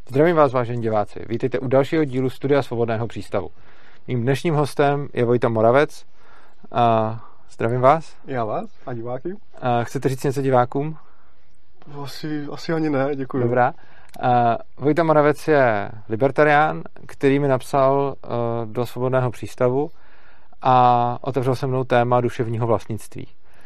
Zdravím vás, vážení diváci. Vítejte u dalšího dílu Studia Svobodného přístavu. Mým dnešním hostem je Vojta Moravec. Zdravím vás. Já vás a diváky. Chcete říct něco divákům? Asi ani ne, děkuji. Dobrá. Vojta Moravec je libertarián, který mi napsal do Svobodného přístavu a otevřel se mnou téma duševního vlastnictví.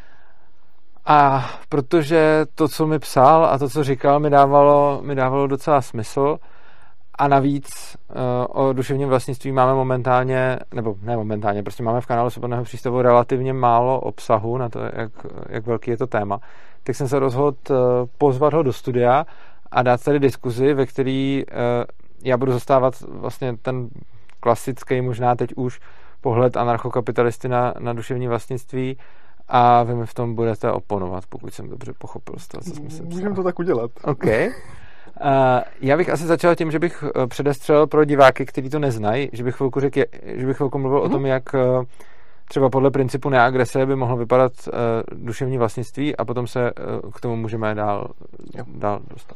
A protože to, co mi psal a to, co říkal, mi dávalo docela smysl a navíc o duševním vlastnictví máme momentálně, prostě máme v kanálu Svobodného přístavu relativně málo obsahu na to, jak velký je to téma, tak jsem se rozhodl pozvat ho do studia a dát tady diskuzi, ve který já budu zastávat vlastně ten klasický, možná teď už pohled anarchokapitalisty na duševní vlastnictví a vy mi v tom budete oponovat, pokud jsem dobře pochopil z toho, co jsme si psali. Můžeme to tak udělat. OK. Já bych asi začal tím, že bych předestřel pro diváky, kteří to neznají, že bych chvilku mluvil o tom, jak třeba podle principu neagrese by mohlo vypadat duševní vlastnictví a potom se k tomu můžeme dál dostat.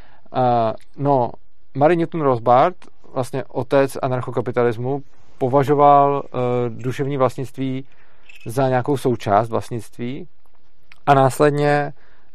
Murray Newton Rothbard, vlastně otec anarchokapitalismu, považoval duševní vlastnictví za nějakou součást vlastnictví a následně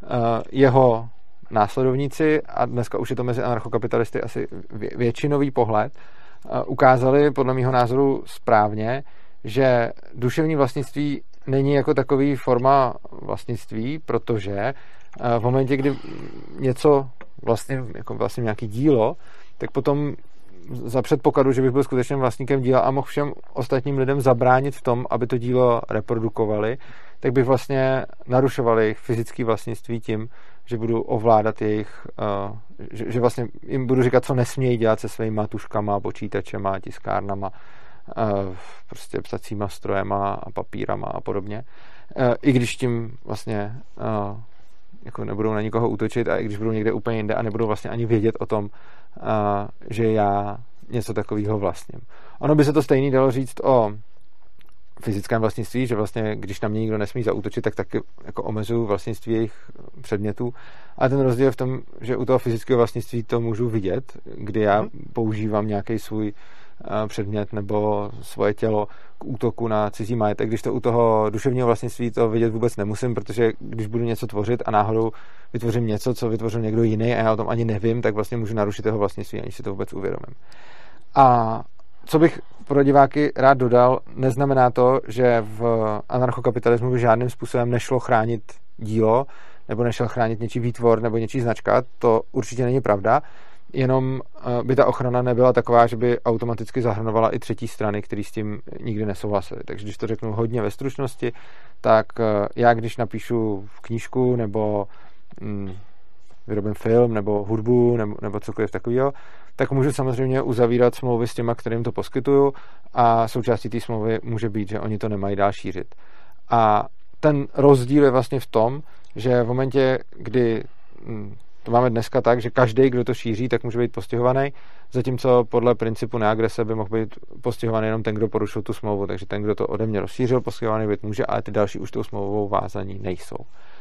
jeho následovníci, a dneska už je to mezi anarchokapitalisty asi většinový pohled, ukázali podle mého názoru správně, že duševní vlastnictví není jako takový forma vlastnictví, protože v momentě, kdy něco vlastně nějaký dílo, tak potom za předpokladu, že bych byl skutečným vlastníkem díla a mohl všem ostatním lidem zabránit v tom, aby to dílo reprodukovali, tak bych vlastně narušoval jejich fyzické vlastnictví tím, že budu ovládat jejich, že vlastně jim budu říkat, co nesmějí dělat se svýma tuškama, počítačema, tiskárnama, prostě psacíma strojema a papírama a podobně. I když tím vlastně jako nebudou na nikoho útočit a i když budou někde úplně jinde a nebudou vlastně ani vědět o tom, že já něco takového vlastním. Ono by se to stejný dalo říct o fyzickém vlastnictví, že vlastně, když na mě nikdo nesmí zaútočit, tak taky jako omezuju vlastnictví jejich předmětů. A ten rozdíl je v tom, že u toho fyzického vlastnictví to můžu vidět, kdy já používám nějaký svůj předmět nebo svoje tělo k útoku na cizí majetek, když to u toho duševního vlastnictví to vidět vůbec nemusím, protože když budu něco tvořit a náhodou vytvořím něco, co vytvořil někdo jiný a já o tom ani nevím, tak vlastně můžu narušit jeho vlastnictví, aniž si to vůbec uvědomím. A co bych pro diváky rád dodal, neznamená to, že v anarchokapitalismu by žádným způsobem nešlo chránit dílo, nebo nešlo chránit něčí výtvor nebo něčí značka, to určitě není pravda. Jenom by ta ochrana nebyla taková, že by automaticky zahrnovala i třetí strany, které s tím nikdy nesouhlasily. Takže když to řeknu hodně ve stručnosti, tak já když napíšu knížku nebo vyrobím film nebo hudbu nebo cokoliv takového, tak můžu samozřejmě uzavírat smlouvy s těma, kterým to poskytuju a součástí té smlouvy může být, že oni to nemají dál šířit. A ten rozdíl je vlastně v tom, že v momentě, kdy to máme dneska tak, že každý, kdo to šíří, tak může být postihovaný, zatímco podle principu neagrese by mohl být postihovaný jenom ten, kdo porušil tu smlouvu, takže ten, kdo to ode mě rozšířil, postihovaný být může, ale ty další už tou smlouvou vázaní nejsou.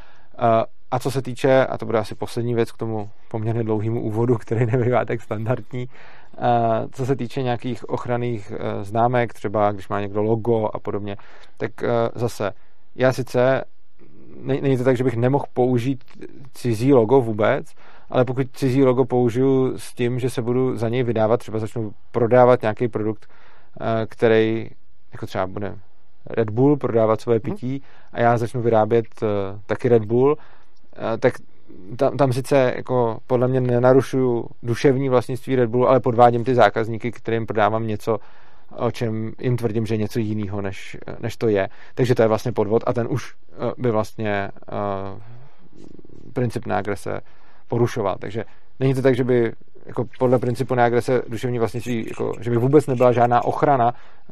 A co se týče, a to bude asi poslední věc k tomu poměrně dlouhému úvodu, který nebývá tak standardní, co se týče nějakých ochranných známek, třeba když má někdo logo a podobně, tak zase já sice není to tak, že bych nemohl použít cizí logo vůbec, ale pokud cizí logo použiju s tím, že se budu za něj vydávat, třeba začnu prodávat nějaký produkt, který jako třeba bude Red Bull, prodávat svoje pití a já začnu vyrábět taky Red Bull, tak tam sice jako podle mě nenarušuju duševní vlastnictví Red Bull, ale podvádím ty zákazníky, kterým prodávám něco, o čem jim tvrdím, že je něco jiného, než to je. Takže to je vlastně podvod a ten už by vlastně princip neagrese porušoval. Takže není to tak, že by jako podle principu neagrese duševní vlastnictví, jako, že by vůbec nebyla žádná ochrana,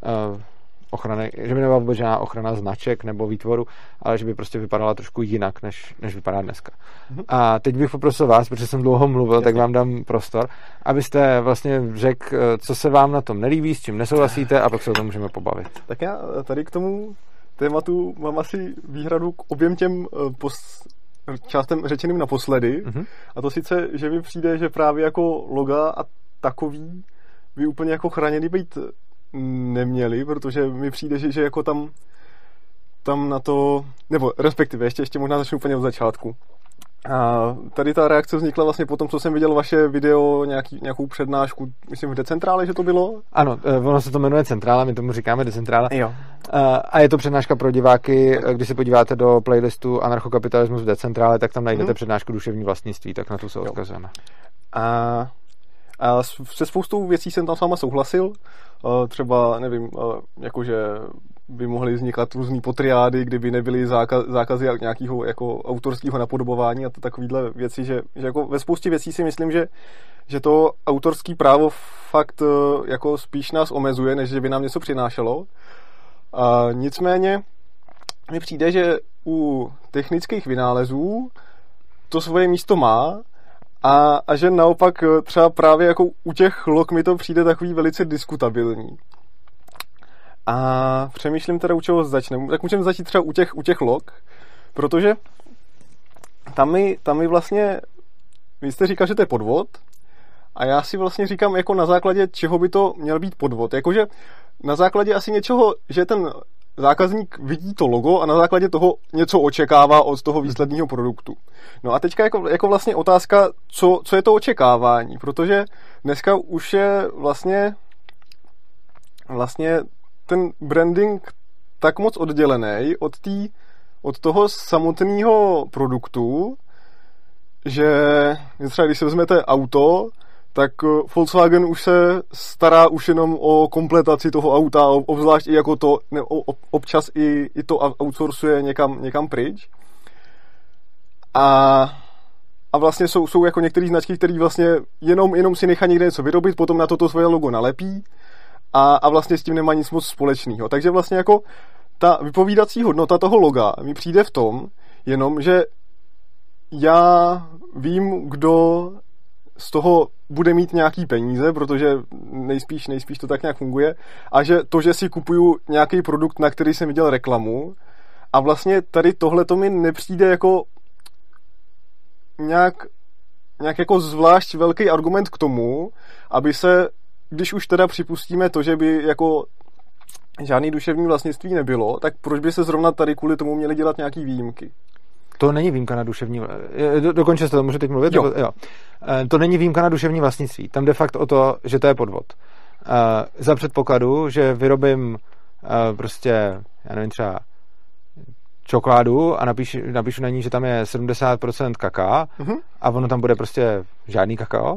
že by nebyla vůbec žádná ochrana značek nebo výtvoru, ale že by prostě vypadala trošku jinak, než vypadá dneska. A teď bych poprosil vás, protože jsem dlouho mluvil, tak vám dám prostor, abyste vlastně řekl, co se vám na tom nelíbí, s čím nesouhlasíte a pak se o tom můžeme pobavit. Tak já tady k tomu tématu mám asi výhradu k oběm těm částem řečeným naposledy. A to sice, že mi přijde, že právě jako loga a takový by úplně jako chráněný být neměli, protože mi přijde, že jako tam na to, nebo respektive, ještě možná začnu úplně od začátku. A tady ta reakce vznikla vlastně po tom, co jsem viděl vaše video, nějakou přednášku, myslím v Decentrále, že to bylo? Ano, ono se to jmenuje Centrála, my tomu říkáme Decentrála. Jo. A je to přednáška pro diváky, když se podíváte do playlistu Anarchokapitalismus v Decentrále, tak tam najdete přednášku duševní vlastnictví, tak na to se odkazujeme. A se spoustou věcí jsem tam s váma souhlasil, třeba, nevím, jakože by mohly vznikat různý potriády, kdyby nebyly zákazy nějakého jako autorského napodobování a takovýhle věci, že jako ve spoustě věcí si myslím, že to autorský právo fakt jako spíš nás omezuje, než že by nám něco přinášelo. Nicméně mi přijde, že u technických vynálezů to svoje místo má a že naopak třeba právě jako u těch log mi to přijde takový velice diskutabilní. A přemýšlím teda, u čeho začneme. Tak můžeme začít třeba u těch log, protože tam mi vlastně, vy jste říkal, že to je podvod, a já si vlastně říkám, jako na základě čeho by to měl být podvod. Jakože na základě asi něčeho, že ten zákazník vidí to logo a na základě toho něco očekává od toho výsledného produktu. No a teďka jako vlastně otázka, co je to očekávání, protože dneska už je vlastně ten branding tak moc oddělený od toho samotného produktu, že třeba když se vezmete auto, tak Volkswagen už se stará už jenom o kompletaci toho auta, obzvlášť i jako to, občas i to outsourcuje někam pryč. A vlastně jsou jako některé značky, které vlastně jenom si nechá někde něco vyrobit, potom na to svoje logo nalepí a vlastně s tím nemá nic moc společného. Takže vlastně jako ta vypovídací hodnota toho loga mi přijde v tom, jenom, že já vím, kdo z toho bude mít nějaký peníze, protože nejspíš to tak nějak funguje, a že to, že si kupuju nějaký produkt, na který jsem viděl reklamu, a vlastně tady tohle to mi nepřijde jako nějak jako zvlášť velký argument k tomu, aby se, když už teda připustíme to, že by jako žádný duševní vlastnictví nebylo, tak proč by se zrovna tady kvůli tomu měly dělat nějaký výjimky? To není výjimka na duševní... Dokončil jste to, můžu teď mluvit? Jo. Nebo, jo. To není výjimka na duševní vlastnictví. Tam jde fakt o to, že to je podvod. Za předpokladu, že vyrobím prostě, já nevím, třeba čokoládu a napíšu na ní, že tam je 70% kaká a ono tam bude prostě žádný kakao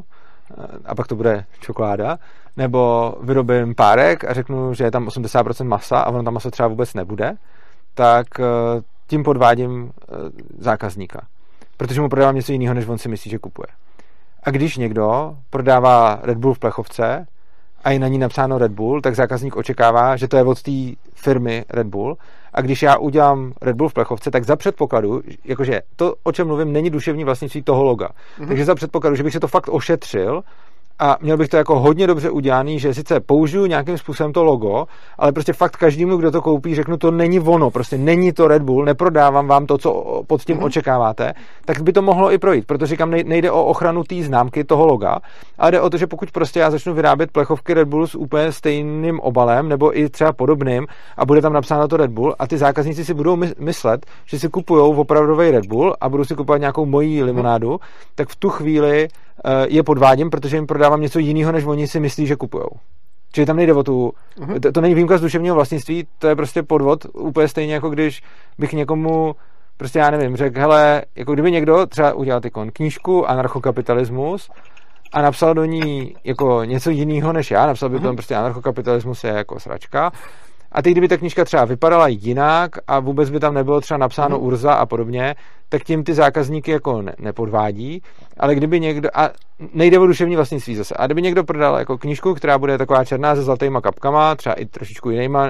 a pak to bude čokoláda. Nebo vyrobím párek a řeknu, že je tam 80% masa a ono tam maso třeba vůbec nebude, tak tím podvádím zákazníka. Protože mu prodávám něco jiného, než on si myslí, že kupuje. A když někdo prodává Red Bull v plechovce a je na ní napsáno Red Bull, tak zákazník očekává, že to je od té firmy Red Bull. A když já udělám Red Bull v plechovce, tak za předpokladu, jakože to, o čem mluvím, není duševní vlastnictví toho loga. Takže za předpokladu, že bych se to fakt ošetřil a měl bych to jako hodně dobře udělaný, že sice použiju nějakým způsobem to logo, ale prostě fakt každému, kdo to koupí, řeknu, to není ono, prostě není to Red Bull, neprodávám vám to, co pod tím očekáváte, tak by to mohlo i projít, protože říkám, nejde o ochranu té známky, toho loga, ale jde o to, že pokud prostě já začnu vyrábět plechovky Red Bull s úplně stejným obalem, nebo i třeba podobným, a bude tam napsáno to Red Bull, a ty zákazníci si budou myslet, že si kupujou opravdový Red Bull a budou si kupovat nějakou mojí limonádu, tak v tu chvíli je podvádím, protože jim prodávám něco jiného, než oni si myslí, že kupujou. Čili tam nejde o tu... To není výjimka z duševního vlastnictví, to je prostě podvod, úplně stejně jako když bych někomu, prostě já nevím, řekl, hele, jako kdyby někdo třeba udělal knížku Anarchokapitalismus a napsal do ní jako něco jiného než já, napsal by tam prostě Anarchokapitalismus je jako sračka, a teď, kdyby ta knížka třeba vypadala jinak a vůbec by tam nebylo třeba napsáno Urza a podobně, tak tím ty zákazníky jako nepodvádí, ale kdyby někdo, a nejde o duševní vlastnictví zase, a kdyby někdo prodal jako knížku, která bude taková černá se zlatýma kapkama, třeba i trošičku jinýma,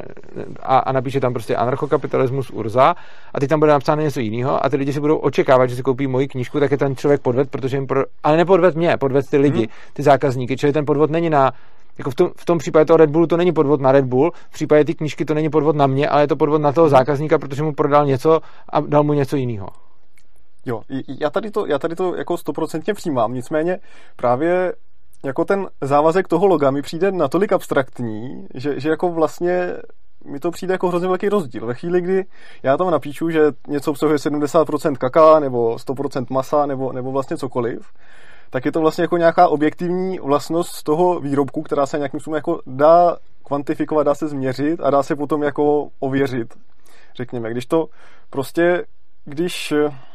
a napíše tam prostě Anarchokapitalismus Urza, a teď tam bude napsáno něco jiného, a ty lidi si budou očekávat, že si koupí moji knížku, tak je ten člověk podved, protože jim ale nepodved mě, podved ty lidi, ty zákazníky, čili ten podvod není na... Jako v tom případě toho Red Bullu to není podvod na Red Bull, v případě té knížky to není podvod na mě, ale je to podvod na toho zákazníka, protože mu prodal něco a dal mu něco jiného. Jo, já tady to jako 100% přijímám, nicméně právě jako ten závazek toho loga mi přijde natolik abstraktní, že jako vlastně mi to přijde jako hrozně velký rozdíl. Ve chvíli, kdy já tam napíšu, že něco obsahuje 70% kakaa nebo 100% masa nebo vlastně cokoliv, tak je to vlastně jako nějaká objektivní vlastnost toho výrobku, která se nějakým způsobem jako dá kvantifikovat, dá se změřit a dá se potom jako ověřit, řekněme. Když to prostě, když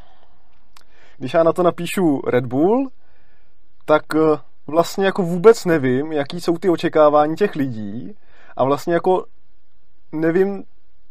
já na to napíšu Red Bull, tak vlastně jako vůbec nevím, jaký jsou ty očekávání těch lidí a vlastně jako nevím,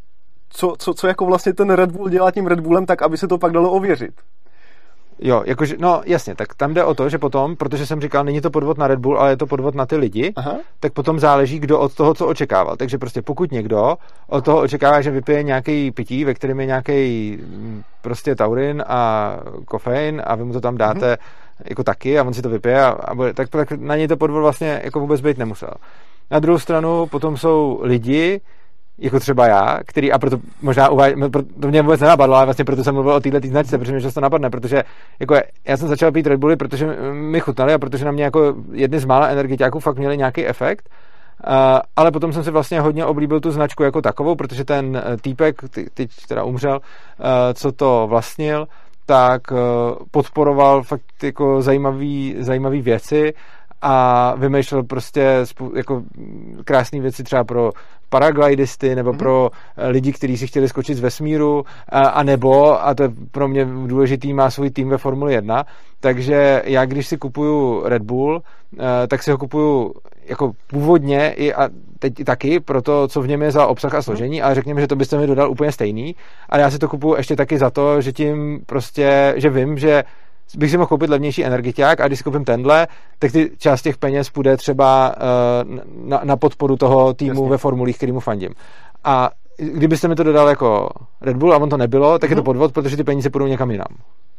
co jako vlastně ten Red Bull dělá tím Red Bullem tak, aby se to pak dalo ověřit. Jo, jakože, no jasně, tak tam jde o to, že potom, protože jsem říkal, není to podvod na Red Bull, ale je to podvod na ty lidi, aha, tak potom záleží, kdo od toho, co očekával. Takže prostě pokud někdo od toho očekává, že vypije nějaký pití, ve kterém je nějaký prostě taurin a kofein a vy mu to tam dáte jako taky a on si to vypije tak na něj to podvod vlastně jako vůbec být nemusel. Na druhou stranu potom jsou lidi, jako třeba já, který, a proto možná to mě vůbec nenapadlo, ale vlastně proto jsem mluvil o této značce, protože mě to napadne, protože jako já jsem začal pít Red Bully, protože mi chutnali a protože na mě jako jedny z mála energetiáků fakt měli nějaký efekt, ale potom jsem si vlastně hodně oblíbil tu značku jako takovou, protože ten týpek, teď teda umřel, co to vlastnil, tak podporoval fakt jako zajímavý věci a vymýšlel prostě jako krásné věci třeba pro paraglidisty nebo pro lidi, kteří si chtěli skočit z vesmíru a nebo, a to je pro mě důležitý, má svůj tým ve Formuli 1, takže já když si kupuju Red Bull, tak si ho kupuju jako původně a teď taky pro to, co v něm je za obsah a složení, ale řekněme, že to byste mi dodal úplně stejný, ale já si to kupuju ještě taky za to, že tím prostě, že vím, že bych si mohl koupit levnější energetiák a když si koupím tenhle, tak ty část těch peněz půjde třeba na podporu toho týmu Jasně. ve formulích, kterýmu fandím. A kdybyste mi to dodal jako Red Bull a on to nebylo, tak je to podvod, protože ty peníze půjdou někam jinam.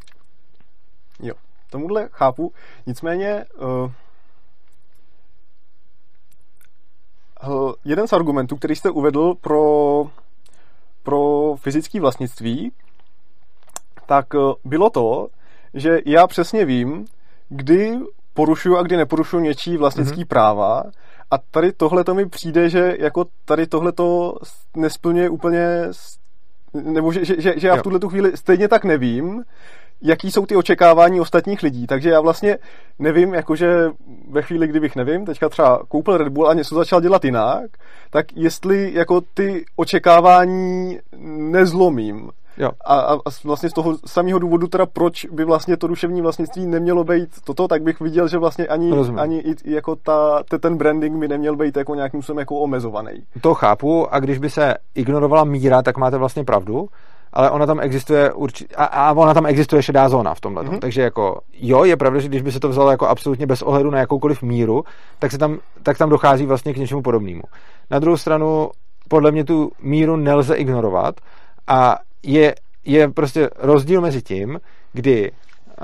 Jo, tomuhle chápu. Nicméně jeden z argumentů, který jste uvedl pro fyzické vlastnictví, tak bylo to, že já přesně vím, kdy porušuju a kdy neporušuju něčí vlastnický práva a tady tohle to mi přijde, že jako tady tohle to nesplňuje úplně, nebo že já v tuhle chvíli stejně tak nevím, jaký jsou ty očekávání ostatních lidí, takže já vlastně nevím, jakože ve chvíli, kdybych nevím, teďka třeba koupil Red Bull a něco začal dělat jinak, tak jestli jako ty očekávání nezlomím. Jo. A vlastně z toho samého důvodu teda, proč by vlastně to duševní vlastnictví nemělo být toto, tak bych viděl, že vlastně ani i jako ten branding by neměl být jako nějakým způsobem jako omezovaný. To chápu a když by se ignorovala míra, tak máte vlastně pravdu, ale ona tam existuje a ona tam existuje šedá zóna v tomhle. Takže jako jo, je pravda, že když by se to vzalo jako absolutně bez ohledu na jakoukoliv míru, tak tam dochází vlastně k něčemu podobnému. Na druhou stranu podle mě tu míru nelze ignorovat a je prostě rozdíl mezi tím, kdy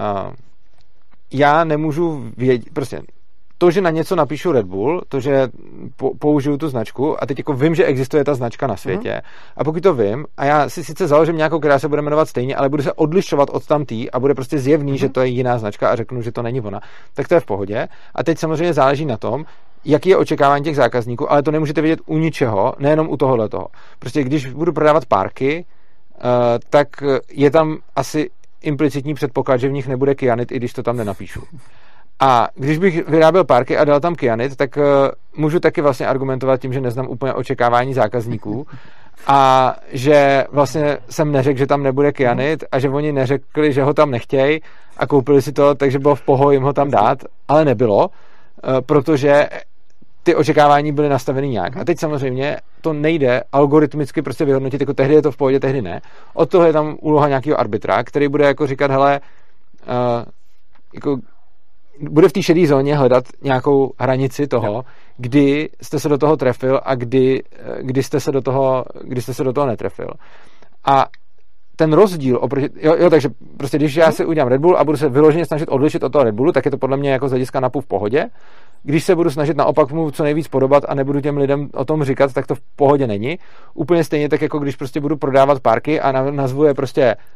já nemůžu vědět, prostě to, že na něco napíšu Red Bull, to, že použiju tu značku a teď jako vím, že existuje ta značka na světě a pokud to vím a já si sice založím nějakou, která se bude jmenovat stejně, ale budu se odlišovat od tamtý a bude prostě zjevný, že to je jiná značka a řeknu, že to není ona, tak to je v pohodě. A teď samozřejmě záleží na tom, jaký je očekávání těch zákazníků, ale to nemůžete vědět u ničeho, nejenom u tohohletoho. Prostě když budu prodávat párky, tak je tam asi implicitní předpoklad, že v nich nebude kyanid, i když to tam nenapíšu. A když bych vyráběl párky a dal tam kyanid, tak můžu taky vlastně argumentovat tím, že neznám úplně očekávání zákazníků a že vlastně jsem neřekl, že tam nebude kyanid a že oni neřekli, že ho tam nechtějí a koupili si to, takže bylo v pohodě jim ho tam dát, ale nebylo, protože ty očekávání byly nastaveny nějak. A teď samozřejmě to nejde algoritmicky prostě vyhodnotit, jako tehdy je to v pohodě, tehdy ne. Od toho je tam úloha nějakého arbitra, který bude jako říkat, hele, jako bude v té šedé zóně hledat nějakou hranici toho, kdy jste se do toho trefil a kdy jste se do toho netrefil. A ten rozdíl oproti, takže prostě když já si udělám Red Bull a budu se vyloženě snažit odlišit od toho Red Bullu, tak je to podle mě jako z hlediska napůl v pohodě. Když se budu snažit naopak mu co nejvíc podobat a nebudu těm lidem o tom říkat, tak to v pohodě není. Úplně stejně tak, jako když prostě budu prodávat párky a nazvu je prostě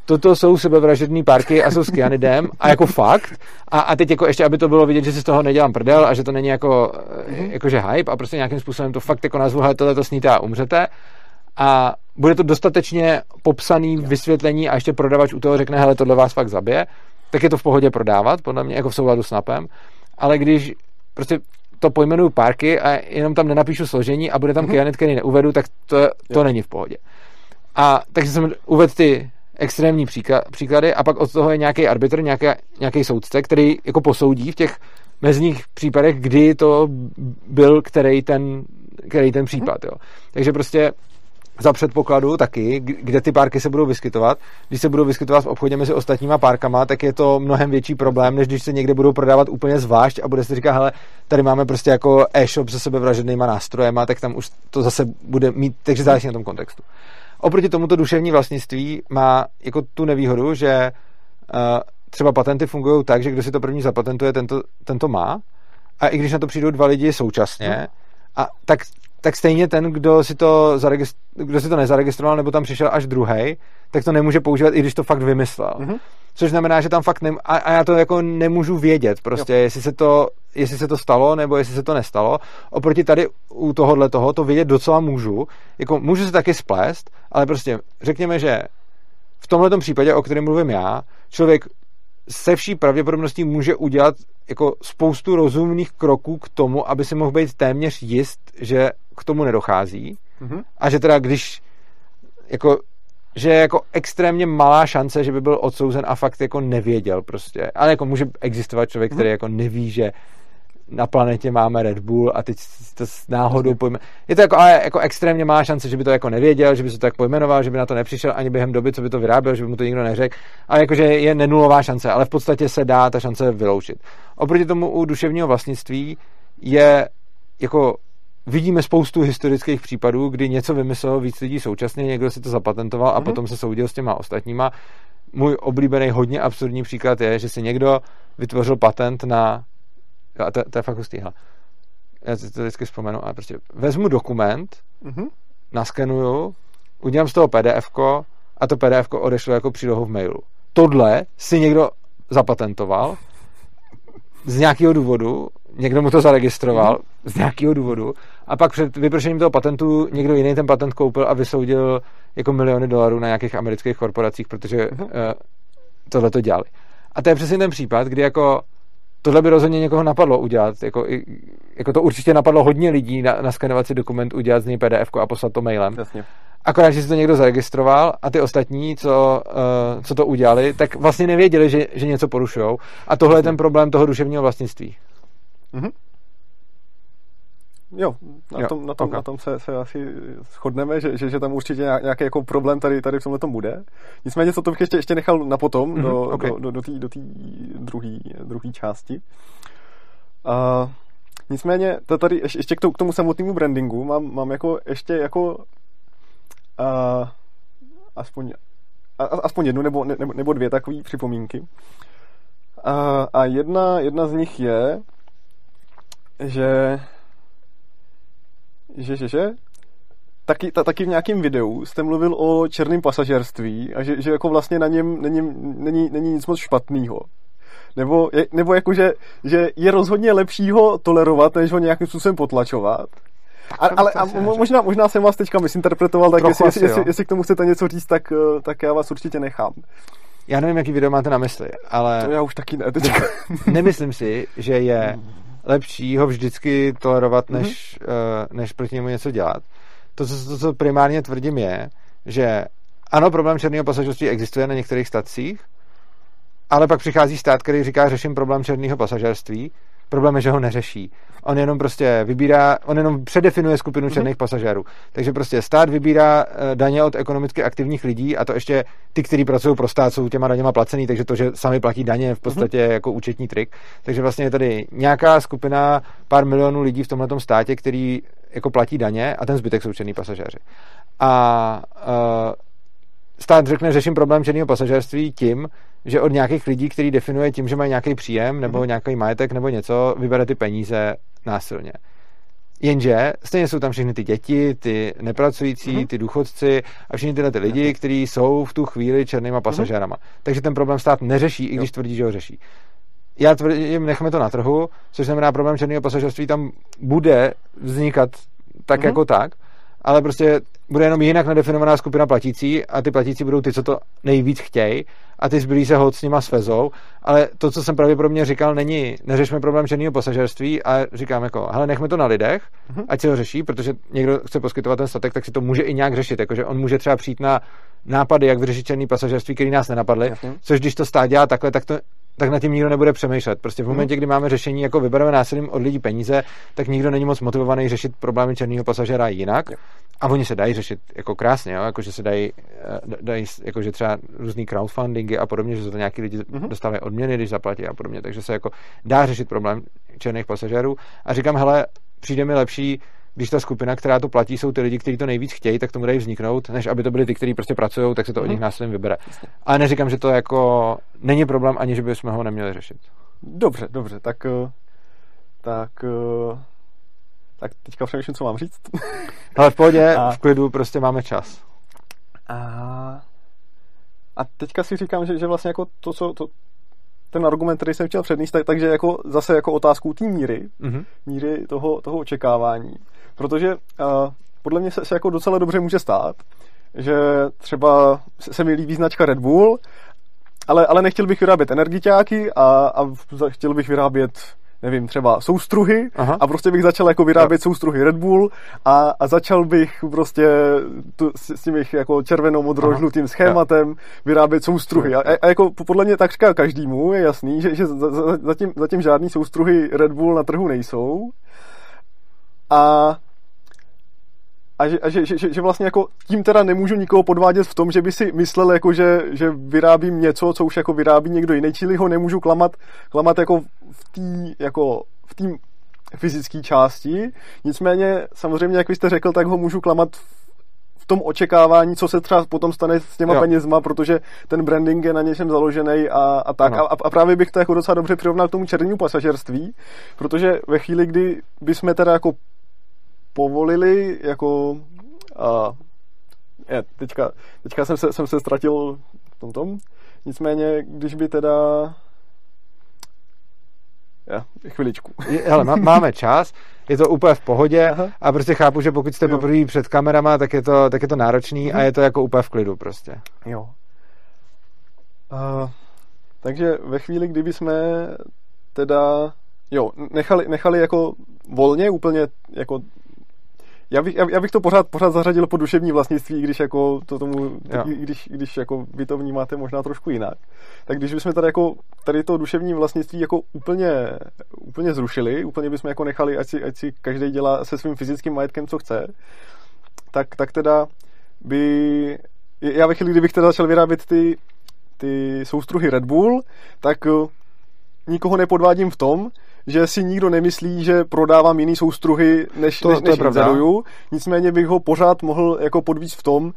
toto jsou sebevražedný párky a jsou s kyanidem a jako fakt. A teď jako ještě, aby to bylo vidět, že si z toho nedělám prdel a že to není jako že hype a prostě nějakým způsobem to fakt jako nazvu, hele, tohle to sníte a umřete. A bude to dostatečně popsaný vysvětlení a ještě prodavač u toho řekne, hele, tohle vás fakt zabije, tak je to v pohodě prodávat, podle mě, jako v souladu s NAPem. Ale když prostě to pojmenuju párky a jenom tam nenapíšu složení a bude tam kyanid, který neuvedu, tak to není v pohodě. A takže jsem uvedl ty extrémní příklady a pak od toho je nějaký arbitr, nějaký soudce, který jako posoudí v těch mezních případech, kdy to byl který ten případ. Jo. Takže prostě za předpokladu taky, kde ty párky se budou vyskytovat. Když se budou vyskytovat v obchodě mezi ostatníma párkama, tak je to mnohem větší problém, než když se někde budou prodávat úplně zvlášť a bude si říkat, hele, tady máme prostě jako e-shop se sebevražednýma nástrojema, tak tam už to zase bude mít, takže záleží na tom kontextu. Oproti tomuto duševní vlastnictví má jako tu nevýhodu, že třeba patenty fungují tak, že kdo si to první zapatentuje, ten to má. A i když na to přijdou dva lidi současně, a tak stejně ten, kdo si to nezaregistroval nebo tam přišel až druhej, tak to nemůže používat, i když to fakt vymyslel. Což znamená, že tam fakt a já to jako nemůžu vědět prostě, jestli se to stalo nebo jestli se to nestalo. Oproti tady u tohoto to vědět docela můžu. Jako můžu se taky splést, ale prostě řekněme, že v tomhletom případě, o kterém mluvím já, člověk se vší pravděpodobností může udělat jako spoustu rozumných kroků k tomu, aby si mohl být téměř jist, že k tomu nedochází. A že teda když že je jako extrémně malá šance, že by byl odsouzen a fakt jako nevěděl prostě. Ale jako může existovat člověk, který jako neví, že na planetě máme Red Bull a teď to s náhodou pojme. Je to jako extrémně malá šance, že by to jako nevěděl, že by se to tak pojmenoval, že by na to nepřišel ani během doby, co by to vyráběl, že by mu to nikdo neřekl. Ale jakože je nenulová šance, ale v podstatě se dá ta šance vyloučit. Oproti tomu u duševního vlastnictví je jako vidíme spoustu historických případů, kdy něco vymyslelo víc lidí současně, někdo si to zapatentoval a potom se soudil s těma ostatníma. Můj oblíbený hodně absurdní příklad je, že si někdo vytvořil patent na a to je fakt hustýhle. Já si to vždycky vzpomenu a prostě vezmu dokument, naskenuju, udělám z toho PDF-ko a to PDF-ko odešlo jako přílohu v mailu. Tohle si někdo zapatentoval z nějakého důvodu, někdo mu to zaregistroval z nějakého důvodu a pak před vypršením toho patentu někdo jiný ten patent koupil a vysoudil jako miliony dolarů na nějakých amerických korporacích, protože tohle to dělali. A to je přesně ten případ, kdy jako tohle by rozhodně někoho napadlo udělat. Jako to určitě napadlo hodně lidí naskenovat si dokument, udělat z něj PDF a poslat to mailem. Jasně. Akorát, že si to někdo zaregistroval a ty ostatní, co to udělali, tak vlastně nevěděli, že něco porušujou. A tohle je ten problém toho duševního vlastnictví. Jo, na tom se asi shodneme, že tam určitě nějaký jako problém tady v tomhle tom bude. Nicméně, co to bych ještě nechal na potom, do té druhé části. Nicméně, tady ještě k tomu samotnému brandingu mám jako ještě jako aspoň jednu nebo dvě takové připomínky. A jedna z nich je, že taky v nějakém videu jste mluvil o černém pasažérství a že jako vlastně na něm není nic moc špatného. Nebo jako, že je rozhodně lepší ho tolerovat, než ho nějakým způsobem potlačovat. Ale možná jsem vás teďka misinterpretoval, tak jestli k tomu chcete něco říct, tak já vás určitě nechám. Já nevím, jaký video máte na mysli, ale to já už taky ne. Nemyslím si, že je lepší ho vždycky tolerovat, než proti němu něco dělat. To, co primárně tvrdím, je, že ano, problém černého pasažérství existuje na některých stacích, ale pak přichází stát, který říká, řeším problém černého pasažérství. Problém je, že ho neřeší. On jenom prostě on jenom předefinuje skupinu černých pasažérů. Takže prostě stát vybírá daně od ekonomicky aktivních lidí a to ještě ty, kteří pracují pro stát, jsou těma daněma placený, takže to, že sami platí daně, je v podstatě jako účetní trik. Takže vlastně je tady nějaká skupina, pár milionů lidí v tomhletom státě, který jako platí daně a ten zbytek jsou černí pasažéři. A stát řekne, řeším problém černého pasažérství tím, že od nějakých lidí, který definuje tím, že mají nějaký příjem nebo nějaký majetek nebo něco, vybere ty peníze násilně. Jenže stejně jsou tam všechny ty děti, ty nepracující, ty důchodci a všichni tyhle ty lidi, kteří jsou v tu chvíli černýma pasažérama. Takže ten problém stát neřeší, i když tvrdí, že ho řeší. Já tvrdím, nechme to na trhu, což znamená, problém černého pasažerství tam bude vznikat tak jako tak, ale prostě bude jenom jinak nadefinovaná skupina platící a ty platící budou ty, co to nejvíc chtějí a ty zbylí se hod s nima svezou, ale to, co jsem pravděpodobně říkal, neřešme problém černého pasažerství a říkám jako, hele, nechme to na lidech, ať se ho řeší, protože někdo chce poskytovat ten statek, tak si to může i nějak řešit, jakože on může třeba přijít na nápady, jak vyřešit černé pasažerství, který nás nenapadly, což když to stát dělá takhle, tak nad tím nikdo nebude přemýšlet. Prostě v momentě, kdy máme řešení, jako vybereme násilím od lidí peníze, tak nikdo není moc motivovaný řešit problémy černého pasažéra jinak. A oni se dají řešit jako krásně, jo? Jakože se dají jakože třeba různý crowdfundingy a podobně, že za to nějaký lidi dostávají odměny, když zaplatí a podobně. Takže se jako dá řešit problém černých pasažérů. A říkám, hele, přijde mi lepší, když ta skupina, která to platí, jsou ty lidi, kteří to nejvíc chtějí, tak tomu dají vzniknout, než aby to byli ty, kteří prostě pracují, tak se to od nich násilím vybere. Ale neříkám, že to jako není problém, ani že bychom ho neměli řešit. Dobře, tak teďka přemýšlím, co mám říct. Ale v pohodě, v klidu, prostě máme čas. A teďka si říkám, že vlastně jako ten argument, který jsem chtěl přednést, takže jako zase jako otázku té míry toho očekávání. Protože podle mě se jako docela dobře může stát, že třeba se mi líbí značka Red Bull, ale nechtěl bych vyrábět energiťáky a chtěl bych vyrábět, nevím, třeba soustruhy a prostě bych začal jako vyrábět soustruhy Red Bull a začal bych prostě s tím jako červeno-modro-žlutým schématem vyrábět soustruhy. A jako podle mě tak říká každému, je jasný, že zatím žádný soustruhy Red Bull na trhu nejsou. Že vlastně jako tím teda nemůžu nikoho podvádět v tom, že by si myslel, jako že vyrábím něco, co už jako vyrábí někdo jiný, čili ho nemůžu klamat jako v té fyzické části. Nicméně samozřejmě, jak vy jste řekl, tak ho můžu klamat v tom očekávání, co se třeba potom stane s těma penězma, protože ten branding je na něčem založený a tak. A právě bych to jako docela dobře přirovnal k tomu černému pasažerství, protože ve chvíli, kdy bychom teda jako povolili jako teďka jsem se ztratil v tom. Nicméně, když by teda chviličku. Hele, máme čas, je to úplně v pohodě a prostě chápu, že pokud jste poprvé před kamerama, tak je to náročný a je to jako úplně v klidu prostě. Jo. Takže ve chvíli, kdyby jsme teda nechali jako volně úplně jako já bych to pořád zařadil po duševní vlastnictví, když jako když jako vy to vnímáte možná trošku jinak. Tak když bychom tady to duševní vlastnictví jako úplně zrušili, úplně bychom jako nechali, ať si každý dělá se svým fyzickým majetkem, co chce, tak teda já ve chvíli, kdybych teda začal vyrábět ty soustruhy Red Bull, tak nikoho nepodvádím v tom, že si nikdo nemyslí, že prodávám jiný soustruhy, než inzeruju. Nicméně bych ho pořád mohl jako podvíct v tom,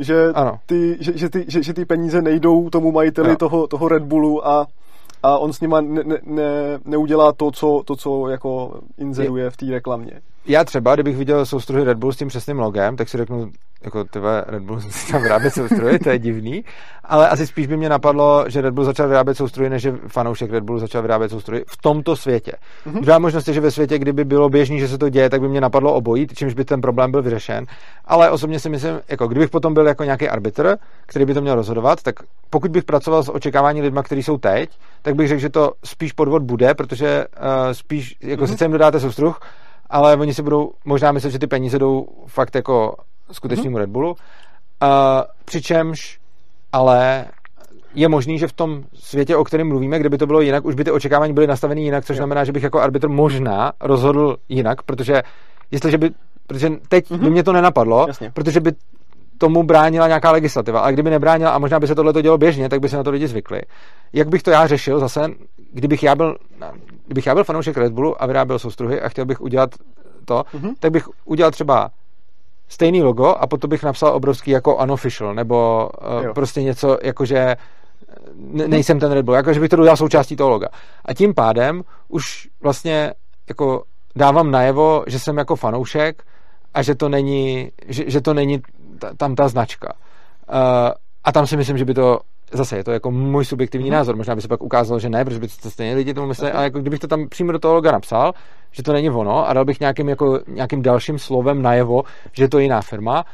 že ty peníze nejdou tomu majiteli toho Red Bullu a on s nima neudělá to, co jako inzeruje v té reklamě. Já třeba, kdybych viděl soustruhy Red Bull s tím přesným logem, tak si řeknu, jako tyhle Red Bull si tam vyrábět soustruhy, to je divný, ale asi spíš by mě napadlo, že Red Bull začal vyrábět soustruhy, než že fanoušek Red Bullu začal vyrábět soustruhy v tomto světě. Druhá možnost je, že ve světě, kdyby bylo běžný, že se to děje, tak by mě napadlo obojí, čímž by ten problém byl vyřešen. Ale osobně si myslím, jako kdybych potom byl jako nějaký arbitr, který by to měl rozhodovat, tak pokud bych pracoval s očekávání lidma, kteří jsou teď, tak bych řekl, že to spíš podvod bude, protože spíš jako sice jim dodáte soustruh, ale oni si budou možná myslet, že ty peníze jdou fakt jako skutečnému Red Bullu. Přičemž ale je možný, že v tom světě, o kterém mluvíme, kdyby to bylo jinak, už by ty očekávání byly nastaveny jinak, což znamená, že bych jako arbitr možná rozhodl jinak, protože teď by mě to nenapadlo, protože by tomu bránila nějaká legislativa, ale kdyby nebránila a možná by se tohle dělo běžně, tak by se na to lidi zvykli. Jak bych to já řešil zase, kdybych já byl fanoušek Red Bullu a vyráběl soustruhy a chtěl bych udělat to, tak bych udělal třeba stejný logo a potom bych napsal obrovský jako unofficial, nebo prostě něco jakože nejsem ten Red Bull, jakože bych to udělal součástí toho loga. A tím pádem už vlastně jako dávám najevo, že jsem jako fanoušek a že to není tam ta značka. A tam si myslím, že by to zase je to jako můj subjektivní názor. Možná by se pak ukázalo, že ne, protože by to stejně lidi tomu mysleli, ale jako kdybych to tam přímo do toho loga napsal, že to není ono a dal bych nějakým dalším slovem najevo, že je to jiná firma,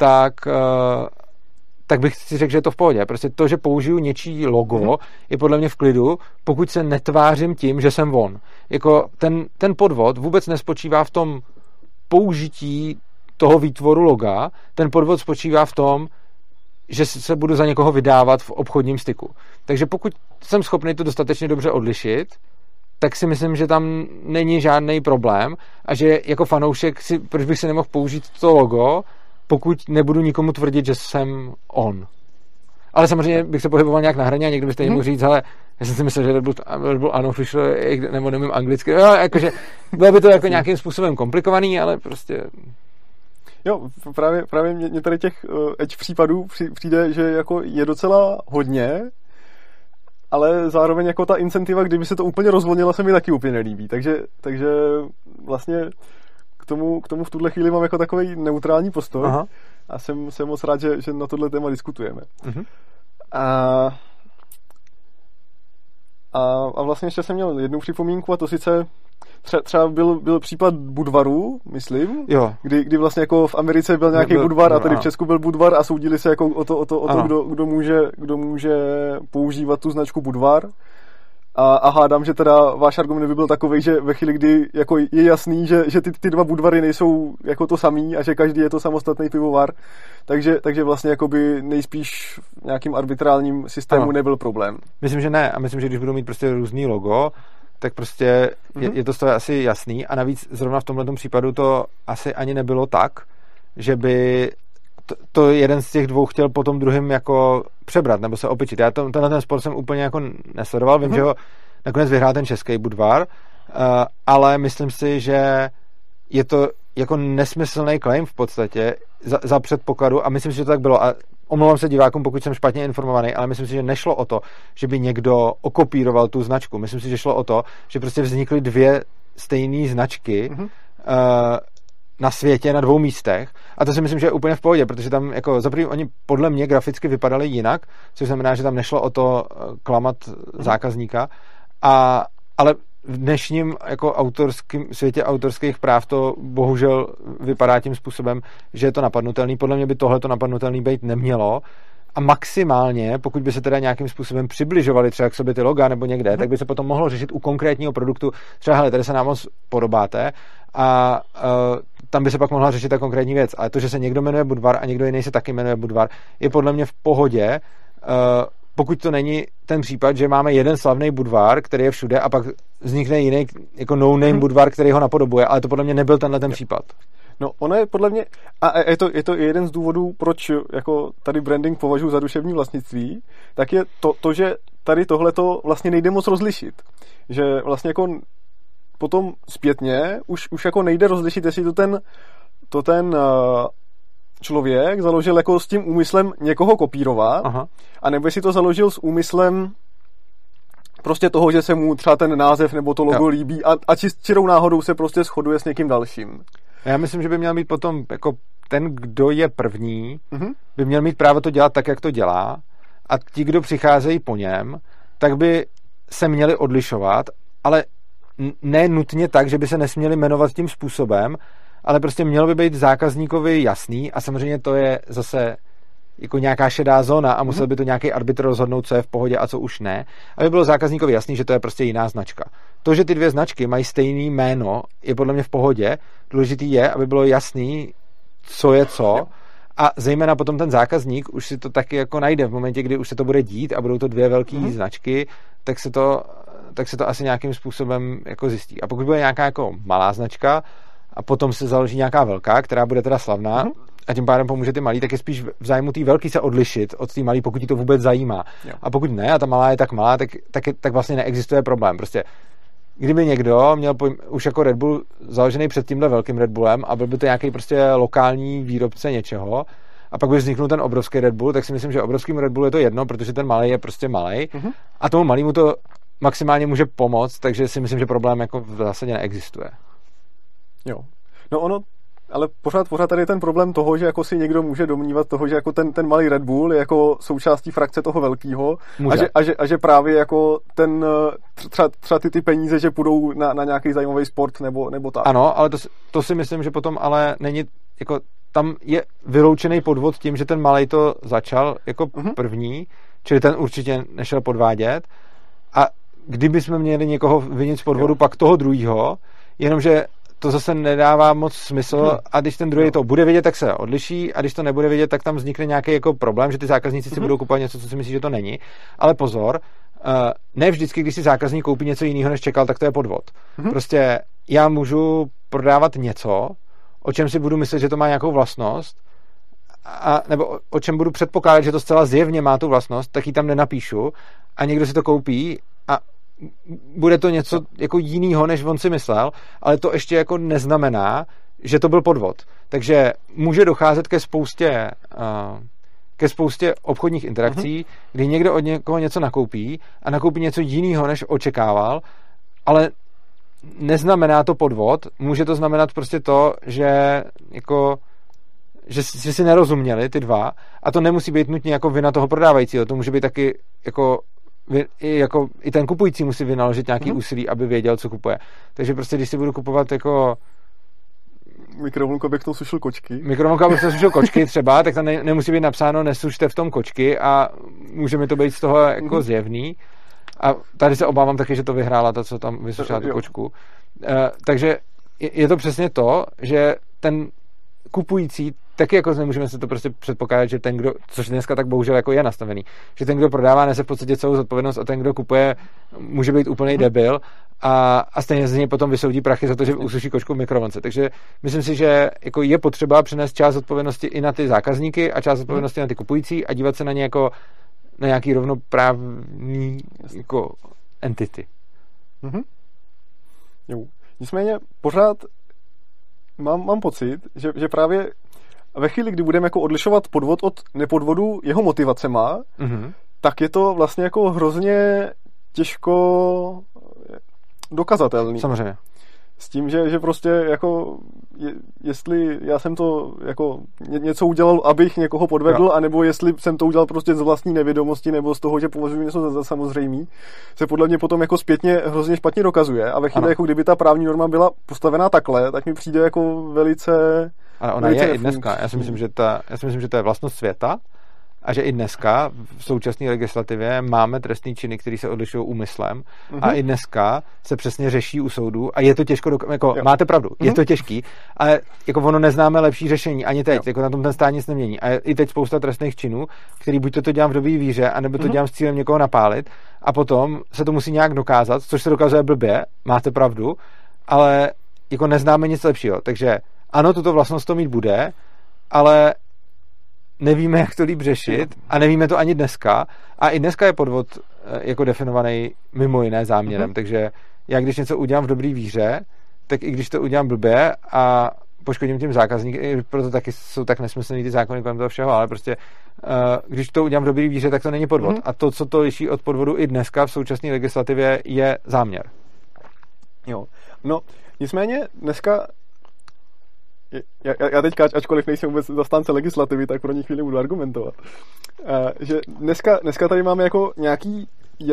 tak bych si řekl, že je to v pohodě. Prostě to, že použiju něčí logo, je podle mě v klidu, pokud se netvářím tím, že jsem on. Jako ten podvod vůbec nespočívá v tom použití toho výtvoru loga, ten podvod spočívá v tom, že se budu za někoho vydávat v obchodním styku. Takže pokud jsem schopný to dostatečně dobře odlišit, tak si myslím, že tam není žádný problém a že jako fanoušek proč bych si nemohl použít to logo, pokud nebudu nikomu tvrdit, že jsem on. Ale samozřejmě bych se pohyboval nějak na hraně a někdo byste mohl říct, hele, já jsem si myslel, že Red Bull unofficial, nebo nevím anglicky, jo, jakože bylo by to jako nějakým způsobem komplikovaný, ale prostě... Jo, právě mě tady těch edge případů přijde, že jako je docela hodně, ale zároveň jako ta incentiva, kdyby se to úplně rozvolnila, se mi taky úplně nelíbí. Takže vlastně k tomu v tuhle chvíli mám jako takový neutrální postoj. Aha. A jsem moc rád, že na tohle téma diskutujeme. Uh-huh. A vlastně ještě jsem měl jednu připomínku, a to sice třeba byl případ Budvaru, myslím, kdy vlastně jako v Americe byl nějaký Budvar a tady v Česku byl Budvar a soudili se jako o to kdo může používat tu značku Budvar. A hádám, že teda váš argument by byl takovej, že ve chvíli, kdy jako je jasný, že ty dva Budvary nejsou jako to samý a že každý je to samostatný pivovar, takže vlastně jakoby nejspíš v nějakým arbitrálním systému nebyl problém. Myslím, že ne. A myslím, že když budou mít prostě různý logo, tak prostě je to z toho asi jasný. A navíc zrovna v tomhletom případu to asi ani nebylo tak, že by to jeden z těch dvou chtěl potom druhým jako přebrat nebo se opičit. Já tenhle ten sport jsem úplně jako nesledoval. Vím, že ho nakonec vyhrál ten český Budvar, ale myslím si, že je to jako nesmyslný claim v podstatě za předpokladu a myslím si, že to tak bylo. A omlouvám se divákům, pokud jsem špatně informovaný, ale myslím si, že nešlo o to, že by někdo okopíroval tu značku. Myslím si, že šlo o to, že prostě vznikly dvě stejné značky na světě, na dvou místech. A to si myslím, že je úplně v pohodě, protože tam jako zaprvé oni podle mě graficky vypadali jinak, což znamená, že tam nešlo o to klamat zákazníka. Ale v dnešním jako světě autorských práv to bohužel vypadá tím způsobem, že je to napadnutelný. Podle mě by tohle to napadnutelný být nemělo. A maximálně, pokud by se teda nějakým způsobem přibližovali třeba k sobě ty loga nebo někde, tak by se potom mohlo řešit u konkrétního produktu. Třeba, hele, tady se nám moc podobáte a tam by se pak mohla řešit ta konkrétní věc. Ale to, že se někdo jmenuje Budvar a někdo jiný se taky jmenuje Budvar, je podle mě v pohodě, pokud to není ten případ, že máme jeden slavný Budvar, který je všude a pak vznikne jiný jako no-name Budvar, který ho napodobuje, ale to podle mě nebyl tenhle ten případ. No, ono je podle mě, a je to jeden z důvodů, proč jako tady branding považuji za duševní vlastnictví, tak je to, že tady tohleto vlastně nejde moc rozlišit. Že vlastně jako potom zpětně už jako nejde rozlišit, jestli to ten člověk založil jako s tím úmyslem někoho kopírovat, a nebo jestli to založil s úmyslem prostě toho, že se mu třeba ten název nebo to logo líbí a čirou náhodou se prostě shoduje s někým dalším. Já myslím, že by měl mít potom jako ten, kdo je první, by měl mít právo to dělat tak, jak to dělá, a ti, kdo přicházejí po něm, tak by se měli odlišovat, ale ne nutně tak, že by se nesměli jmenovat tím způsobem, ale prostě mělo by být zákazníkovi jasný a samozřejmě to je zase jako nějaká šedá zóna a musel by to nějaký arbitr rozhodnout, co je v pohodě a co už ne, aby bylo zákazníkovi jasný, že to je prostě jiná značka. To, že ty dvě značky mají stejný jméno, je podle mě v pohodě. Důležitý je, aby bylo jasný, co je co, a zejména potom ten zákazník už si to taky jako najde v momentě, kdy už se to bude dít a budou to dvě velké značky, tak se to asi nějakým způsobem jako zjistí. A pokud bude nějaká jako malá značka a potom se založí nějaká velká, která bude teda slavná, a tím pádem pomůže ty malý, tak je spíš v zájmu té velký se odlišit od té malý, pokud ti to vůbec zajímá. Jo. A pokud ne, a ta malá je tak malá, tak vlastně neexistuje problém. Prostě kdyby někdo měl už jako Red Bull založený před tímhle velkým Red Bullem a byl by to nějaký prostě lokální výrobce něčeho a pak by vzniknul ten obrovský Red Bull, tak si myslím, že obrovským Red Bullu je to jedno, protože ten malý je prostě malý a tomu malému to maximálně může pomoct, takže si myslím, že problém jako v zásadě neexistuje. Jo. No ono, ale pořád tady je ten problém toho, že jako si někdo může domnívat toho, že jako ten malý Red Bull je jako součástí frakce toho velkýho a že právě jako třeba ty peníze, že půjdou na nějaký zajímavý sport nebo tak. Ano, ale to si myslím, že potom ale není jako tam je vyloučený podvod tím, že ten malej to začal jako první, čili ten určitě nešel podvádět a kdyby jsme měli někoho vinit z podvodu, pak toho druhýho, jenomže to zase nedává moc smysl a když ten druhý to bude vědět, tak se odliší a když to nebude vědět, tak tam vznikne nějaký jako problém, že ty zákazníci si budou kupovat něco, co si myslí, že to není. Ale pozor, ne vždycky, když si zákazník koupí něco jiného, než čekal, tak to je podvod. Prostě já můžu prodávat něco, o čem si budu myslet, že to má nějakou vlastnost, nebo o čem budu předpokládat, že to zcela zjevně má tu vlastnost, tak ji tam nenapíšu a někdo si to koupí a bude to něco jako jinýho, než on si myslel, ale to ještě jako neznamená, že to byl podvod. Takže může docházet ke spoustě obchodních interakcí, kdy někdo od někoho něco nakoupí a nakoupí něco jinýho, než očekával, ale neznamená to podvod, může to znamenat prostě to, že jako že si nerozuměli ty dva a to nemusí být nutně jako vina toho prodávajícího, to může být taky jako i ten kupující musí vynaložit nějaký úsilí, aby věděl, co kupuje. Takže prostě, když si budu kupovat jako mikrovlnku, abych to sušil kočky třeba, tak tam nemusí být napsáno nesušte v tom kočky a může mi to být z toho jako zjevný. A tady se obávám taky, že to vyhrála ta, co tam vysušila tu kočku. Takže je to přesně to, že ten kupující taky jako nemůžeme se to prostě předpokládat, že ten, kdo, což dneska tak bohužel jako je nastavený, že ten, kdo prodává, nese v podstatě celou zodpovědnost a ten, kdo kupuje, může být úplný debil a stejně z něj potom vysoudí prachy za to, že usuší kočku v mikrovlnce. Takže myslím si, že jako je potřeba přenést část odpovědnosti i na ty zákazníky a část odpovědnosti na ty kupující a dívat se na ně jako na nějaký rovnoprávný jako entity. Jo. Nicméně pořád mám pocit, že právě ve chvíli, kdy budeme jako odlišovat podvod od nepodvodu jeho motivacema, tak je to vlastně jako hrozně těžko dokazatelný. Samozřejmě. S tím, že prostě jako jestli já jsem to jako něco udělal, abych někoho podvedl, anebo jestli jsem to udělal prostě z vlastní nevědomosti nebo z toho, že považuji něco za samozřejmý, se podle mě potom jako zpětně hrozně špatně dokazuje. A ve chvíli, jako kdyby ta právní norma byla postavená takhle, tak mi přijde jako velice. Ale ona je i dneska. Já si myslím, že to je vlastnost světa a že i dneska v současné legislativě máme trestné činy, které se odlišují úmyslem a i dneska se přesně řeší u soudu a je to těžko, jako máte pravdu, je to těžký, ale jako ono neznáme lepší řešení ani teď, jako na tom ten stát nic nemění a je i teď spousta trestných činů, který buď to dělám v dobrý víře, anebo to dělám s cílem někoho napálit a potom se to musí nějak dokázat, což se dokazuje blbě, máte pravdu, ale jako neznáme nic lepšího, takže ano, tuto vlastnost to mít bude, ale nevíme, jak to líp řešit a nevíme to ani dneska a i dneska je podvod jako definovaný mimo jiné záměrem, takže já když něco udělám v dobrý víře, tak i když to udělám blbě a poškodím tím zákazníky, proto taky jsou tak nesmyslný ty zákony kolem toho všeho, ale prostě když to udělám v dobrý víře, tak to není podvod. A to, co to liší od podvodu i dneska v současné legislativě, je záměr. Jo. No, nicméně dneska já teďka, ačkoliv nejsem vůbec zastánce legislativy, tak pro ní chvíli budu argumentovat. Že dneska tady máme jako nějaký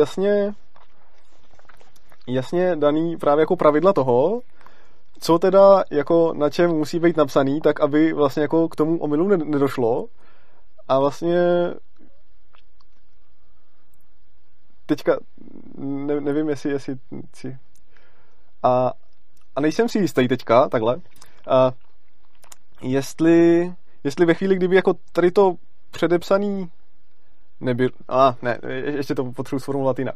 jasně daný právě jako pravidla toho, co teda jako na čem musí být napsaný, tak aby vlastně jako k tomu omylu nedošlo. A vlastně teďka nevím, jestli a nejsem si jistý teďka, takhle, jestli ve chvíli, kdyby jako tady to předepsaný nebyl. Ne, ještě to potřebuji sformulovat jinak.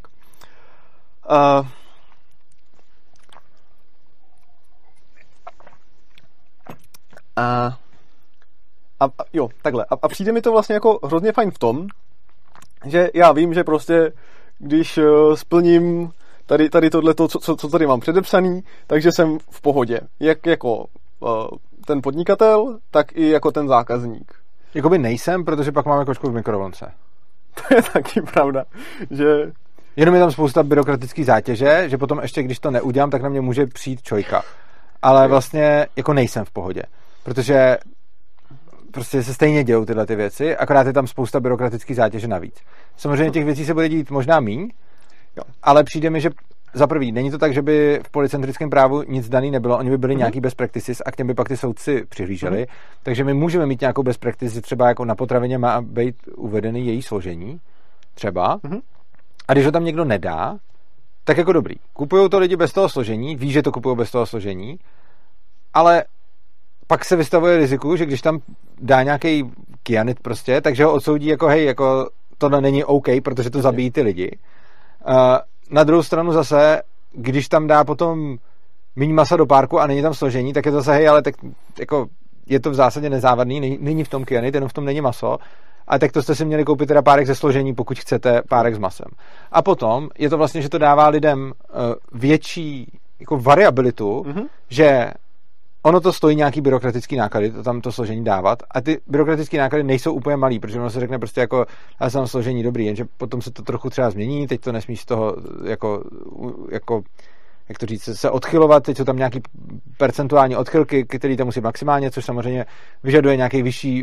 Jo, takhle. A přijde mi to vlastně jako hrozně fajn v tom, že já vím, že prostě když splním tady tohleto, co tady mám předepsaný, takže jsem v pohodě. Jak jako ten podnikatel, tak i jako ten zákazník. Jakoby nejsem, protože pak máme kočku v mikrovlnce. To je taky pravda, že... Jenom je tam spousta byrokratické zátěže, že potom ještě, když to neudělám, tak na mě může přijít čojka. ale vlastně jako nejsem v pohodě, protože prostě se stejně dějou tyhle ty věci, akorát je tam spousta byrokratických zátěže navíc. Samozřejmě těch věcí se bude dít možná míň, ale přijde mi, že za prvý, není to tak, že by v policentrickém právu nic daný nebylo, oni by byli nějaký best practices a k těm by pak ty soudci přihlíželi, takže my můžeme mít nějakou best practice, třeba jako na potravině má být uvedený její složení, třeba, a když ho tam někdo nedá, tak jako dobrý. Kupujou to lidi bez toho složení, ví, že to kupují bez toho složení, ale pak se vystavuje riziku, že když tam dá nějaký kyanid prostě, takže ho odsoudí jako hej, jako tohle není OK, protože to zabíjí ty lidi. Na druhou stranu zase, když tam dá potom míň masa do párku a není tam složení, tak je to zase hej, ale tak jako je to v zásadě nezávadný, není v tom kyanid, jenom v tom není maso. A tak to jste si měli koupit teda párek ze složení, pokud chcete párek s masem. A potom je to vlastně, že to dává lidem větší jako variabilitu, že ono to stojí nějaký byrokratický náklady, to tam to složení dávat, a ty byrokratické náklady nejsou úplně malý, protože ono se řekne prostě jako, já jsem složení dobrý, jenže potom se to trochu třeba změní, teď to nesmíš z toho jako jak to říct, se odchylovat, teď jsou tam nějaký percentuální odchylky, který tam musí maximálně, což samozřejmě vyžaduje nějaký vyšší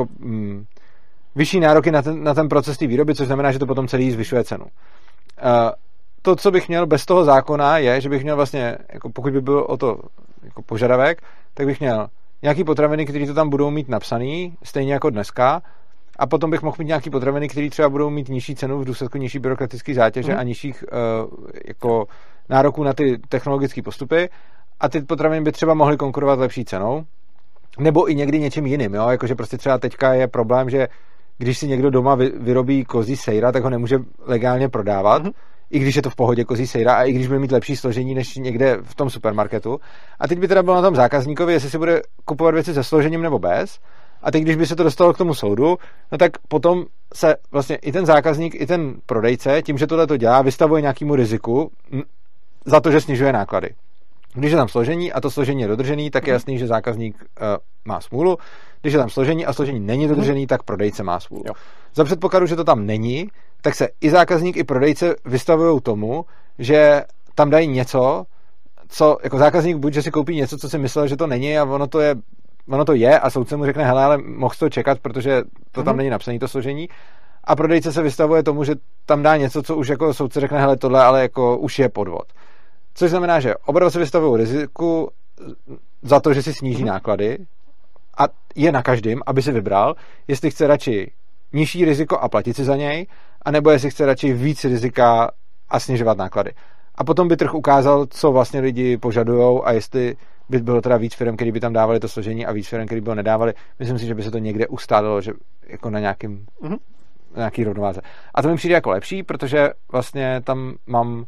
vyšší nároky na ten proces té výroby, což znamená, že to potom celý zvyšuje cenu. To, co bych měl bez toho zákona, je, že bych měl vlastně, jako pokud by byl o to jako požadavek, tak bych měl nějaký potraviny, které to tam budou mít napsaný, stejně jako dneska, a potom bych mohl mít nějaký potraviny, které třeba budou mít nižší cenu v důsledku nižší byrokratické zátěže a nižších jako nároků na ty technologické postupy, a ty potraviny by třeba mohly konkurovat lepší cenou, nebo i někdy něčím jiným, jo? Jakože prostě třeba teďka je problém, že když si někdo doma vyrobí kozí sejra, tak ho nemůže legálně prodávat, i když je to v pohodě kozí sejra a i když bude mít lepší složení než někde v tom supermarketu. A teď by teda bylo na tom zákazníkovi, jestli si bude kupovat věci se složením nebo bez. A teď, když by se to dostalo k tomu soudu, no tak potom se vlastně i ten zákazník, i ten prodejce, tím, že tohle to dělá, vystavuje nějakému riziku za to, že snižuje náklady. Když je tam složení a to složení je dodržený, tak je jasný, že zákazník má smůlu. Když je tam složení a složení není dodržený, tak prodejce má smůlu. Jo. Za předpokladu, že to tam není, tak se i zákazník, i prodejce vystavují tomu, že tam dají něco, co jako zákazník buď, že si koupí něco, co si myslel, že to není, a ono to je a soudce mu řekne, hele, ale mohl to čekat, protože to tam není napsané, to složení. A prodejce se vystavuje tomu, že tam dá něco, co už jako soudce řekne, hele, tohle ale jako už je podvod. Což znamená, že oba dva se vystavují riziku za to, že si sníží náklady, a je na každém, aby si vybral, jestli chce radši nižší riziko a platit si za něj, anebo jestli chce radši víc rizika a snižovat náklady. A potom by trh ukázal, co vlastně lidi požadujou a jestli by bylo teda víc firm, který by tam dávali to složení, a víc firm, který by ho nedávali. Myslím si, že by se to někde ustálilo, že jako na nějaký rovnováze. A to mi přijde jako lepší, protože vlastně tam mám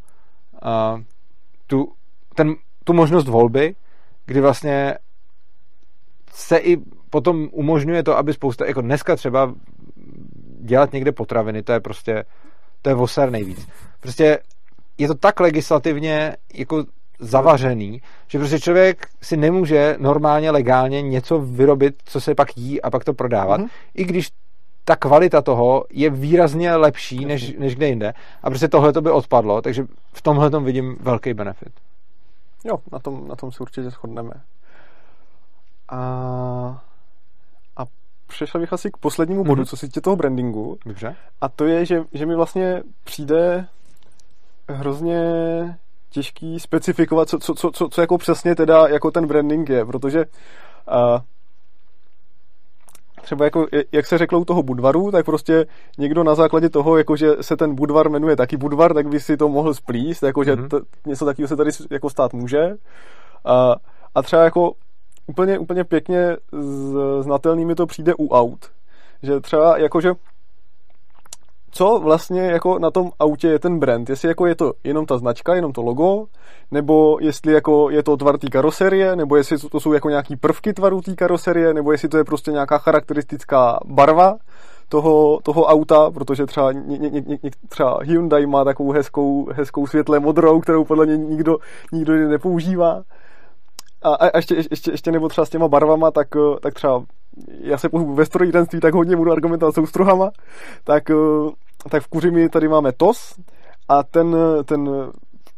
tu možnost volby, kdy vlastně se i potom umožňuje to, aby spousta, jako dneska třeba dělat někde potraviny, to je voser nejvíc. Prostě je to tak legislativně jako zavařený, že prostě člověk si nemůže normálně legálně něco vyrobit, co se pak jí a pak to prodávat, i když ta kvalita toho je výrazně lepší než kde jinde. A prostě tohle to by odpadlo, takže v tomhle tom vidím velký benefit. Jo, na tom se určitě shodneme. A přešel bych asi k poslednímu bodu, co se týče toho brandingu. Dobře. A to je, že mi vlastně přijde hrozně těžký specifikovat, co jako přesně teda jako ten branding je, protože třeba jako, jak se řeklo u toho Budvaru, tak prostě někdo na základě toho, jakože se ten Budvar jmenuje taky Budvar, tak by si to mohl splíst, jakože něco takového se tady jako stát může. A třeba jako úplně pěkně znatelný mi to přijde u aut. Že třeba jakože co vlastně jako na tom autě je ten brand, jestli jako je to jenom ta značka, jenom to logo, nebo jestli jako je to tvar té karoserie, nebo jestli to jsou jako nějaký prvky tvaru té karoserie, nebo jestli to je prostě nějaká charakteristická barva toho auta, protože třeba třeba Hyundai má takovou hezkou světle modrou, kterou podle mě nikdo nepoužívá. A ještě nebo třeba s těma barvama, tak třeba já se pohybuji ve strojírenství, tak hodně budu argumentovat soustruhama, tak v Kuřimi tady máme TOS a ten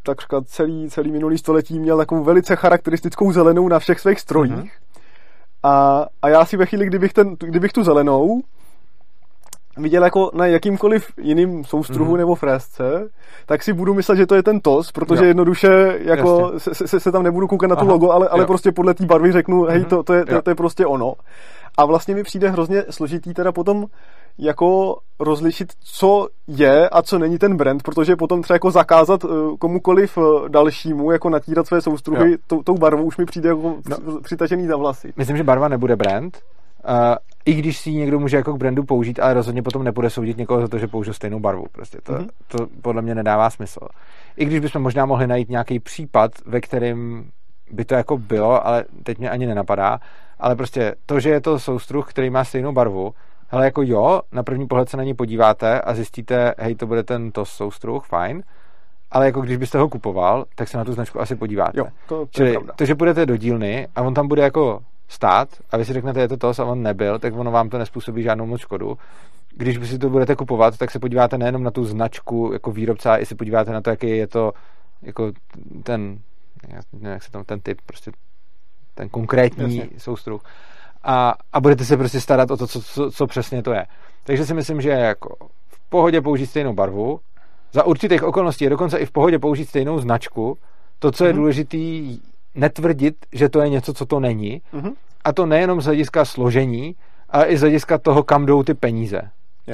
takřka celý minulý století měl takovou velice charakteristickou zelenou na všech svých strojích. A já si ve chvíli, kdybych tu zelenou viděl jako na jakýmkoliv jiným soustruhu nebo frézce, tak si budu myslet, že to je ten TOS, protože jednoduše jako se tam nebudu koukat na to logo, ale prostě podle té barvy řeknu, hej, to je prostě ono. A vlastně mi přijde hrozně složitý teda potom jako rozlišit, co je a co není ten brand, protože potom třeba jako zakázat komukoliv dalšímu jako natírat své soustruhy tou barvou už mi přijde jako přitažený za vlasy. Myslím, že barva nebude brand, i když si ji někdo může jako k brandu použít, ale rozhodně potom nepůjde soudit někoho za to, že použil stejnou barvu. Prostě to podle mě nedává smysl. I když bychom možná mohli najít nějaký případ, ve kterém by to jako bylo, ale teď mě ani nenapadá, ale prostě to, že je to soustruh, který má stejnou barvu, hele, jako jo, na první pohled se na ní podíváte a zjistíte, hej, to bude ten soustruh, fajn, ale jako když byste ho kupoval, tak se na tu značku asi podíváte. Jo, to Čili je pravda. to, že půjdete do dílny a on tam bude jako stát a vy si řeknete, je to TOS a on nebyl, tak ono vám to nespůsobí žádnou moc škodu. Když si to budete kupovat, tak se podíváte nejenom na tu značku jako výrobce, ale i se podíváte na to, jaký je to jako ten, nevím, jak se tam ten typ, prostě ten konkrétní soustruh. A budete se prostě starat o to, co přesně to je. Takže si myslím, že je jako v pohodě použít stejnou barvu, za určitých okolností je dokonce i v pohodě použít stejnou značku. To, co je důležitý, netvrdit, že to je něco, co to není. A to nejenom z hlediska složení, ale i z hlediska toho, kam jdou ty peníze.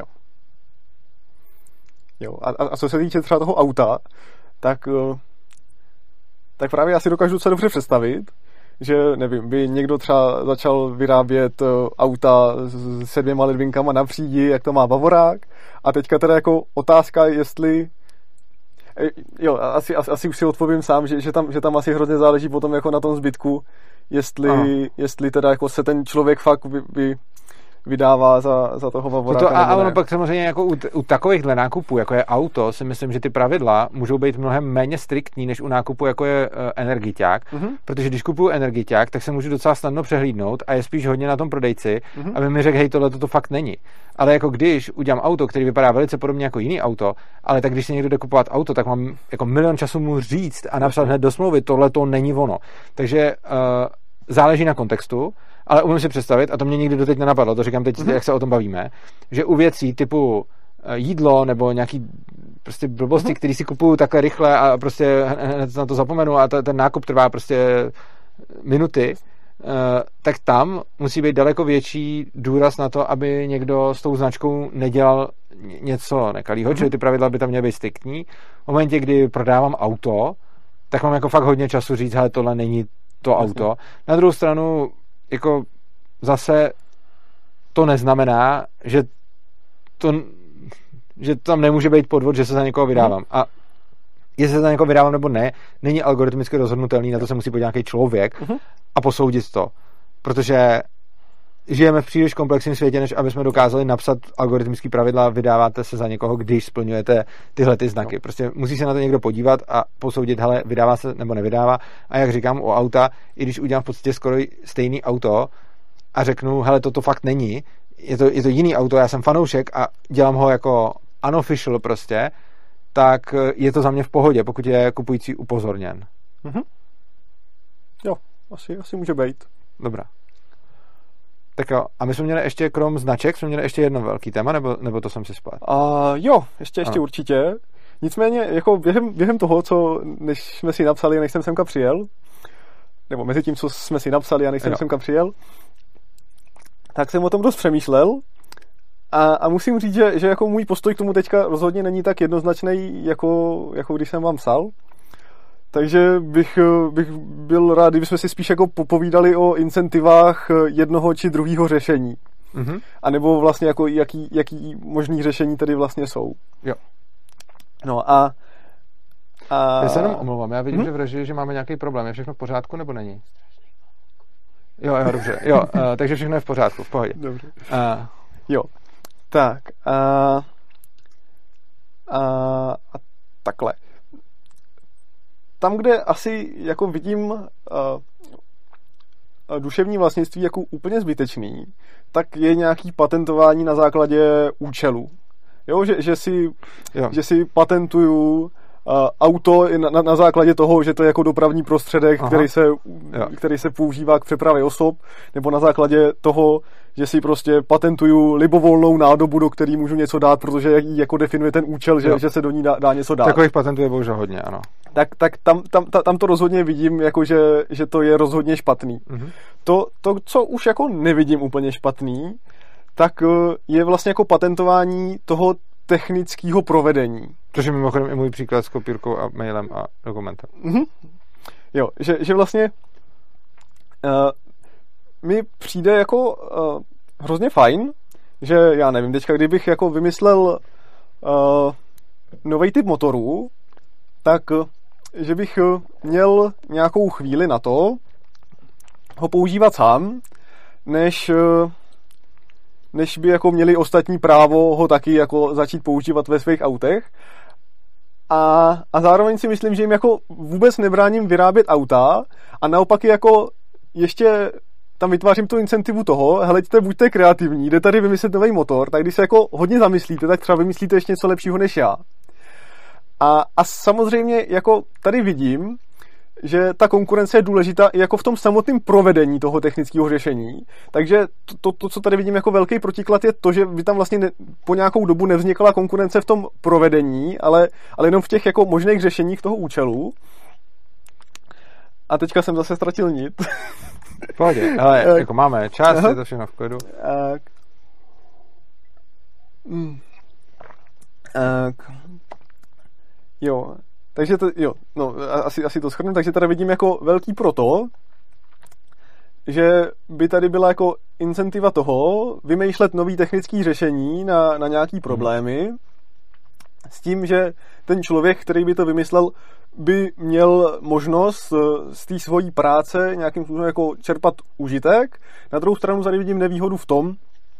Jo. A co se týče třeba toho auta, tak právě já si dokážu docela dobře představit, že nevím, by někdo třeba začal vyrábět auta se 2 ledvinkama na přídi, jak to má Bavorák, a teďka teda jako otázka, jestli jo, asi už si odpovím sám, že tam asi hrozně záleží potom jako na tom zbytku, jestli teda jako se ten člověk fakt vydává za toho Bavoráka. A ono pak samozřejmě jako u takovýchhle nákupů, jako je auto, si myslím, že ty pravidla můžou být mnohem méně striktní, než u nákupu, jako je energiťák. Protože když kupuju energiťák, tak se můžu docela snadno přehlídnout a je spíš hodně na tom prodejci, aby mi řekl, hej, tohle to fakt není. Ale jako když udělám auto, který vypadá velice podobně jako jiný auto, ale tak když si někdo jde kupovat auto, tak mám jako milion času mu říct a napsat hned do smlouvy, tohle to není ono. Takže záleží na kontextu, ale umím si představit, a to mě nikdy doteď nenapadlo, to říkám teď, jak se o tom bavíme, že u věcí typu jídlo nebo nějaký prostě blbosti, který si kupuju takhle rychle a prostě hned na to zapomenu a ten nákup trvá prostě minuty, tak tam musí být daleko větší důraz na to, aby někdo s tou značkou nedělal něco nekalýho, čili ty pravidla by tam měly být striktní. V momentě, kdy prodávám auto, tak mám jako fakt hodně času říct, hele, tohle není to auto. Na druhou stranu, jako zase to neznamená, že tam nemůže být podvod, že se za někoho vydávám. A jestli se za někoho vydávám nebo ne, není algoritmicky rozhodnutelný, na to se musí podívat nějaký člověk a posoudit to. Protože žijeme v příliš komplexním světě, než aby jsme dokázali napsat algoritmický pravidla, vydáváte se za někoho, když splňujete tyhle ty znaky. Prostě musí se na to někdo podívat a posoudit, hele, vydává se nebo nevydává. A jak říkám, u auta, i když udělám v podstatě skoro stejný auto a řeknu, hele, toto fakt není, je to jiný auto, já jsem fanoušek a dělám ho jako unofficial prostě, tak je to za mě v pohodě, pokud je kupující upozorněn. Jo, asi může být. Dobrá. Tak jo, a my jsme měli ještě, krom značek, jsme měli ještě jedno velký téma, nebo to jsem si splet? Jo, ještě určitě. Nicméně, jako během toho, než jsme si napsali, než jsem semka přijel, nebo mezi tím, co jsme si napsali a než jsem semka přijel, tak jsem o tom dost přemýšlel a musím říct, že jako můj postoj k tomu teďka rozhodně není tak jednoznačný, jako když jsem vám psal. Takže bych byl rád, kdybychom si spíš jako popovídali o incentivách jednoho či druhého řešení. A nebo vlastně jako jaký možný řešení tady vlastně jsou. Jo. No a já se jenom omlouvám, já vidím, že v režii, že máme nějaký problém. Je všechno v pořádku, nebo není? Jo, dobře. Jo, takže všechno je v pořádku, v pohodě. Dobře. Jo. Tak. Takhle. Tam, kde asi jako vidím duševní vlastnictví jako úplně zbytečný, tak je nějaký patentování na základě účelu. Jo, že si patentuju auto na základě toho, že to je jako dopravní prostředek, který se používá k přepravě osob, nebo na základě toho, že si prostě patentuju libovolnou nádobu, do který můžu něco dát, protože ji jako definuje ten účel, že se do ní dá něco dát. Takových patentů je bohužel hodně, ano. Tak tam to rozhodně vidím, jako že to je rozhodně špatný. Mm-hmm. To, co už jako nevidím úplně špatný, tak je vlastně jako patentování toho technického provedení. Což je mimochodem i můj příklad s kopírkou a mailem a dokumentem. Mm-hmm. Jo, že vlastně mi přijde jako hrozně fajn, že já nevím, teďka kdybych jako vymyslel nový typ motorů, tak že bych měl nějakou chvíli na to ho používat sám, než by jako měli ostatní právo ho taky jako začít používat ve svých autech. A zároveň si myslím, že jim jako vůbec nebráním vyrábět auta a naopak je jako ještě tam vytvářím tu incentivu toho, heleďte, buďte kreativní, jde tady vymyslet nový motor, tak když se jako hodně zamyslíte, tak třeba vymyslíte ještě něco lepšího než já. A samozřejmě jako tady vidím, že ta konkurence je důležitá i jako v tom samotném provedení toho technického řešení. Takže to, co tady vidím jako velký protiklad, je to, že by tam vlastně po nějakou dobu nevznikla konkurence v tom provedení, ale jenom v těch jako možných řešeních toho účelu. A teďka jsem zase ztratil nit. Pohodě, ale jako máme čas, je to všechno v klidu. Jo, takže to, jo, no, asi to shrnu, takže tady vidím jako velký proto, že by tady byla jako incentiva toho vymýšlet nový technický řešení na nějaký problémy, s tím, že ten člověk, který by to vymyslel, by měl možnost z té svojí práce nějakým způsobem jako čerpat užitek. Na druhou stranu tady vidím nevýhodu v tom,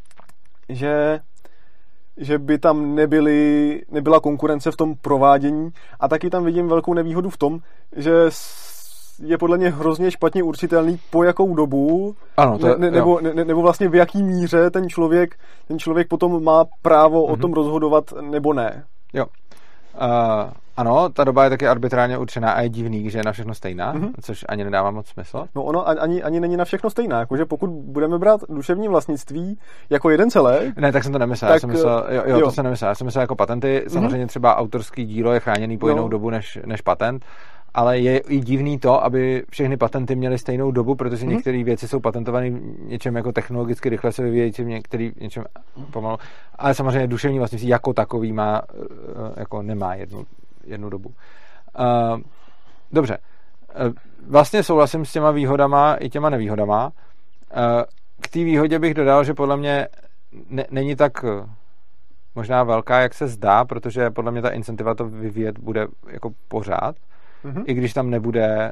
že by tam nebyla konkurence v tom provádění a taky tam vidím velkou nevýhodu v tom, že je podle mě hrozně špatně určitelný po jakou dobu ano, nebo vlastně v jaký míře ten člověk potom má právo o tom rozhodovat nebo ne. Jo. Ano, ta doba je taky arbitrálně určená a je divný, že je na všechno stejná, což ani nedává moc smysl. No ono ani není na všechno stejná, jakože pokud budeme brát duševní vlastnictví jako jeden celek... Ne, tak jsem to nemyslel, já jsem myslel, to jsem nemyslel, já jsem myslel jako patenty, samozřejmě třeba autorský dílo je chráněný po jinou dobu než patent, ale je i divný to, aby všechny patenty měly stejnou dobu, protože některé věci jsou patentované něčem jako technologicky rychle se vyvíjejícím, některý něčem pomalu, ale samozřejmě duševní vlastnictví jako takový nemá jednu dobu. Dobře. Vlastně souhlasím s těma výhodama i těma nevýhodama. K té výhodě bych dodal, že podle mě není tak možná velká, jak se zdá, protože podle mě ta incentiva to vyvíjet bude jako pořád, i když tam nebude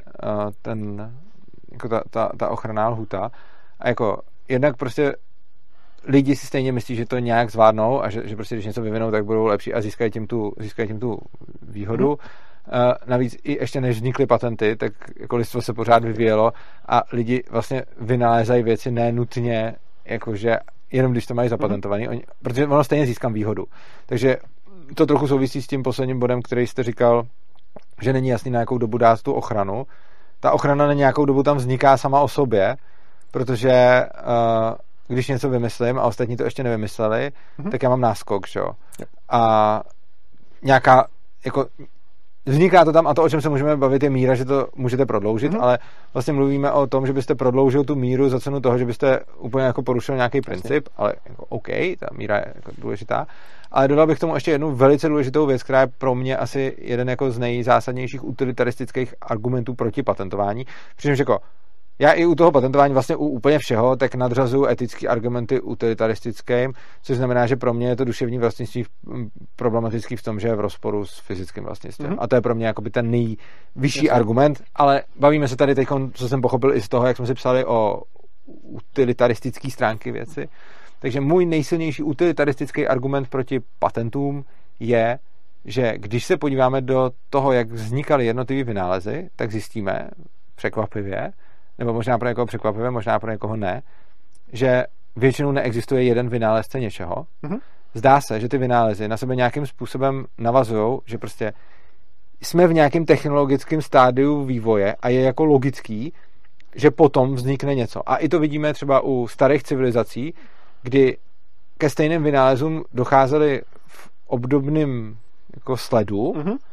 ta ochranná lhuta. A jako jednak prostě lidi si stejně myslí, že to nějak zvládnou a že prostě když něco vyvinou, tak budou lepší a získají tím tu výhodu. Navíc i ještě než vznikly patenty, tak jako lidstvo se pořád vyvíjelo a lidi vlastně vynalézají věci nenutně, jakože jenom když to mají zapatentovaný, protože ono stejně získám výhodu. Takže to trochu souvisí s tím posledním bodem, který jste říkal, že není jasný, na jakou dobu dát tu ochranu. Ta ochrana na nějakou dobu tam vzniká sama o sobě, protože když něco vymyslím a ostatní to ještě nevymysleli, tak já mám náskok, že jo. A nějaká, jako vzniká to tam a to, o čem se můžeme bavit, je míra, že to můžete prodloužit, ale vlastně mluvíme o tom, že byste prodloužil tu míru za cenu toho, že byste úplně jako porušil nějaký princip, ale jako OK, ta míra je jako důležitá. Ale dodal bych k tomu ještě jednu velice důležitou věc, která je pro mě asi jeden jako z nejzásadnějších utilitaristických argumentů proti patentování. Přičemž jako já i u toho patentování vlastně u úplně všeho tak nadřazuju etické argumenty utilitaristickým, což znamená, že pro mě je to duševní vlastnictví problematický v tom, že je v rozporu s fyzickým vlastnictvím. A to je pro mě jakoby ten nejvyšší argument, ale bavíme se tady teď, co jsem pochopil i z toho, jak jsme si psali o utilitaristické stránky věci. Takže můj nejsilnější utilitaristický argument proti patentům je, že když se podíváme do toho, jak vznikaly jednotlivé vynálezy, tak zjistíme překvapivě, nebo možná pro někoho překvapivě, možná pro někoho ne, že většinou neexistuje jeden vynálezce něčeho. Zdá se, že ty vynálezy na sebe nějakým způsobem navazujou, že prostě jsme v nějakém technologickém stádiu vývoje a je jako logický, že potom vznikne něco. A i to vidíme třeba u starých civilizací, kdy ke stejným vynálezům docházely v obdobném jako sledu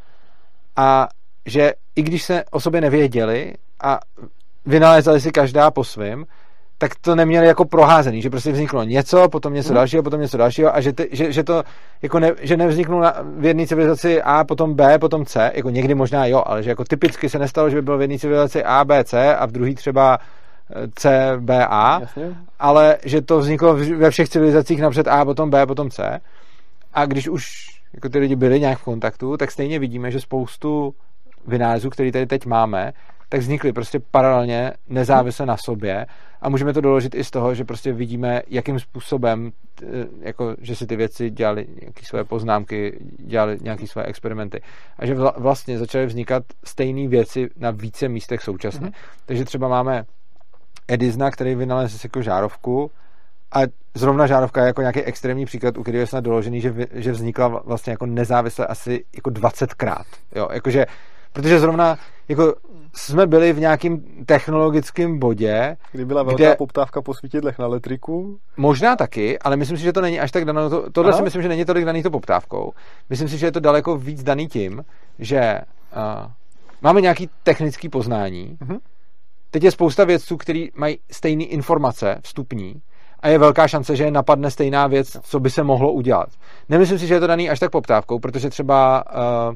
a že i když se o sobě nevěděli a vynalézali si každá po svém, tak to neměli jako proházený, že prostě vzniklo něco, potom něco dalšího, potom něco dalšího a že to jako že nevzniklo v jedné civilizaci A, potom B, potom C, jako někdy možná jo, ale že jako typicky se nestalo, že by bylo v jedné civilizaci A, B, C a v druhé třeba C, B, A, jasně, ale že to vzniklo ve všech civilizacích napřed A, potom B, potom C. A když už jako ty lidi byli nějak v kontaktu, tak stejně vidíme, že spoustu vynálezů, který tady teď máme, tak vznikly prostě paralelně, nezávisle na sobě a můžeme to doložit i z toho, že prostě vidíme, jakým způsobem, jako, že si ty věci dělali nějaké svoje poznámky, dělali nějaké svoje experimenty a že vlastně začaly vznikat stejné věci na více místech současně. Takže třeba máme Edisona, který vynalezl jako žárovku a zrovna žárovka je jako nějaký extrémní příklad, u kterého je snad doložený, že vznikla vlastně jako nezávisle asi jako 20krát. Jo, jakože protože zrovna jako jsme byli v nějakém technologickém bodě, kdy byla velká poptávka po svítidlech na elektriku. Možná taky, ale myslím si, že to není až tak dané. Tohle si myslím, že není tolik daný to poptávkou. Myslím si, že je to daleko víc daný tím, že máme nějaký technický poznání. Teď je spousta vědců, kteří mají stejné informace vstupní a je velká šance, že je napadne stejná věc, co by se mohlo udělat. Nemyslím si, že je to daný až tak poptávkou, protože třeba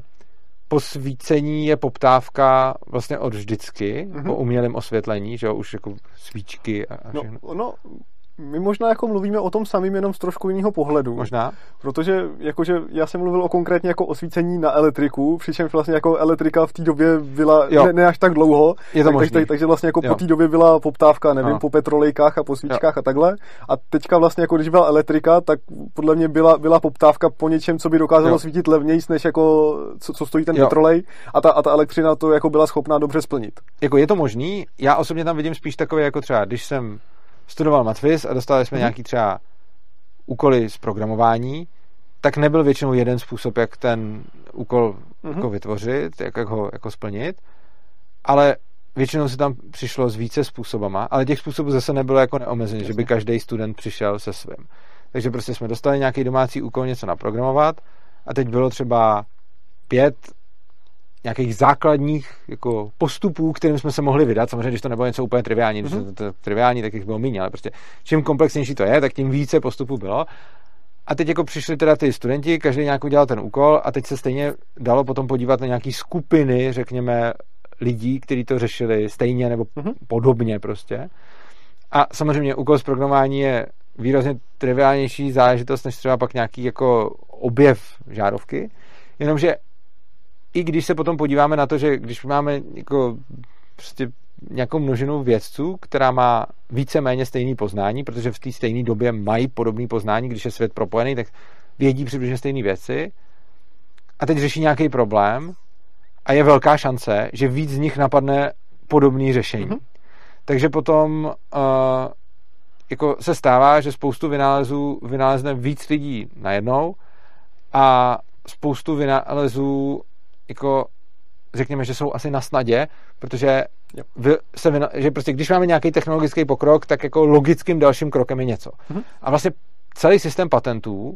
po svícení je poptávka vlastně od vždycky, po umělém osvětlení, že jo, už jako svíčky a všechno. No, my možná jako mluvíme o tom samým, jenom z trošku jiného pohledu. Možná. Protože jakože já jsem mluvil o konkrétně jako osvícení na elektriku, přičemž vlastně jako elektrika v té době byla ne až tak dlouho. Je to takže vlastně jako po té době byla poptávka, nevím, po petrolejkách a po svíčkách a takhle. A teďka vlastně jako když byla elektrika, tak podle mě byla poptávka po něčem, co by dokázalo svítit levnějc, než jako co stojí ten petrolej. A ta elektřina to jako byla schopná dobře splnit. Jako je to možný. Já osobně tam vidím spíš takové jako třeba, když jsem studoval matfiz a dostali jsme nějaký třeba úkoly z programování, tak nebyl většinou jeden způsob, jak ten úkol jako vytvořit, jak ho jako splnit, ale většinou se tam přišlo s více způsobama, ale těch způsobů zase nebylo jako neomezeně, že by každý student přišel se svým. Takže prostě jsme dostali nějaký domácí úkol něco naprogramovat a teď bylo třeba 5 nějakých základních jako postupů, kterým jsme se mohli vydat. Samozřejmě, když to nebylo něco úplně triviální, když to triviální, tak jich bylo méně, ale prostě čím komplexnější to je, tak tím více postupů bylo. A teď jako přišli teda ty studenti, každý nějak udělal ten úkol a teď se stejně dalo potom podívat na nějaký skupiny, řekněme, lidí, kteří to řešili stejně nebo podobně prostě. A samozřejmě úkol z programování je výrazně triviálnější záležitost, než třeba pak nějaký jako objev žárovky, jenomže i když se potom podíváme na to, že když máme jako prostě nějakou množinu vědců, která má víceméně stejné poznání, protože v té stejné době mají podobné poznání, když je svět propojený, tak vědí přibližně stejné věci a teď řeší nějaký problém a je velká šance, že víc z nich napadne podobné řešení. Takže potom jako se stává, že spoustu vynálezů vynalezne víc lidí najednou a spoustu vynálezů jako řekněme, že jsou asi na snadě, protože že prostě když máme nějaký technologický pokrok, tak jako logickým dalším krokem je něco. A vlastně celý systém patentů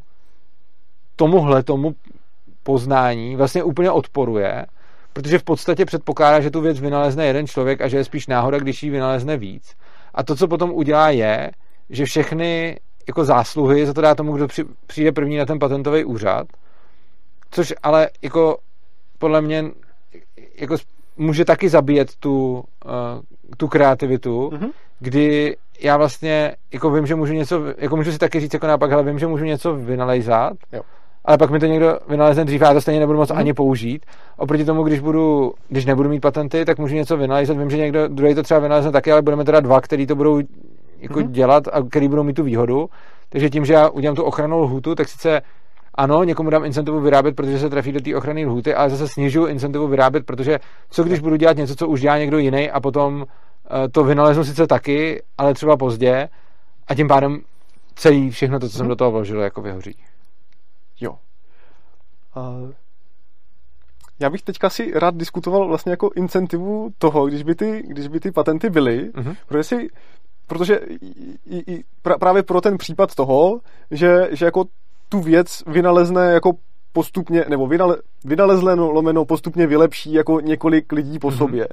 tomu poznání vlastně úplně odporuje, protože v podstatě předpokládá, že tu věc vynalezne jeden člověk a že je spíš náhoda, když ji vynalezne víc. A to, co potom udělá, je, že všechny jako zásluhy za to dá tomu, kdo přijde první na ten patentový úřad, což ale jako podle mě jako může taky zabíjet tu kreativitu, kdy já vlastně jako vím, že můžu něco, jako můžu si taky říct jako naopak, ale vím, že můžu něco vynalézat, ale pak mi to někdo vynalezne dřív a já to stejně nebudu moc ani použít. Oproti tomu, když nebudu mít patenty, tak můžu něco vynalézat, vím, že někdo druhý to třeba vynalezne taky, ale budeme teda 2, který to budou jako dělat a který budou mít tu výhodu. Takže tím, že já udělám tu ochrannou lhůtu, tak sice ano, někomu dám incentivu vyrábět, protože se trefí do té ochranné lhůty, ale zase snižuju incentivu vyrábět, protože co když budu dělat něco, co už dělá někdo jiný a potom to vynaleznu sice taky, ale třeba pozdě a tím pádem všechno to, co jsem do toho vložil, jako vyhoří. Jo. Já bych teďka si rád diskutoval vlastně jako incentivu toho, když by ty patenty byly, protože právě pro ten případ toho, že jako tu věc vynalezne jako postupně, nebo vynalezne lomeno postupně vylepší jako několik lidí po sobě.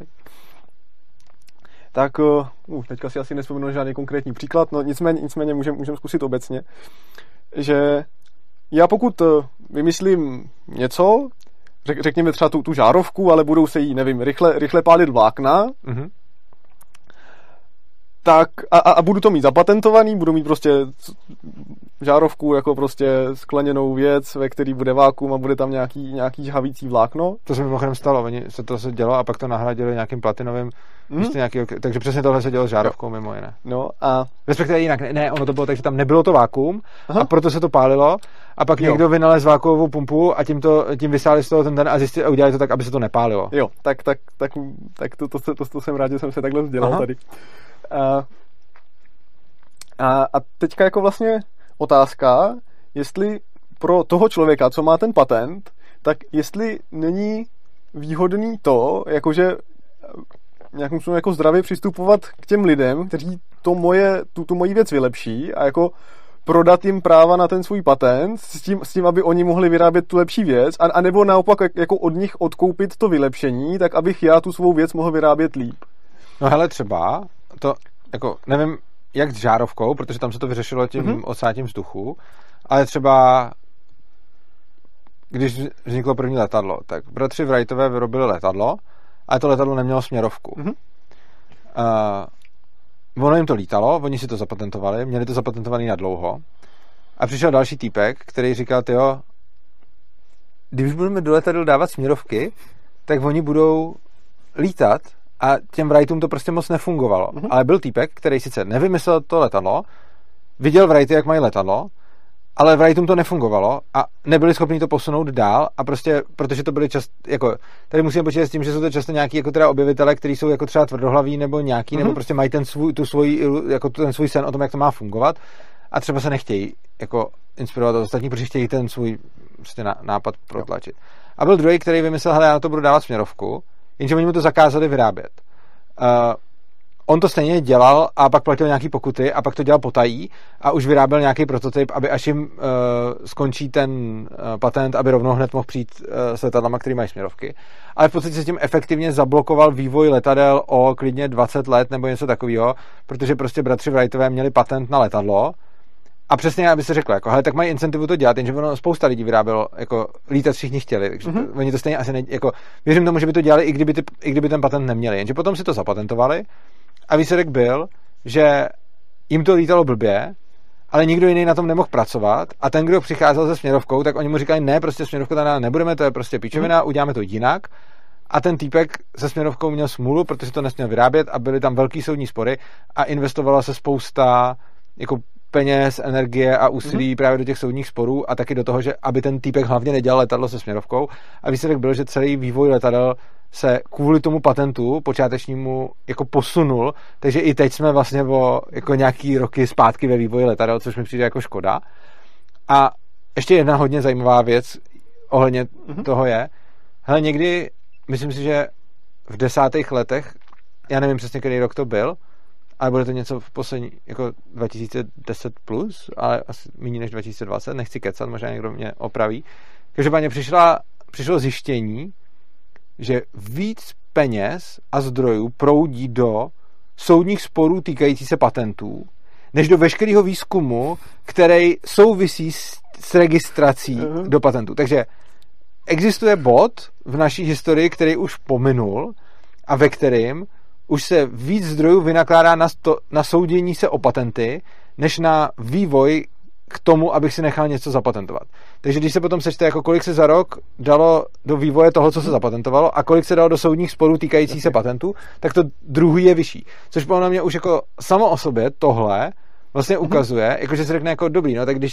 Tak teďka si asi nevzpomenu žádný konkrétní příklad, no nicméně můžeme zkusit obecně, že já pokud vymyslím něco, řekněme třeba tu žárovku, ale budou se jí, nevím, rychle pálit vlákna, tak a budu to mít zapatentovaný, budu mít prostě žárovku jako prostě skleněnou věc, ve který bude vákuum a bude tam nějaký žhavící vlákno. To se mimochodem stalo, se dělo a pak to nahradili nějakým platinovým, takže přesně tohle se dělo s žárovkou mimo jiné. No a... Respektive jinak, ne, ono to bylo tak, že tam nebylo to vákuum a proto se to pálilo a pak někdo vynalez vákuovou pumpu a tím vysáli z toho ten a zjistili a udělali to tak, aby se to nepálilo. Jo, tak to jsem rád, že jsem se takhle vzdělal tady. A teďka jako vlastně otázka, jestli pro toho člověka, co má ten patent, tak jestli není výhodný to, jakože nějakým způsobem jako zdravě přistupovat k těm lidem, kteří tu moji věc vylepší a jako prodat jim práva na ten svůj patent s tím, aby oni mohli vyrábět tu lepší věc, a nebo naopak jako od nich odkoupit to vylepšení, tak abych já tu svou věc mohl vyrábět líp. No hele, třeba to, jako nevím, jak s žárovkou, protože tam se to vyřešilo tím odsátím vzduchu, ale třeba když vzniklo první letadlo, tak bratři Wrightové vyrobili letadlo, ale to letadlo nemělo směrovku. Ono jim to lítalo, oni si to zapatentovali, měli to zapatentovaný na dlouho a přišel další týpek, který říkal, tyjo, když budeme do letadel dávat směrovky, tak oni budou lítat a těm Wrightům to prostě moc nefungovalo. Ale byl týpek, který sice nevymyslel to letadlo, viděl Wrighty, jak mají letadlo, ale Wrightům to nefungovalo a nebyli schopni to posunout dál a prostě, protože to byly jako, tady musíme počítat s tím, že jsou to často nějaký jako teda objevitele, kteří jsou jako třeba tvrdohlaví nebo nějaký, nebo prostě mají ten svůj sen o tom, jak to má fungovat a třeba se nechtějí jako inspirovat od ostatní, protože chtějí ten svůj prostě nápad protlačit. A byl druhý, který vymyslel, hele, já na to budu dávat směrovku, jenže oni mu to zakázali vyrábět. On to stejně dělal a pak platil nějaký pokuty a pak to dělal potají a už vyráběl nějaký prototyp, aby až jim skončí ten patent, aby rovnou hned mohl přijít s letadlama, který mají směrovky. Ale v podstatě se tím efektivně zablokoval vývoj letadel o klidně 20 let nebo něco takového, protože prostě bratři Wrightové měli patent na letadlo a přesně, aby se řeklo, jako, hele, tak mají incentivu to dělat, jenže ono spousta lidí vyrábělo, jako lítat všichni chtěli, takže oni to stejně asi jako, věřím tomu, že by to dělali, i kdyby ten patent neměli, jenže potom si to zapatentovali. A výsledek byl, že jim to lítalo blbě, ale nikdo jiný na tom nemohl pracovat a ten, kdo přicházel se směrovkou, tak oni mu říkali, ne, prostě směrovku tady nebudeme, to je prostě píčovina, uděláme to jinak. A ten týpek se směrovkou měl smůlu, protože to nesměl vyrábět a byly tam velký soudní spory a investovala se spousta jako peněz, energie a úsilí právě do těch soudních sporů a taky do toho, že aby ten týpek hlavně nedělal letadlo se směrovkou. A výsledek byl, že celý vývoj letadel se kvůli tomu patentu počátečnímu jako posunul, takže i teď jsme vlastně o jako nějaký roky zpátky ve vývoji letadel, což mi přijde jako škoda. A ještě jedna hodně zajímavá věc ohledně toho je, hele, někdy, myslím si, že v 10. letech, já nevím přesně, který rok to byl, ale bude to něco v poslední, jako 2010 plus, ale asi méně než 2020, nechci kecat, možná někdo mě opraví. Každopádně přišlo zjištění, že víc peněz a zdrojů proudí do soudních sporů týkající se patentů, než do veškerého výzkumu, který souvisí s registrací do patentů. Takže existuje bod v naší historii, který už pominul a ve kterém už se víc zdrojů vynakládá na soudění se o patenty, než na vývoj k tomu, abych si nechal něco zapatentovat. Takže když se potom sečte, jako kolik se za rok dalo do vývoje toho, co se zapatentovalo a kolik se dalo do soudních sporů týkající se patentů, tak to druhý je vyšší. Což podle mě už jako samo o sobě tohle vlastně ukazuje, jakože se řekne jako dobrý, no tak když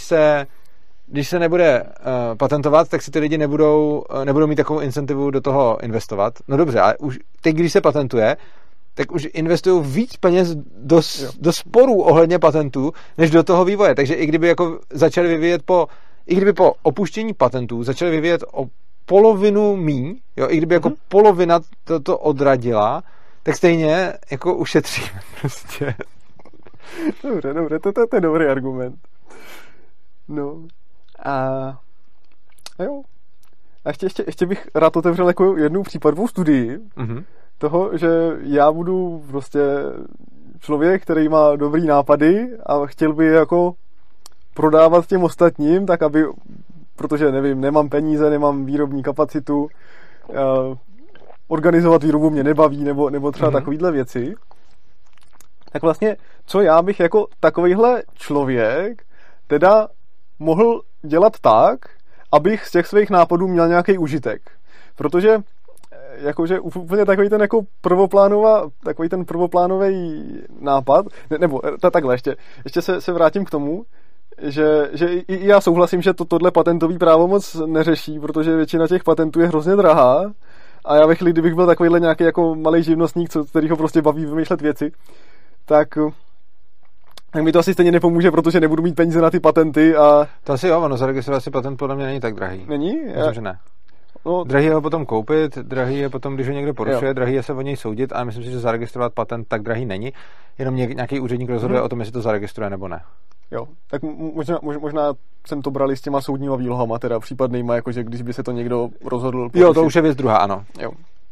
se nebude patentovat, tak si ty lidi nebudou mít takovou incentivu do toho investovat. No dobře, ale už teď, když se patentuje, tak už investují víc peněz do sporů ohledně patentů, než do toho vývoje. Takže i kdyby jako začali vyvíjet i kdyby po opuštění patentů začali vyvíjet o polovinu míň, jo, i kdyby jako polovina to odradila, tak stejně jako ušetříme prostě. Dobře, to je dobrý argument. No. A jo. A ještě bych rád otevřel jako jednu případovou studii toho, že já budu prostě člověk, který má dobrý nápady a chtěl by jako prodávat těm ostatním, tak aby, protože nevím, nemám peníze, nemám výrobní kapacitu, organizovat výrobu mě nebaví, nebo třeba takovýhle věci. Tak vlastně, co já bych jako takovýhle člověk teda mohl dělat tak, abych z těch svých nápadů měl nějaký užitek. Protože jakože úplně takový ten prvoplánový nápad, nebo takhle ještě se vrátím k tomu, že i já souhlasím, že tohle patentový právo moc neřeší, protože většina těch patentů je hrozně drahá a já ve chvíli, kdybych byl takovýhle nějaký jako malej živnostník, který ho prostě baví vymýšlet věci, tak mi to asi stejně nepomůže, protože nebudu mít peníze na ty patenty a... To asi jo, zaregistrovat si patent podle mě není tak drahý. Není? Myslím, že ne. No, drahý je ho potom koupit, drahý je potom, když ho někdo porušuje, drahý je se o něj soudit, ale myslím si, že zaregistrovat patent tak drahý není. Jenom nějaký úředník rozhoduje o tom, jestli to zaregistruje nebo ne. Jo, tak možná jsem to brali s těma soudníma výlohama, teda případnýma, jakože když by se to někdo rozhodl porušit. Jo, to už je věc druhá, ano. Jo.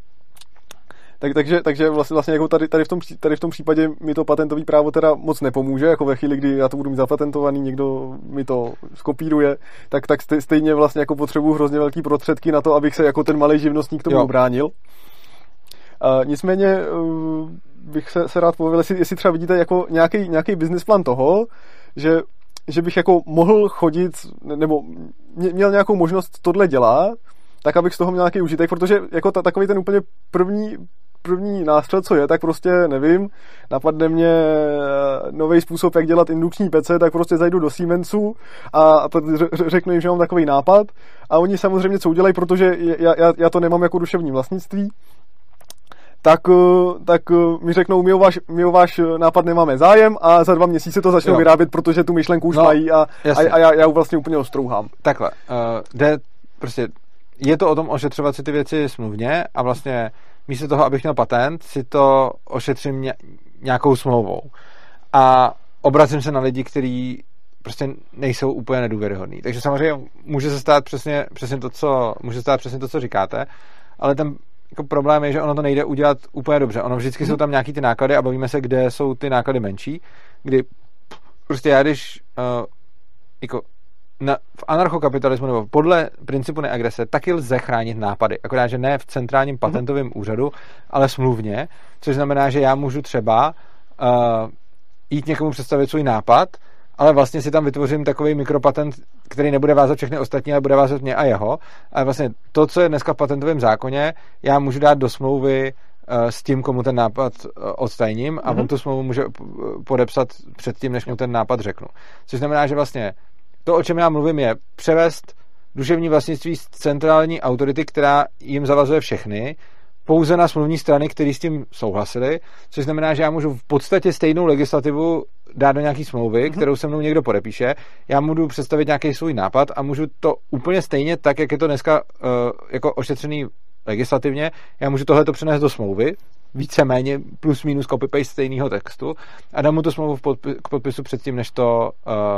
Takže vlastně jako tady v tom případě mi to patentový právo teda moc nepomůže, jako ve chvíli, kdy já to budu mít zapatentovaný, někdo mi to skopíruje, tak stejně vlastně jako potřebuji hrozně velký prostředky na to, abych se jako ten malý živnostník tomu obránil. Nicméně bych se rád pověděl, jestli třeba vidíte jako nějaký business plan toho, že bych jako mohl chodit, nebo měl nějakou možnost tohle dělat, tak abych z toho měl nějaký užitek, protože jako takový ten úplně první nástřel, co je, tak prostě nevím, napadne mě nový způsob, jak dělat indukční pece, tak prostě zajdu do Siemensu a řeknu jim, že mám takový nápad a oni samozřejmě co udělají, protože já to nemám jako duševní vlastnictví, tak mi řeknou, my o váš nápad nemáme zájem a za 2 měsíce to začnou vyrábět, protože tu myšlenku už mají a já ji vlastně úplně ostrouhám. Takhle, prostě je to o tom ošetřovat si ty věci smluvně a vlastně místo toho, abych měl patent, si to ošetřím nějakou smlouvou. A obracím se na lidi, kteří prostě nejsou úplně nedůvěryhodní. Takže samozřejmě může se stát přesně to, co říkáte, ale ten jako problém je, že ono to nejde udělat úplně dobře. Ono vždycky jsou tam nějaký ty náklady a bavíme se, kde jsou ty náklady menší, kdy prostě já když jako v anarchokapitalismu nebo podle principu neagrese taky lze chránit nápady, akorát, že ne v centrálním patentovém úřadu, ale smluvně, což znamená, že já můžu třeba jít někomu představit svůj nápad, ale vlastně si tam vytvořím takový mikropatent, který nebude vázat všechny ostatní, ale bude vázat mě a jeho. A vlastně to, co je dneska v patentovém zákoně, já můžu dát do smlouvy s tím, komu ten nápad odtajním a on tu smlouvu může podepsat předtím, než mu ten nápad řeknu. Což znamená, že vlastně to, o čem já mluvím, je převést duševní vlastnictví z centrální autority, která jim zavazuje všechny, pouze na smluvní strany, které s tím souhlasili, což znamená, že já můžu v podstatě stejnou legislativu dát do nějaký smlouvy, kterou se mnou někdo podepíše, já můžu představit nějaký svůj nápad a můžu to úplně stejně, tak jak je to dneska jako ošetřený legislativně, já můžu tohleto přenést do smlouvy, víceméně plus minus copy-paste stejného textu a dám mu tu smlouvu k podpisu předtím, než to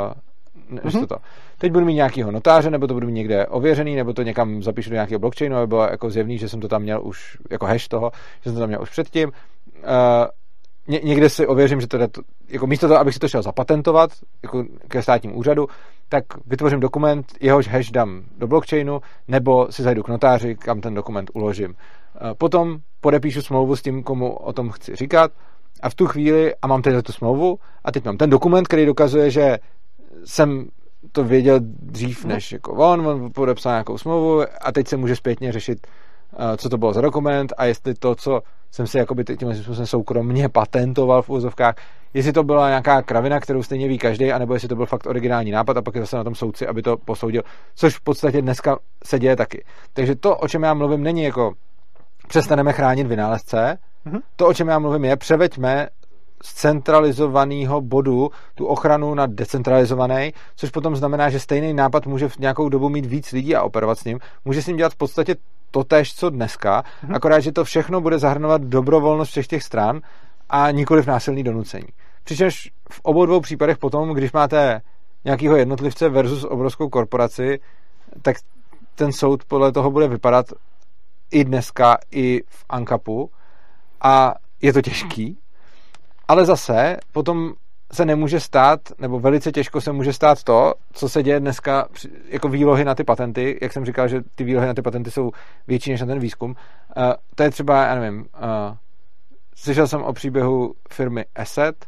Teď budu mít nějakýho notáře, nebo to budu mít někde ověřený, nebo to někam zapíšu do nějakého blockchainu, aby bylo jako zjevný, že jsem to tam měl už jako hash toho, že jsem to tam měl už předtím. Někde si ověřím, že teda jako místo toho, abych si to šel zapatentovat jako ke státnímu úřadu, tak vytvořím dokument, jehož hash dám do blockchainu, nebo si zajdu k notáři, kam ten dokument uložím. Potom podepíšu smlouvu s tím, komu o tom chci říkat a v tu chvíli, a mám teď tu smlouvu a teď mám ten dokument, který dokazuje, že jsem to věděl dřív než jako on podepsal nějakou smlouvu a teď se může zpětně řešit, co to bylo za dokument a jestli to, co jsem si jakoby tím způsobem soukromně patentoval v úvozovkách, jestli to byla nějaká kravina, kterou stejně ví každý, anebo jestli to byl fakt originální nápad a pak je zase na tom soudci, aby to posoudil, což v podstatě dneska se děje taky. Takže to, o čem já mluvím, není jako přestaneme chránit vynálezce, to, o čem já mluvím, je převeďme z centralizovaného bodu tu ochranu na decentralizovaný, což potom znamená, že stejný nápad může v nějakou dobu mít víc lidí a operovat s ním. Může s ním dělat v podstatě totéž, co dneska, akorát, že to všechno bude zahrnovat dobrovolnost všech těch stran a nikoliv násilný donucení. Přičemž v obou dvou případech potom, když máte nějakého jednotlivce versus obrovskou korporaci, tak ten soud podle toho bude vypadat i dneska, i v ANCAPu a je to těžký, ale zase potom se nemůže stát, nebo velice těžko se může stát to, co se děje dneska jako výlohy na ty patenty, jak jsem říkal, že ty výlohy na ty patenty jsou větší než na ten výzkum. To je třeba, já nevím, slyšel jsem o příběhu firmy Asset,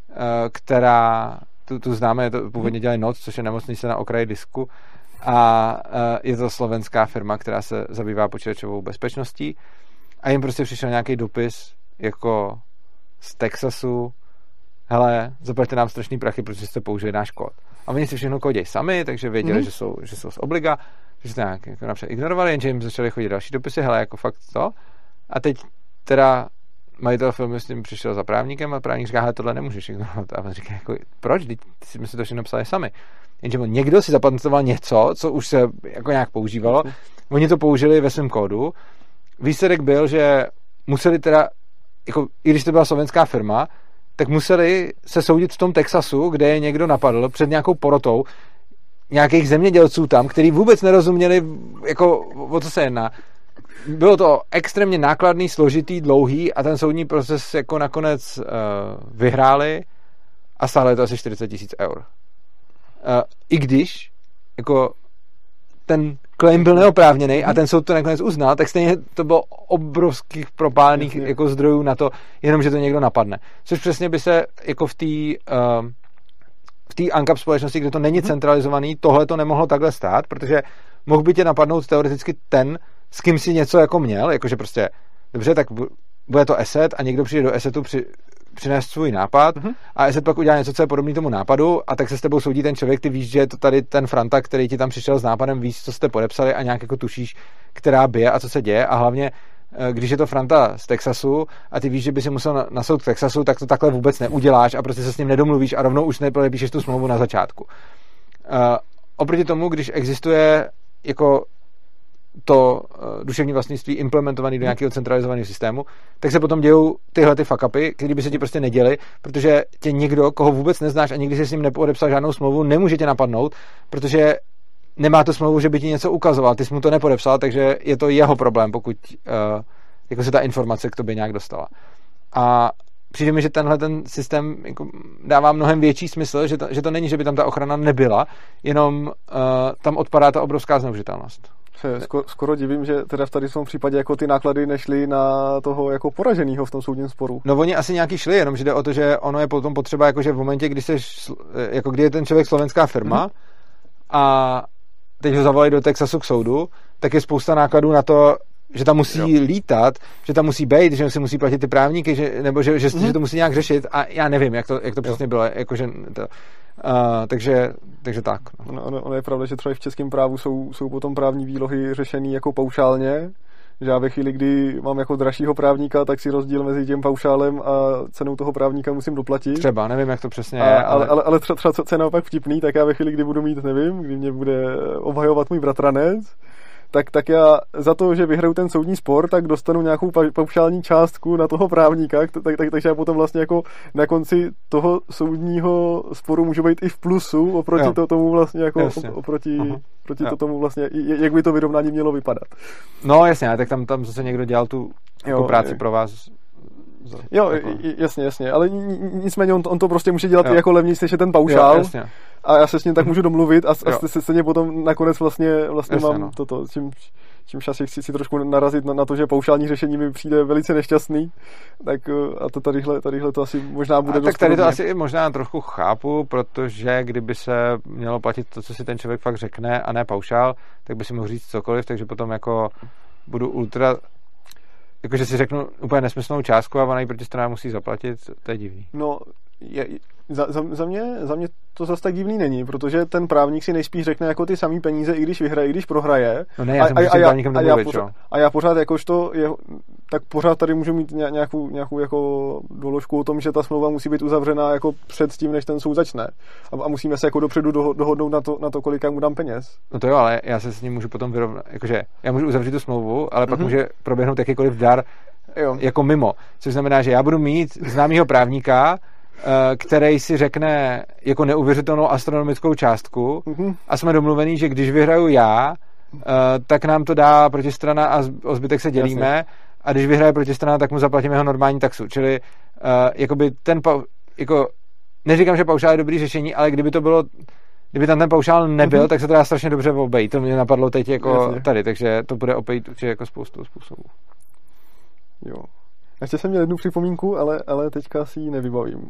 která, tu známe, to původně dělají NOC, což je nemocnice na okraji disku, a je to slovenská firma, která se zabývá počítačovou bezpečností a jim prostě přišel nějaký dopis jako z Texasu: hele, zaplaťte nám strašný prachy, protože jste použili náš kód. A oni si všechno kodějí sami, takže věděli, že jsou z obliga, že se nějak jako napřed ignorovali, jenže jim začali chodit další dopisy, hele, jako fakt to. A teď teda majitel filmu s tím přišel za právníkem a právník říká: hele, tohle nemůžeš ignorovat. A on říká, jako, proč? Teď jsme si to všechno psali sami. Jenže někdo si zapatentoval něco, co už se jako nějak používalo. Oni to použili ve svém kódu. Výsledek byl, že museli teda, jako, i když to byla slovenská firma, tak museli se soudit v tom Texasu, kde je někdo napadl před nějakou porotou nějakých zemědělců tam, kteří vůbec nerozuměli, jako, o co se jedná. Bylo to extrémně nákladný, složitý, dlouhý a ten soudní proces jako nakonec vyhráli a stále je to asi 40 000 eur. I když jako ten claim byl neoprávněný a ten soud to nakonec uznal, tak stejně to bylo obrovských propálených jako zdrojů na to, jenom že to někdo napadne. Což přesně by se jako v té ANCAP společnosti, kde to není centralizovaný, tohle to nemohlo takhle stát, protože mohl by tě napadnout teoreticky ten, s kým si něco jako měl, jakože prostě, dobře, tak bude to Asset a někdo přijde do Assetu přinést svůj nápad a Asset pak udělá něco, co je podobný tomu nápadu a tak se s tebou soudí ten člověk, ty víš, že je to tady ten Franta, který ti tam přišel s nápadem, víš, co jste podepsali a nějak jako tušíš, která bije a co se děje a hlavně, když je to Franta z Texasu a ty víš, že by si musel na soud v Texasu, tak to takhle vůbec neuděláš a prostě se s ním nedomluvíš a rovnou už nepodepíšeš tu smlouvu na začátku. Oproti tomu, když existuje jako to duševní vlastnictví implementovaný do nějakého centralizovaného systému, tak se potom dějou tyhle ty fuck-upy, které by se ti prostě neděly, protože tě někdo, koho vůbec neznáš a nikdy jsi s ním nepodepsal žádnou smlouvu, nemůže tě napadnout, protože nemá tu smlouvu, že by ti něco ukazoval, ty jsi mu to nepodepsal, takže je to jeho problém, pokud jako se ta informace k tobě nějak dostala. A přijde mi, že tenhle ten systém jako dává mnohem větší smysl, že to není, že by tam ta ochrana nebyla, jenom tam odpadá ta obrovská zneužitelnost. Skoro divím, že teda v tady tom případě jako ty náklady nešly na toho jako poraženýho v tom soudním sporu. No oni asi nějaký šli, jenom že jde o to, že ono je potom potřeba, jakože v momentě, kdy je ten člověk slovenská firma a teď ho zavolají do Texasu k soudu, tak je spousta nákladů na to, že tam musí lítat, že tam musí být, že si musí platit ty právníky, nebo že to musí nějak řešit a já nevím, jak to přesně bylo, jakože takže tak. Ono je pravda, že třeba i v českém právu jsou potom právní výlohy řešený jako paušálně, že já ve chvíli, kdy mám jako dražšího právníka, tak si rozdíl mezi tím paušálem a cenou toho právníka musím doplatit. Třeba, nevím, jak to přesně je. Ale třeba co je naopak vtipný, tak já ve chvíli, kdy budu mít, nevím, kdy mě bude obhajovat můj bratranec, tak já za to, že vyhraju ten soudní spor, tak dostanu nějakou paušální částku na toho právníka, takže já potom vlastně jako na konci toho soudního sporu můžu být i v plusu oproti tomu vlastně jako oproti tomu vlastně, jak by to vyrovnání mělo vypadat. No jasně, tak tam zase někdo dělal tu jako práci pro vás. Jo, jasně, ale nicméně on to prostě může dělat i jako levnější, než je ten paušál. Jo, a já se s ním tak můžu domluvit a se potom nakonec vlastně jasně, mám toto, čímž asi chci trošku narazit na to, že paušální řešení mi přijde velice nešťastný, tak a to tadyhle to asi možná bude dost. Tak tady to asi možná trochu chápu, protože kdyby se mělo platit to, co si ten člověk fakt řekne a ne paušál, tak by si mohl říct cokoliv, takže potom jako budu ultra jakože si řeknu úplně nesmyslnou částku a ona ji proti straně musí zaplatit, to je divný. No, za mě to zase tak divný není, protože ten právník si nejspíš řekne jako ty samý peníze, i když vyhraje, i když prohraje. No ne, já jsem právníkem domluvit, a já pořád jakožto tak pořád tady můžu mít nějakou jako doložku o tom, že ta smlouva musí být uzavřena jako před tím, než ten soud začne. A musíme se jako dopředu dohodnout na to, kolik mu dám peněz. No to jo, ale já se s ním můžu potom vyrovnat, jakože já můžu uzavřít tu smlouvu, ale pak může proběhnout jakýkoliv dar jako mimo. Což znamená, že já budu mít známýho právníka, který si řekne jako neuvěřitelnou astronomickou částku a jsme domluvení, že když vyhraju já, tak nám to dá protistrana a o zbytek se dělíme. Jasně. A když vyhraje protistrana, tak mu zaplatíme jeho normální taxu. Čili jakoby jako neříkám, že paušál je dobrý řešení, ale kdyby tam ten paušál nebyl, tak se to dá strašně dobře obejít. To mě napadlo teď jako tady, takže to bude obejít určitě jako spoustu způsobů. Jo. Ještě jsem měl jednu připomínku, ale teďka si ji nevybavím.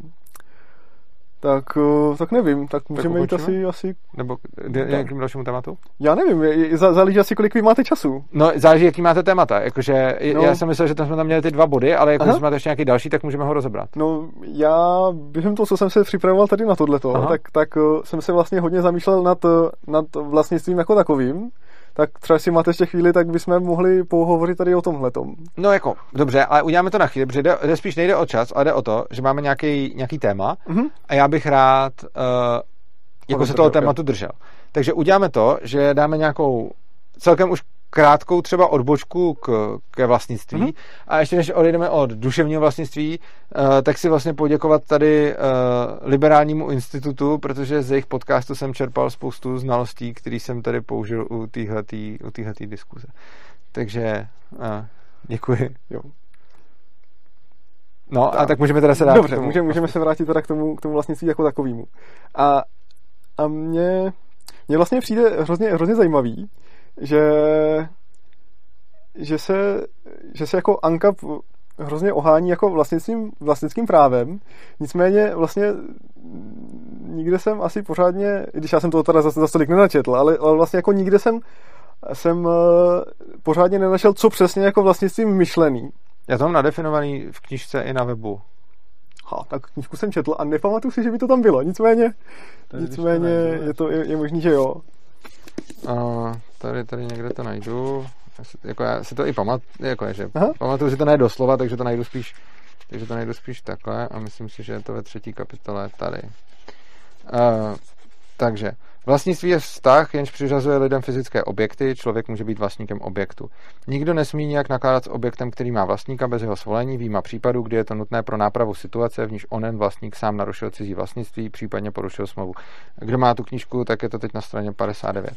Tak nevím, tak můžeme jít asi... Nebo nějakým dalšímu tématu? Já nevím, záleží asi, kolik vy máte času. No, záleží, jaký máte témata. Jakože, já jsem myslel, že tam jsme tam měli ty 2 body, ale jako máte ještě nějaký další, tak můžeme ho rozebrat. No, já během toho, co jsem se připravoval tady na tohleto, tak jsem se vlastně hodně zamýšlel nad vlastnictvím jako takovým. Tak třeba si máte ještě chvíli, tak bychom mohli pohovořit tady o tomhletom. No jako, dobře, ale uděláme to na chvíli, protože spíš nejde o čas, ale jde o to, že máme nějaký téma a já bych rád jako se toho tématu držel. Takže uděláme to, že dáme nějakou celkem už krátkou třeba odbočku ke vlastnictví a ještě než odejdeme od duševního vlastnictví, tak si vlastně poděkovat tady Liberálnímu institutu, protože z jejich podcastu jsem čerpal spoustu znalostí, které jsem tady použil u téhletý diskuze. Takže děkuji. Jo. No tak. A tak můžeme teda se dát. Dobře, můžeme se vrátit teda k tomu vlastnictví jako takovému. A mně vlastně přijde hrozně zajímavý, že se jako ANCAP hrozně ohání jako vlastnickým právem, nicméně vlastně nikde jsem asi pořádně, když já jsem toho teda za stolik nenačetl, ale vlastně jako nikde jsem pořádně nenašel, co přesně jako vlastnictvím myšlený. Já to mám nadefinovaný v knížce i na webu. Tak knížku jsem četl a nepamatuju si, že by to tam bylo, nicméně je možný, že jo. Tady někde to najdu. Já si to i pamatuju si to ne doslova, takže to najdu spíš takhle a myslím si, že je to ve 3. kapitole tady. Takže vlastnictví je vztah, jenž přiřazuje lidem fyzické objekty, člověk může být vlastníkem objektu. Nikdo nesmí nijak nakládat s objektem, který má vlastníka bez jeho svolení, vyjma případů, kdy je to nutné pro nápravu situace, v níž onen vlastník sám narušil cizí vlastnictví, případně porušil smlouvu. Kdo má tu knížku, tak je to teď na straně 59.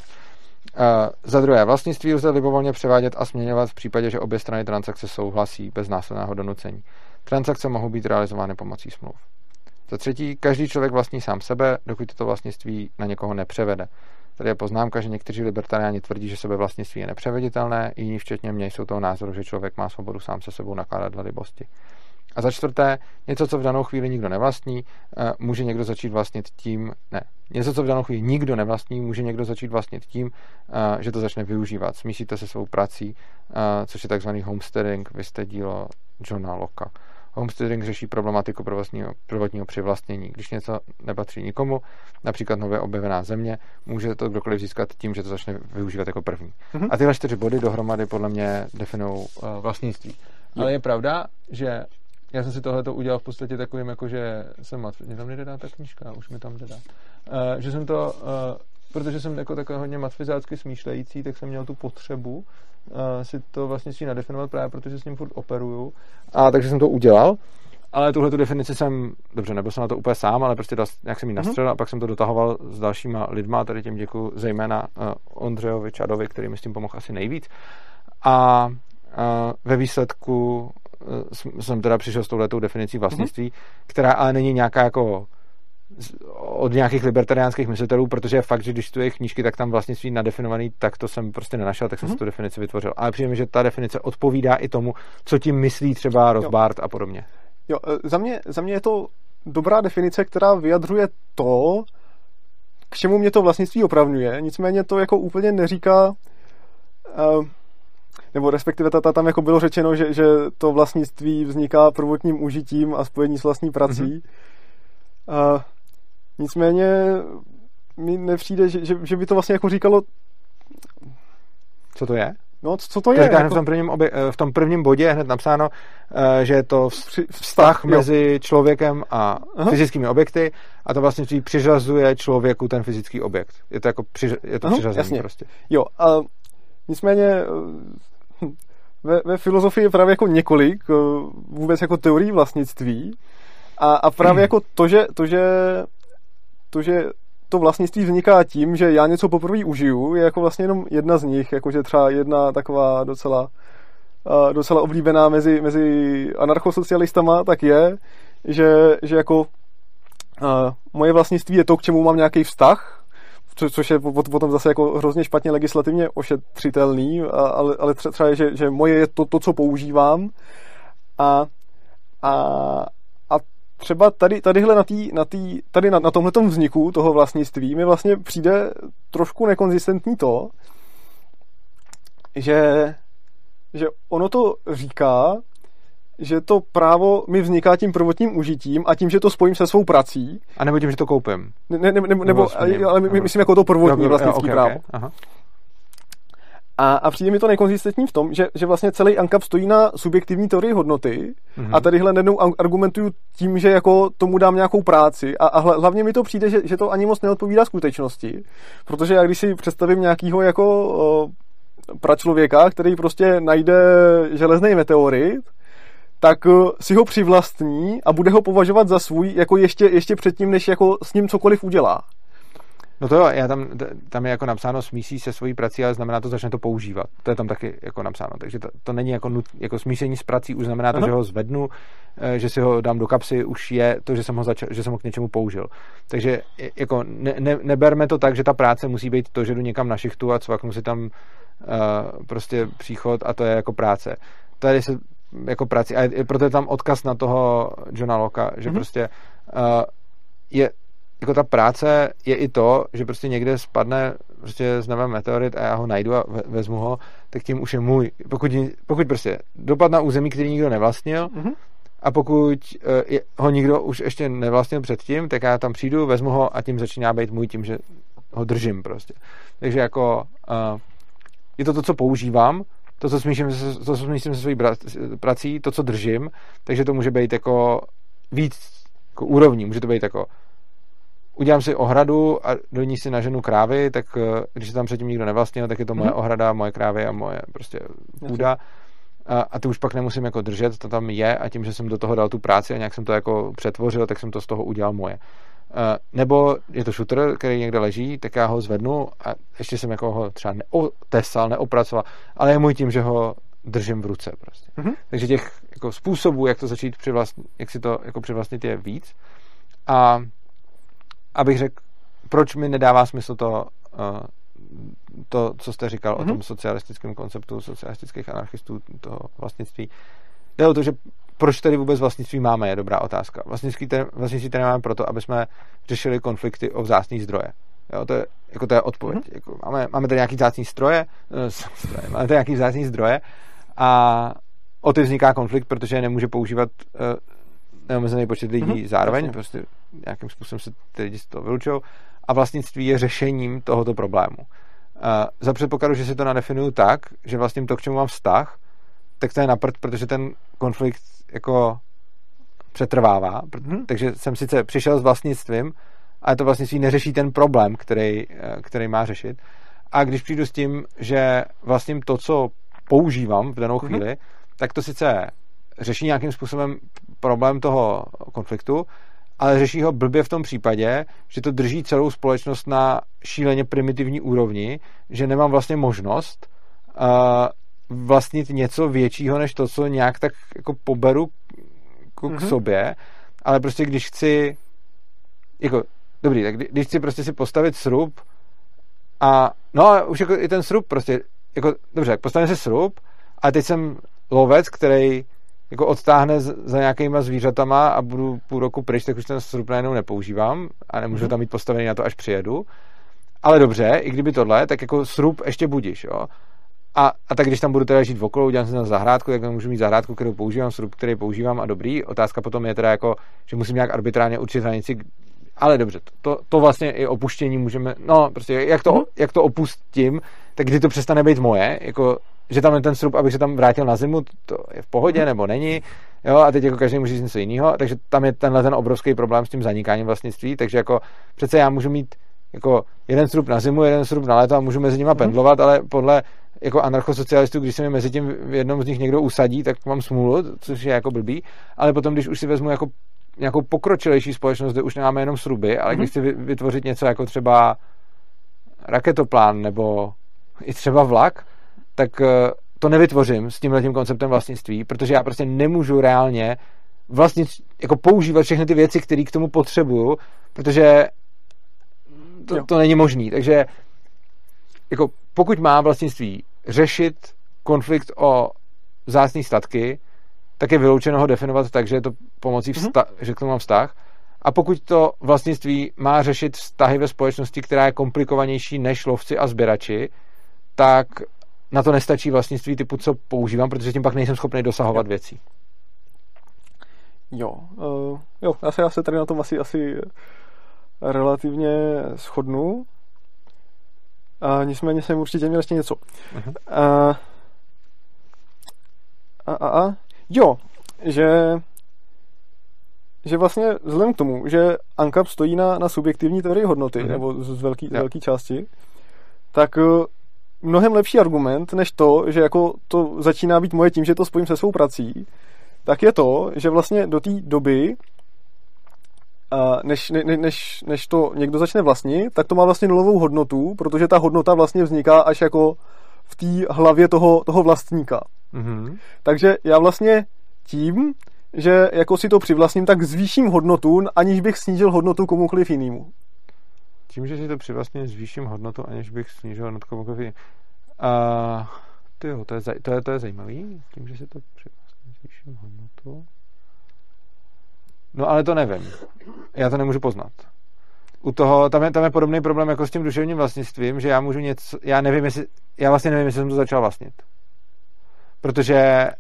Za druhé, vlastnictví lze libovolně převádět a směňovat v případě, že obě strany transakce souhlasí bez následného donucení. Transakce mohou být realizovány pomocí smluv. Za třetí, každý člověk vlastní sám sebe, dokud toto vlastnictví na někoho nepřevede. Tady je poznámka, že někteří libertariáni tvrdí, že sebevlastnictví je nepřeveditelné, jiní včetně mě jsou toho názoru, že člověk má svobodu sám se sebou nakládat dle libosti. A za čtvrté, něco, co v danou chvíli nikdo nevlastní, může někdo začít vlastnit tím, něco, co v danou chvíli nikdo nevlastní, může někdo začít vlastnit tím, že to začne využívat. Smísíte se svou prací, což je takzvaný homesteading, vy jste dílo Johna Locka. Homesteading řeší problematiku prvotního přivlastnění. Když něco nepatří nikomu, například nově objevená země, může to kdokoliv získat tím, že to začne využívat jako první. A tyhle 4 body dohromady podle mě definují vlastnictví. Ale je pravda, že já jsem si tohleto udělal v podstatě takovým, jako že jsem mě tam nejde dát ta knížka, už mi tam jde dát. Že jsem to, protože jsem jako takový hodně matfizácky smýšlející, tak jsem měl tu potřebu si to vlastnictví nadefinovat právě, protože s ním furt operuju. A takže jsem to udělal, ale tuhletu definici nebyl jsem na to úplně sám, ale prostě nějak jsem ji nastřelil a pak jsem to dotahoval s dalšíma lidma, tady těm děkuju zejména Ondřejovi Čadovi, který mi s tím pomohl asi nejvíc. A ve výsledku jsem teda přišel s touhletou definicí vlastnictví, která ale není nějaká jako od nějakých libertariánských myslitelů, protože je fakt, že když tu jejich knížky, tak tam vlastnictví nadefinovaný, tak to jsem prostě nenašel, tak jsem si tu definici vytvořil. Ale přijde mi, že ta definice odpovídá i tomu, co tím myslí třeba Rothbard a podobně. Jo, za mě je to dobrá definice, která vyjadřuje to, k čemu mě to vlastnictví opravňuje, nicméně to jako úplně neříká nebo respektive tam jako bylo řečeno, že to vlastnictví vzniká prvotním užitím a spojení s vlastní prací. Nicméně mi nepřijde, že by to vlastně jako říkalo... Co to je? No, co to je? To říká jako... v tom prvním bodě je hned napsáno, že je to vztah mezi člověkem a fyzickými objekty a to vlastně přiřazuje člověku ten fyzický objekt. Je to jako přiřazený jasně. prostě. Jo, a nicméně ve filozofii je právě jako několik vůbec jako teorií vlastnictví a právě jako to, že to vlastnictví vzniká tím, že já něco poprvé užiju, je jako vlastně jenom jedna z nich, jakože třeba jedna taková docela oblíbená mezi anarchosocialistama, tak je, že jako moje vlastnictví je to, k čemu mám nějaký vztah, což je potom zase jako hrozně špatně legislativně ošetřitelný, ale třeba je, že moje je to, co používám a třeba tadyhle na tomhletom vzniku toho vlastnictví mi vlastně přijde trošku nekonzistentní to, že ono to říká, že to právo mi vzniká tím prvotním užitím a tím, že to spojím se svou prací. A nebo tím, že to koupím. Ale myslím jako to prvotní vlastnický právo. Okay. Aha. A přijde mi to nekonzistentní v tom, že vlastně celý ANCAP stojí na subjektivní teorii hodnoty a tadyhle najednou argumentuju tím, že jako tomu dám nějakou práci a hlavně mi to přijde, že to ani moc neodpovídá skutečnosti, protože já když si představím nějakýho jako pračlověka, který prostě najde železný meteorit, tak si ho přivlastní a bude ho považovat za svůj jako ještě předtím, než jako s ním cokoliv udělá. No to jo, tam je jako napsáno smísí se svojí prací, ale znamená to, začne to používat. To je tam taky jako napsáno. Takže to není jako smíšení s prací, už znamená to, že ho zvednu, že si ho dám do kapsy, už je to, že jsem ho k něčemu použil. Takže jako neberme to tak, že ta práce musí být to, že jdu někam na šichtu a cvaknu si tam prostě příchod a to je jako práce. Tady se jako práci, a proto je tam odkaz na toho Johna Locka, že prostě je jako ta práce je i to, že prostě někde spadne prostě z nebe meteorit a já ho najdu a vezmu ho, tak tím už je můj. Pokud prostě dopad na území, který nikdo nevlastnil a pokud ho nikdo už ještě nevlastnil předtím, tak já tam přijdu, vezmu ho a tím začíná být můj tím, že ho držím prostě. Takže jako je to, co používám, to, co smíším se svojí prací, to, co držím, takže to může být jako víc jako úrovní, může to být jako udělám si ohradu a do ní si naženu krávy, tak když se tam předtím nikdo nevlastnil, tak je to moje ohrada, moje krávy a moje prostě půda. A ty už pak nemusím jako držet, to tam je a tím, že jsem do toho dal tu práci a nějak jsem to jako přetvořil, tak jsem to z toho udělal moje. Nebo je to šuter, který někde leží, tak já ho zvednu a ještě jsem jako ho třeba neotesal, neopracoval, ale je můj tím, že ho držím v ruce prostě. Takže těch jako způsobů, jak to začít jak si to jako přivlastnit je víc. A abych řekl, proč mi nedává smysl to, co jste říkal o tom socialistickém konceptu socialistických anarchistů, toho vlastnictví. Jde o to, že proč tady vůbec vlastnictví máme, je dobrá otázka. Vlastnictví tady máme proto, aby jsme řešili konflikty o vzácný zdroje. Jo, to je odpověď. Jako máme tady nějaký vzácný máme tady nějaký vzácný zdroje a o ty vzniká konflikt, protože nemůže používat neomezený počet lidí zároveň, prostě nějakým způsobem se ty lidi z toho vylučují a vlastnictví je řešením tohoto problému. Za předpokladu, že si to nadefinuju tak, že vlastně to, k čemu mám vztah, tak to je na prd, protože ten konflikt jako přetrvává, takže jsem sice přišel s vlastnictvím, ale to vlastnictví neřeší ten problém, který má řešit. A když přijdu s tím, že vlastním to, co používám v danou chvíli, tak to sice řeší nějakým způsobem problém toho konfliktu, ale řeší ho blbě v tom případě, že to drží celou společnost na šíleně primitivní úrovni, že nemám vlastně možnost vlastnit něco většího, než to, co nějak tak jako poberu k sobě, ale prostě když chci jako, dobrý, tak když chci prostě si postavit srub a už jako i ten srub prostě, jako, dobře, tak postavím si srub a teď jsem lovec, který jako odtáhne za nějakýma zvířatama a budu půl roku pryč, tak už ten srub najednou nepoužívám a nemůžu tam mít postavený na to, až přijedu. Ale dobře, i kdyby tohle, tak jako srub ještě budíš, jo. A tak když tam budu teda žít okolo, udělám si na zahrádku, tak můžu mít zahrádku, kterou používám, srub, který používám a dobrý. Otázka potom je teda jako, že musím nějak arbitrálně určit hranici, ale dobře, to vlastně i opuštění můžeme, prostě jak to opustím, tak kdy to přestane být moje, jako že tam je ten srub, abych se tam vrátil na zimu, to je v pohodě nebo není, jo, a teď jako každý může říct něco jiného, takže tam je ten obrovský problém s tím zanikáním vlastnictví, takže jako přece já můžu mít jako jeden srub na zimu, jeden srub na léto a můžu mezi nimi pendlovat, ale podle jako anarchosocialistů, když se mi mezi tím v jednom z nich někdo usadí, tak mám smůlu, což je jako blbý, ale potom, když už si vezmu jako nějakou pokročilejší společnost, kde už nemáme jenom sruby, ale když chci vytvořit něco jako třeba raketoplán nebo i třeba vlak, tak to nevytvořím s tímhletím konceptem vlastnictví, protože já prostě nemůžu reálně vlastnit, jako používat všechny ty věci, které k tomu potřebuju, protože to není možný. Takže jako pokud má vlastnictví řešit konflikt o vzácné statky, tak je vyloučeno ho definovat tak, že je to pomocí že k tomu mám vztah. A pokud to vlastnictví má řešit vztahy ve společnosti, která je komplikovanější než lovci a sběrači, tak na to nestačí vlastnictví typu, co používám, protože tím pak nejsem schopný dosahovat věcí. Jo, já se tady na tom asi relativně shodnu. A nicméně jsem určitě měl ještě něco. Jo, že vlastně vzhledem k tomu, že ANCAP stojí na subjektivní teorii hodnoty, nebo z velké části, tak mnohem lepší argument, než to, že jako to začíná být moje tím, že to spojím se svou prací, tak je to, že vlastně do té doby, než to někdo začne vlastnit, tak to má vlastně nulovou hodnotu, protože ta hodnota vlastně vzniká až jako v té hlavě toho vlastníka. Takže já vlastně tím, že jako si to přivlastním, tak zvýším hodnotu, aniž bych snížil hodnotu komukoliv jinému. Tím, že si to přivlastním, zvýším hodnotu, aniž bych snížil hodnotu komukoliv jinému. To je zajímavý. Tím, že si to přivlastním, zvýším hodnotu. No ale to nevím. Já to nemůžu poznat. U toho, tam je podobný problém jako s tím duševním vlastnictvím, že já můžu něco, já vlastně nevím, jestli jsem to začal vlastnit. Protože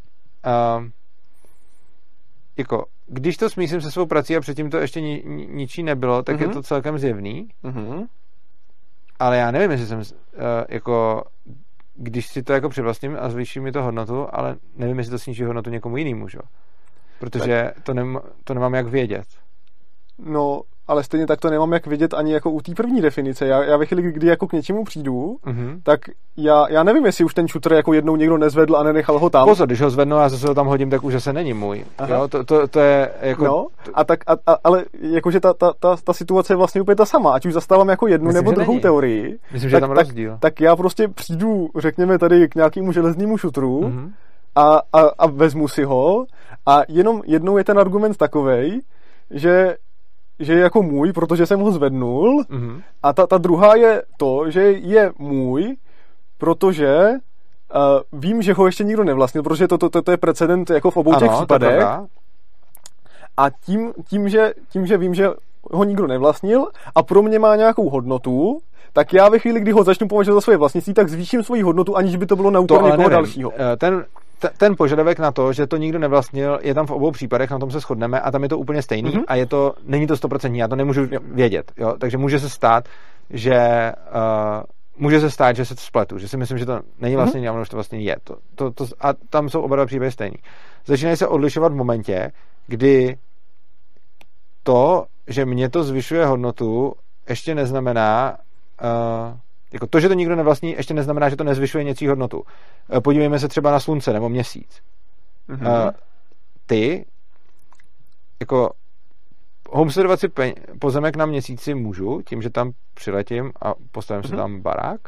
jako, když to smísím se svou prací a předtím to ještě ničí nebylo, tak je to celkem zjevný. Ale já nevím, jestli jsem jako, když si to jako přivlastním a zvýší mi to hodnotu, ale nevím, jestli to sníží hodnotu někomu jinému, že? Protože to nemám jak vědět. No, ale stejně tak to nemám jak vědět ani jako u té první definice. Já ve chvíli, kdy jako k něčemu přijdu, tak já nevím, jestli už ten šuter jako jednou někdo nezvedl a nenechal ho tam. Pozor, když ho zvednu a zase ho tam hodím, tak už zase není můj. Jo, to je jako... No, ale jakože ta situace je vlastně úplně ta sama. Ať už zastávám jako jednu nebo druhou teorii. Myslím, že je tam rozdíl. Tak já prostě přijdu, řekněme tady k nějakému železnému šutru a vezmu si ho a jenom jednou je ten argument takovej, že je jako můj, protože jsem ho zvednul a ta druhá je to, že je můj, protože vím, že ho ještě nikdo nevlastnil, protože to je precedent jako v obou těch případech. A tím, že vím, že ho nikdo nevlastnil a pro mě má nějakou hodnotu, tak já ve chvíli, kdy ho začnu považovat za svoje vlastnictví, tak zvýším svoji hodnotu, aniž by to bylo na úkor někoho dalšího. Ten požadavek na to, že to nikdo nevlastnil, je tam v obou případech, na tom se shodneme a tam je to úplně stejný a není to 100%, já to nemůžu vědět. Jo? Takže může se stát, že se to spletu, že si myslím, že to není vlastně, ale už to vlastně je. A tam jsou oba dva případy stejný. Začínají se odlišovat v momentě, kdy to, že mě to zvyšuje hodnotu, ještě neznamená, jako to, že to nikdo nevlastní, ještě neznamená, že to nezvyšuje něčí hodnotu. Podívejme se třeba na slunce nebo měsíc. Ty jako homesteadovat si pozemek na měsíci můžu, tím, že tam přiletím a postavím si tam barák.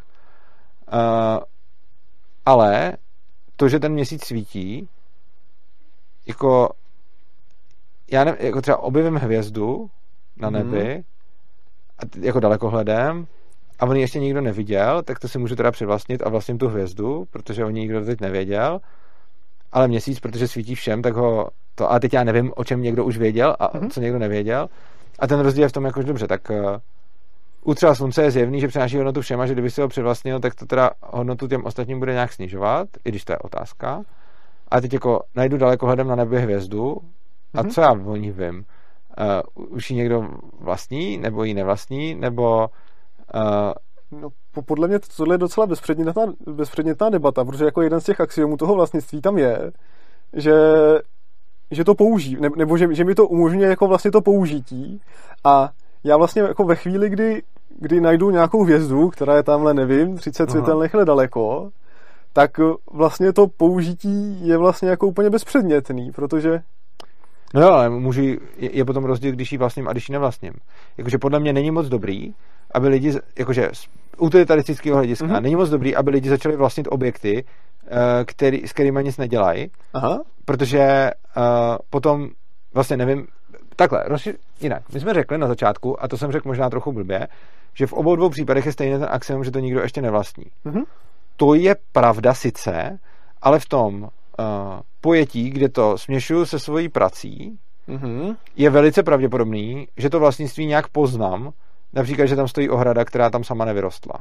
Ale to, že ten měsíc svítí, jako já nevím, jako třeba objevím hvězdu na nebi a jako dalekohledem a on ji ještě nikdo neviděl, tak to si můžu teda přivlastnit a vlastním tu hvězdu, protože o ní nikdo teď nevěděl, ale měsíc, protože svítí všem, tak ho to, a teď já nevím, o čem někdo už věděl a co někdo nevěděl. A ten rozdíl je v tom jakož dobře, tak u třeba slunce je zjevný, že přináší hodnotu všem a že kdyby si ho přivlastnil, tak to teda hodnotu těm ostatním bude nějak snižovat, i když to je otázka. A teď jako najdu dalekohledem na nebi hvězdu a co já o ní vím? Už ji někdo vlastní, nebo ji nevlastní, nebo No, podle mě tohle je docela bezpředmětná debata, protože jako jeden z těch axiomů toho vlastnictví tam je, že to použí, nebo že mi to umožňuje jako vlastně to použití a já vlastně jako ve chvíli, kdy najdu nějakou hvězdu, která je tamhle, nevím, 30 světelných let daleko, tak vlastně to použití je vlastně jako úplně bezpředmětný, protože... No jo, ale je potom rozdíl, když ji vlastním a když ji nevlastním. Jakože podle mě není moc dobrý, aby lidi, jakože z utilitaristického hlediska, není moc dobrý, aby lidi začali vlastnit objekty, s kterými nic nedělají, protože potom vlastně nevím, takhle, jinak, my jsme řekli na začátku, a to jsem řekl možná trochu blbě, že v obou dvou případech je stejně ten axiom, že to nikdo ještě nevlastní. To je pravda sice, ale v tom pojetí, kde to směšuju se svojí prací, je velice pravděpodobný, že to vlastnictví nějak poznám, například, že tam stojí ohrada, která tam sama nevyrostla.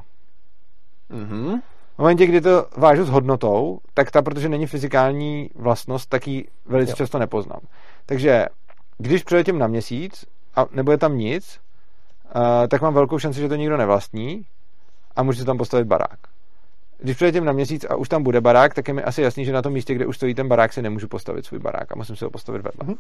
V momentě, kdy to vážu s hodnotou, tak ta, protože není fyzikální vlastnost, tak ji velice často nepoznám. Takže když přiletím na Měsíc a nebude tam nic, tak mám velkou šanci, že to nikdo nevlastní a můžu si tam postavit barák. Když přiletím na Měsíc a už tam bude barák, tak je mi asi jasný, že na tom místě, kde už stojí ten barák, si nemůžu postavit svůj barák a musím si ho postavit vedle.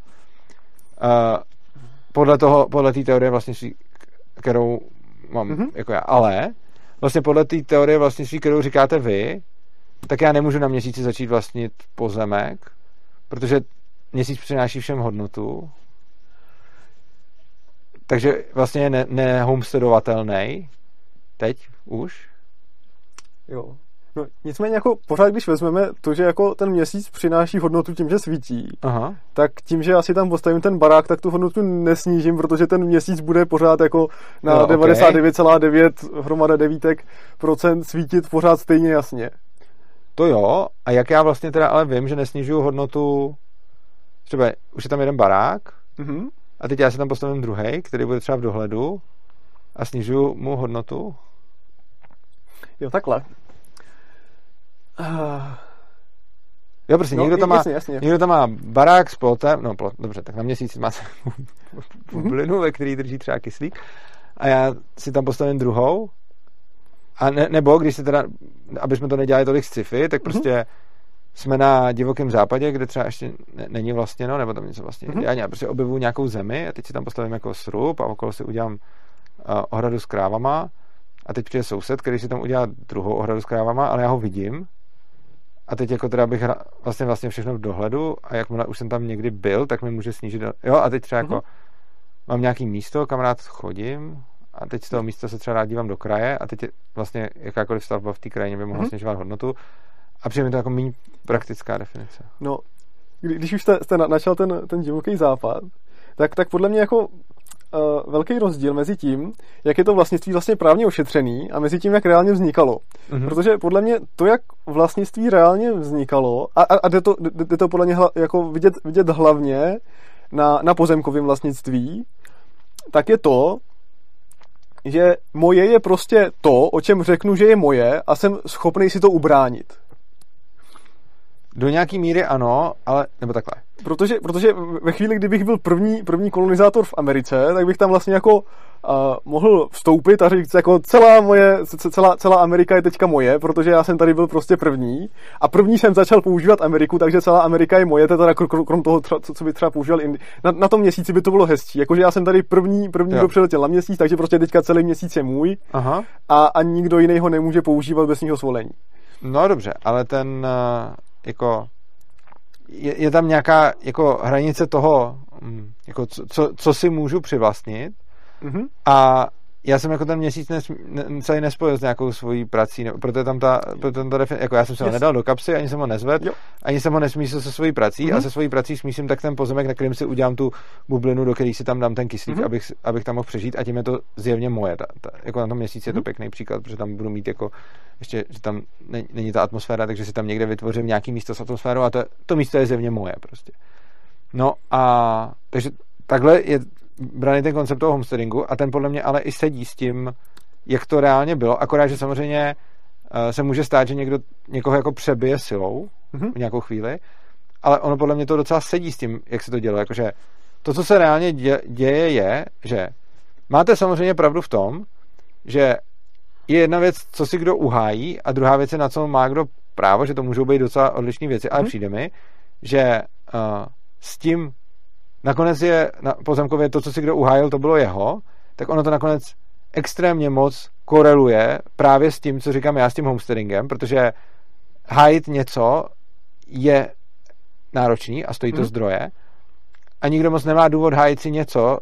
Podle té teorie vlastnictví, kterou mám jako já. Ale vlastně podle té teorie vlastnictví, kterou říkáte vy, tak já nemůžu na Měsíci začít vlastnit pozemek, protože Měsíc přináší všem hodnotu. Takže vlastně je nehomesteadovatelný. Teď už. Jo. No, nicméně jako pořád, když vezmeme to, že jako ten Měsíc přináší hodnotu tím, že svítí, tak tím, že asi tam postavím ten barák, tak tu hodnotu nesnížím, protože ten Měsíc bude pořád jako na 99,9 hromada devítek procent svítit pořád stejně jasně. To jo, a jak já vlastně teda ale vím, že nesnižuju hodnotu, třeba už je tam jeden barák, a teď já si tam postavím druhej, který bude třeba v dohledu a snižuju mu hodnotu. Jo, takhle. Jo, prostě no, někdo tam má barák s plotem, dobře, tak na Měsíci má bublinu, ve který drží třeba kyslík a já si tam postavím druhou a nebo když se teda, aby jsme to nedělali tolik sci-fi, tak prostě jsme na divokém západě, kde třeba ještě není vlastněno, nebo tam něco vlastně já prostě objevuju nějakou zemi a teď si tam postavím jako srub a okolo si udělám ohradu s krávama a teď přijde soused, který si tam udělá druhou ohradu s krávama, ale já ho vidím a teď jako teda bych vlastně všechno v dohledu a jakmile už jsem tam někdy byl, tak mi může snížit. Jo, a teď třeba jako mám nějaký místo, kam rád chodím a teď z toho místa se třeba rád dívám do kraje a teď je vlastně jakákoliv stavba v té krajině by mohla snižovat hodnotu a přijde mi to jako méně praktická definice. No, když už jste načal ten divoký západ, tak podle mě jako velký rozdíl mezi tím, jak je to vlastnictví vlastně právně ošetřený a mezi tím, jak reálně vznikalo. Protože podle mě to, jak vlastnictví reálně vznikalo, a jde to podle mě jako vidět hlavně na pozemkovém vlastnictví, tak je to, že moje je prostě to, o čem řeknu, že je moje a jsem schopný si to ubránit. Do nějaký míry ano, ale nebo takhle. Protože ve chvíli, kdybych byl první kolonizátor v Americe, tak bych tam vlastně jako mohl vstoupit a říct, jako celá Amerika je teďka moje, protože já jsem tady byl prostě první a první jsem začal používat Ameriku, takže celá Amerika je moje, teda krom toho, co by třeba používal na tom Měsíci by to bylo hezčí, jakože já jsem tady první kdo přiletěl na Měsíc, takže prostě teďka celý Měsíc je můj a nikdo jiný ho nemůže používat bez mého svolení. No dobře, ale ten jako je tam nějaká jako hranice toho, jako co si můžu přivlastnit a já jsem jako ten Měsíc celý nespojil s nějakou svojí prací, proto je tam ta definice, jako já jsem se ho nedal do kapsy, ani jsem ho nezvedl, ani jsem ho nesmísil se svojí prací a se svojí prací smísím tak ten pozemek, na kterým si udělám tu bublinu, do který si tam dám ten kyslík, abych tam mohl přežít a tím je to zjevně moje. Jako na tom Měsíci je to pěkný příklad, protože tam budu mít jako ještě, že tam není ta atmosféra, takže si tam někde vytvořím nějaký místo s atmosférou a to místo je zjevně moje prostě. No a takže takhle je braný ten koncept toho homesteadingu a ten podle mě ale i sedí s tím, jak to reálně bylo, akorát, že samozřejmě se může stát, že někdo někoho jako přebije silou v nějakou chvíli, ale ono podle mě to docela sedí s tím, jak se to dělo, jakože to, co se reálně děje, je, že máte samozřejmě pravdu v tom, že je jedna věc, co si kdo uhájí, a druhá věc je, na co má kdo právo, že to můžou být docela odlišné věci, ale přijde mi, že s tím nakonec je na pozemkově to, co si kdo uhájil, to bylo jeho, tak ono to nakonec extrémně moc koreluje právě s tím, co říkám já s tím homesteadingem, protože hájit něco je náročný a stojí to zdroje a nikdo moc nemá důvod hájit si něco,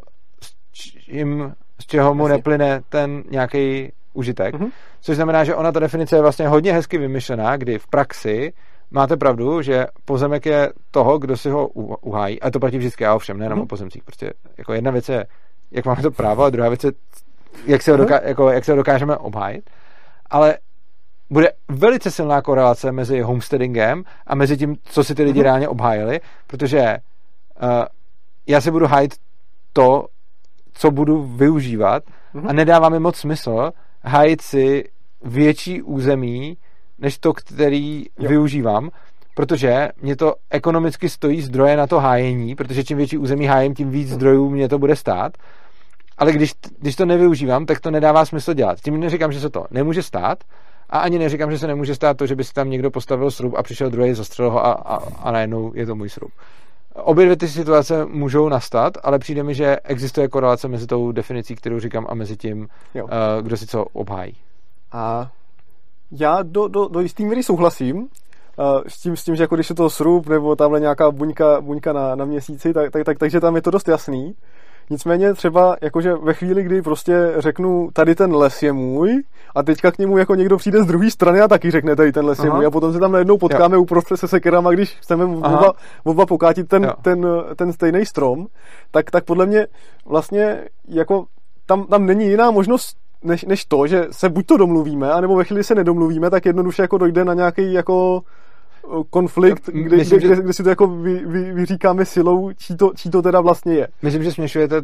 z čeho mu neplyne ten nějaký užitek. Což znamená, že ona ta definice je vlastně hodně hezky vymyšlená, kdy v praxi máte pravdu, že pozemek je toho, kdo si ho uhájí, a to platí vždycky a ovšem, nejenom o pozemcích. Prostě jako jedna věc je, jak máme to právo, a druhá věc je, jak se ho dokážeme obhájit. Ale bude velice silná korelace mezi homesteadingem a mezi tím, co si ty lidi reálně obhájili, protože já si budu hájit to, co budu využívat, a nedává mi moc smysl hájit si větší území, než to, který využívám, protože mě to ekonomicky stojí zdroje na to hájení, protože čím větší území hájím, tím víc zdrojů mě to bude stát. Ale když to nevyužívám, tak to nedává smysl dělat. Tím neříkám, že se to nemůže stát, a ani neříkám, že se nemůže stát to, že by si tam někdo postavil srub a přišel druhý, zastřelil ho a najednou je to můj srub. Obě dvě ty situace můžou nastat, ale přijde mi, že existuje korelace mezi tou definicí, kterou říkám, a mezi tím, kdo si co obhájí. A já do jistý míry souhlasím s tím, že jako když je to srub nebo tamhle nějaká buňka na měsíci, takže tam je to dost jasný. Nicméně třeba jakože ve chvíli, kdy prostě řeknu, tady ten les je můj, a teďka k němu jako někdo přijde z druhé strany a taky řekne, tady ten les je můj, a potom se tam najednou potkáme uprostřed se sekerama, když chceme oba pokátit ten stejný strom, tak podle mě vlastně jako tam není jiná možnost než to, že se buď to domluvíme, anebo ve chvíli se nedomluvíme, tak jednoduše jako dojde na nějaký jako konflikt, kde si to jako vyříkáme silou, čí to teda vlastně je. Myslím, že směšujete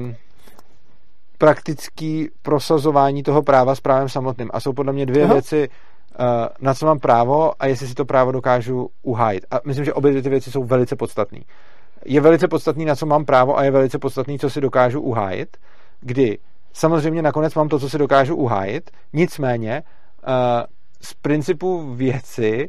praktický prosazování toho práva s právem samotným. A jsou podle mě dvě věci, na co mám právo a jestli si to právo dokážu uhájit. A myslím, že obě ty věci jsou velice podstatné. Je velice podstatný, na co mám právo, a je velice podstatný, co si dokážu uhájit, kdy samozřejmě nakonec mám to, co si dokážu uhájit, nicméně z principu věci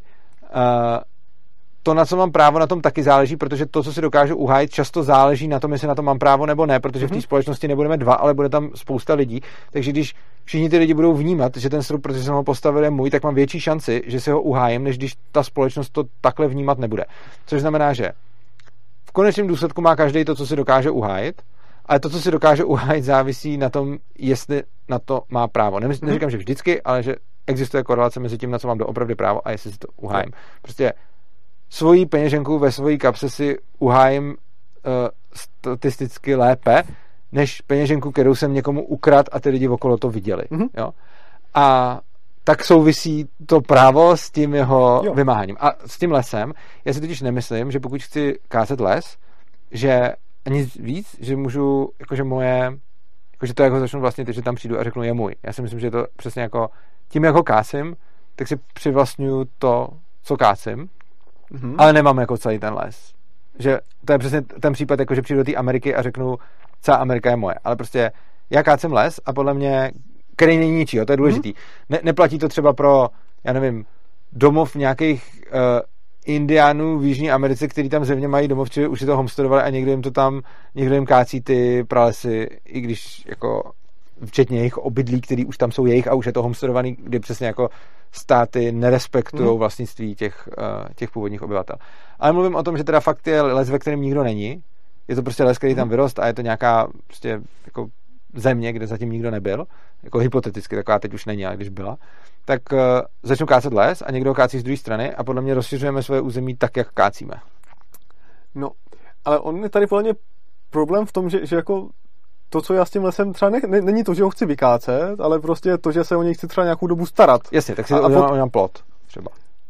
to, na co mám právo, na tom taky záleží, protože to, co si dokážu uhájit, často záleží na tom, jestli na to mám právo nebo ne, protože v té společnosti nebudeme dva, ale bude tam spousta lidí. Takže když všichni ty lidi budou vnímat, že ten srub, protože jsem ho postavil, je můj, tak mám větší šanci, že si ho uhájím, než když ta společnost to takhle vnímat nebude. Což znamená, že v konečném důsledku má každý to, co si dokáže uhájit, ale to, co si dokáže uhájit, závisí na tom, jestli na to má právo. Neříkám, že vždycky, ale že existuje korelace mezi tím, na co mám doopravdy právo, a jestli si to uhájím. Prostě svoji peněženku ve svojí kapse si uhájím statisticky lépe, než peněženku, kterou jsem někomu ukradl a ty lidi okolo to viděli. Jo? A tak souvisí to právo s tím jeho vymáháním. A s tím lesem, já si totiž nemyslím, že pokud chci kácet les, že nic víc, že můžu, jakože moje, jakože to jako začnu vlastně, že tam přijdu a řeknu, je můj. Já si myslím, že to přesně jako tím, jako kácím, tak si přivlastňuju to, co kácím, ale nemám jako celý ten les. Že to je přesně ten případ, jako že přijdu do té Ameriky a řeknu, celá Amerika je moje. Ale prostě já kácím les a podle mě, který není ničího, to je důležitý. Neplatí to třeba pro, já nevím, domov nějakých Indiánů v Jižní Americe, kteří tam zevně mají domov, či už si to homesteadovali a někdo jim kácí ty pralesy, i když jako včetně jejich obydlí, který už tam jsou jejich a už je to homesteadovaný, kdy přesně jako státy nerespektují vlastnictví těch původních obyvatel. Ale mluvím o tom, že teda fakt je les, ve kterém nikdo není. Je to prostě les, který tam vyrost a je to nějaká prostě jako země, kde zatím nikdo nebyl. Jako hypoteticky, taková teď už není, ale když byla. Tak začnu kácet les a někdo kácí z druhé strany a podle mě rozšiřujeme své území tak, jak kácíme. No, ale on je tady podle mě problém v tom, že jako to, co já s tím lesem třeba není to, že ho chci vykácet, ale prostě to, že se o něj chci třeba nějakou dobu starat. Jasně, tak si udělám plot třeba.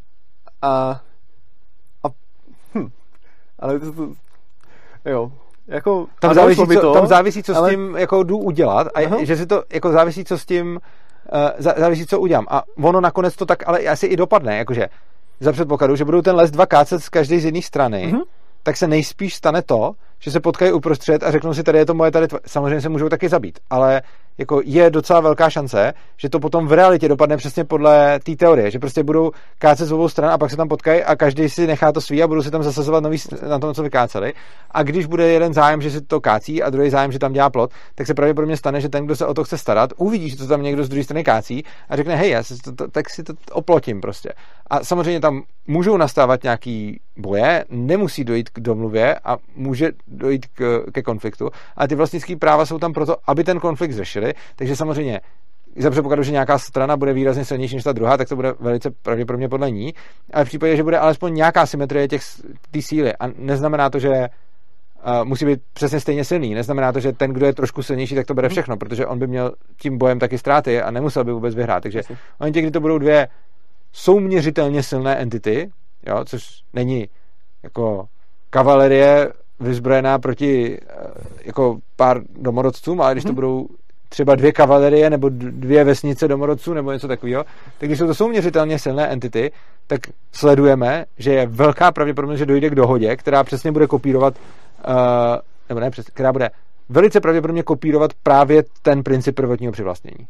Ale jo, jako tam závisí, co s tím jako jdu udělat a že si to jako závisí, co s tím závisí, co udělám. A ono nakonec to tak ale asi i dopadne, jakože za předpokladu, že budou ten les dva kácet z každé z jedné strany, tak se nejspíš stane to, že se potkají uprostřed a řeknou si, tady je to moje, tady tvoje. Samozřejmě se můžou taky zabít, ale jako je docela velká šance, že to potom v realitě dopadne přesně podle té teorie, že prostě budou kácet z obou stran a pak se tam potkají a každý si nechá to svý a budou si tam zasazovat nový na tom, co vykáceli. A když bude jeden zájem, že si to kácí a druhý zájem, že tam dělá plot, tak se pravděpodobně stane, že ten, kdo se o to chce starat, uvidí, že to tam někdo z druhé strany kácí a řekne, hej, tak si to oplotím prostě. A samozřejmě tam můžou nastávat nějaký boje, nemusí dojít k domluvě a může dojít ke konfliktu, ale ty vlastnické práva jsou tam proto, aby ten konflikt řešili, takže samozřejmě za předpokladu, že nějaká strana bude výrazně silnější než ta druhá, tak to bude velice pravděpodobně podle ní, ale v případě, že bude alespoň nějaká symetrie té síly a neznamená to, že musí být přesně stejně silný. Neznamená to, že ten, kdo je trošku silnější, tak to bere všechno, protože on by měl tím bojem taky ztráty a nemusel by vůbec vyhrát. Takže v momentě, kdy to budou dvě souměřitelně silné entity, jo, což není jako kavalerie vyzbrojená proti jako pár domorodcům, ale když to budou třeba dvě kavalerie nebo dvě vesnice domorodců nebo něco takového, tak když jsou to souměřitelně silné entity, tak sledujeme, že je velká pravděpodobnost, že dojde k dohodě, která přesně bude kopírovat nebo ne, která bude velice pravděpodobně kopírovat právě ten princip prvotního přivlastnění.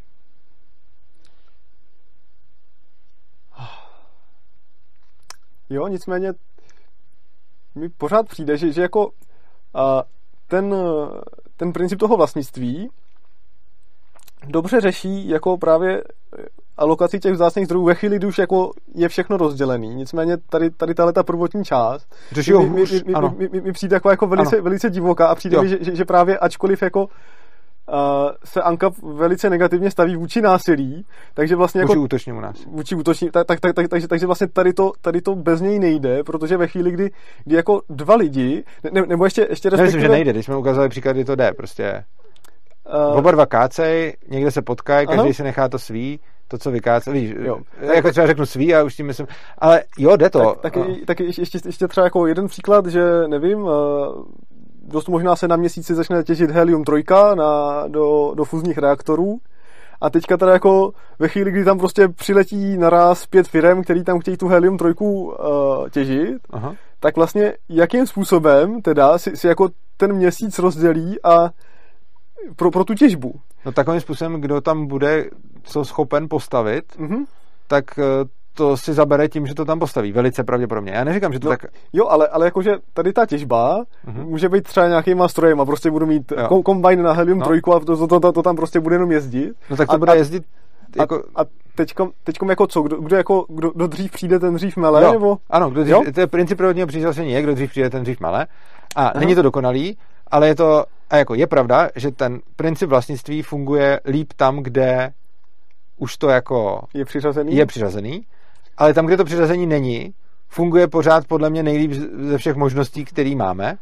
Jo, nicméně mi pořád přijde, že jako ten princip toho vlastnictví dobře řeší jako právě alokaci těch vzácných zdrojů ve chvíli, kdy už jako je všechno rozdělený. Nicméně tady tahleta prvotní část mi přijde jako velice divoká a přijde mi, že právě ačkoliv jako se Anka velice negativně staví vůči násilí, takže vlastně jako útočnému násilí. Vůči útočnímu, takže vlastně tady to bez něj nejde, protože ve chvíli, kdy jako dva lidi, nebo ještě respektive... Myslím, že nejde, když jsme ukázali příklad, kdy to jde, prostě oba dva kácej, někde se potkají, každý si nechá to svý, to, co vykáce, víš, jako třeba řeknu svý a už tím myslím, ale jo, jde to. Tak ještě třeba jako jeden příklad, že nevím, dost možná se na měsíci začne těžit helium-3 do fúzních reaktorů a teďka teda jako ve chvíli, kdy tam prostě přiletí naraz 5 firem, který tam chtějí tu helium-3 těžit, tak vlastně jakým způsobem teda si jako ten měsíc rozdělí a pro tu těžbu. No takovým způsobem, kdo tam bude co schopen postavit, tak to si zabere tím, že to tam postaví. Velice pravděpodobně. Já neříkám, že to tak... Jo, ale jakože tady ta těžba může být třeba nějakýma strojem a prostě budu mít kombajn na helium-3 a to tam prostě bude jenom jezdit. No tak to bude jezdit jako... A teďkom jako co? Kdo dřív přijde, ten dřív mele? Jo. Nebo? Ano, to je princip prvotního přihlášení je, kdo dřív přijde, ten dřív mele. A není to dokonalý, ale je to... A jako je pravda, že ten princip vlastnictví funguje líp tam, kde už to jako... Je přiřazený. Ale tam, kde to přiřazení není, funguje pořád podle mě nejlíp ze všech možností, které máme.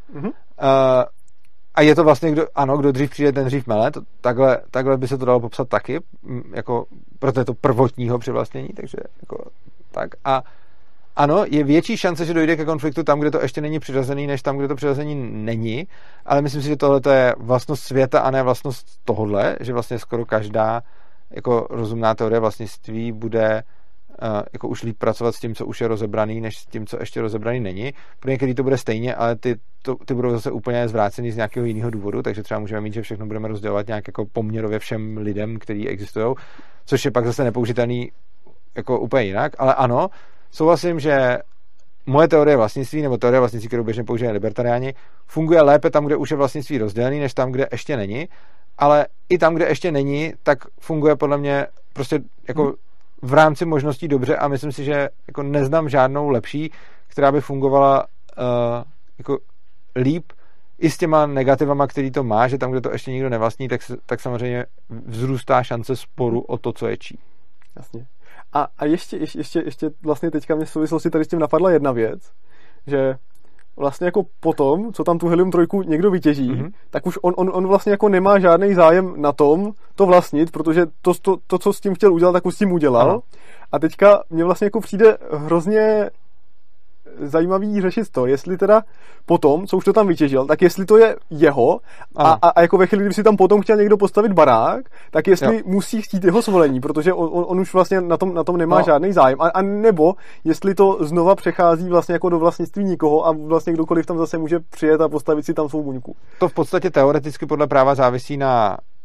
A je to vlastně, kdo dřív přijde, ten dřív mele. Takhle by se to dalo popsat taky, jako proto je to prvotního přivlastnění, takže jako tak. A ano, je větší šance, že dojde ke konfliktu tam, kde to ještě není přiřazený, než tam, kde to přiřazení není, ale myslím si, že tohle je vlastnost světa a ne vlastnost tohodle, že vlastně skoro každá jako rozumná teorie vlastnictví bude jako už líp pracovat s tím, co už je rozebraný, než s tím, co ještě rozebraný není. Pro některý to bude stejně, ale ty budou zase úplně zvrácený z nějakého jiného důvodu, takže třeba můžeme mít, že všechno budeme rozdělovat nějak jako poměrově všem lidem, kteří existují, což je pak zase nepoužitelný jako úplně jinak, ale ano, souhlasím, že moje teorie vlastnictví, nebo teorie vlastnictví, kterou běžně používají libertariáni, funguje lépe tam, kde už je vlastnictví rozdělený, než tam, kde ještě není, ale i tam, kde ještě není, tak funguje podle mě prostě jako v rámci možností dobře a myslím si, že jako neznám žádnou lepší, která by fungovala jako líp i s těma negativama, který to má, že tam, kde to ještě nikdo nevlastní, tak samozřejmě vzrůstá šance sporu o to, co je čí. Jasně. A ještě vlastně teďka mě v souvislosti tady s tím napadla jedna věc, že vlastně jako potom, co tam tu helium-3 někdo vytěží, tak už on vlastně jako nemá žádný zájem na tom to vlastnit, protože to, co s tím chtěl udělat, tak už s tím udělal. Ano. A teďka mně vlastně jako přijde hrozně zajímavý řešit to, jestli teda potom, co už to tam vytěžil, tak jestli to je jeho a jako ve chvíli, kdyby si tam potom chtěl někdo postavit barák, tak jestli musí chtít jeho svolení, protože on už vlastně na tom nemá žádný zájem. A nebo jestli to znova přechází vlastně jako do vlastnictví nikoho a vlastně kdokoliv tam zase může přijet a postavit si tam svou buňku. To v podstatě teoreticky podle práva závisí na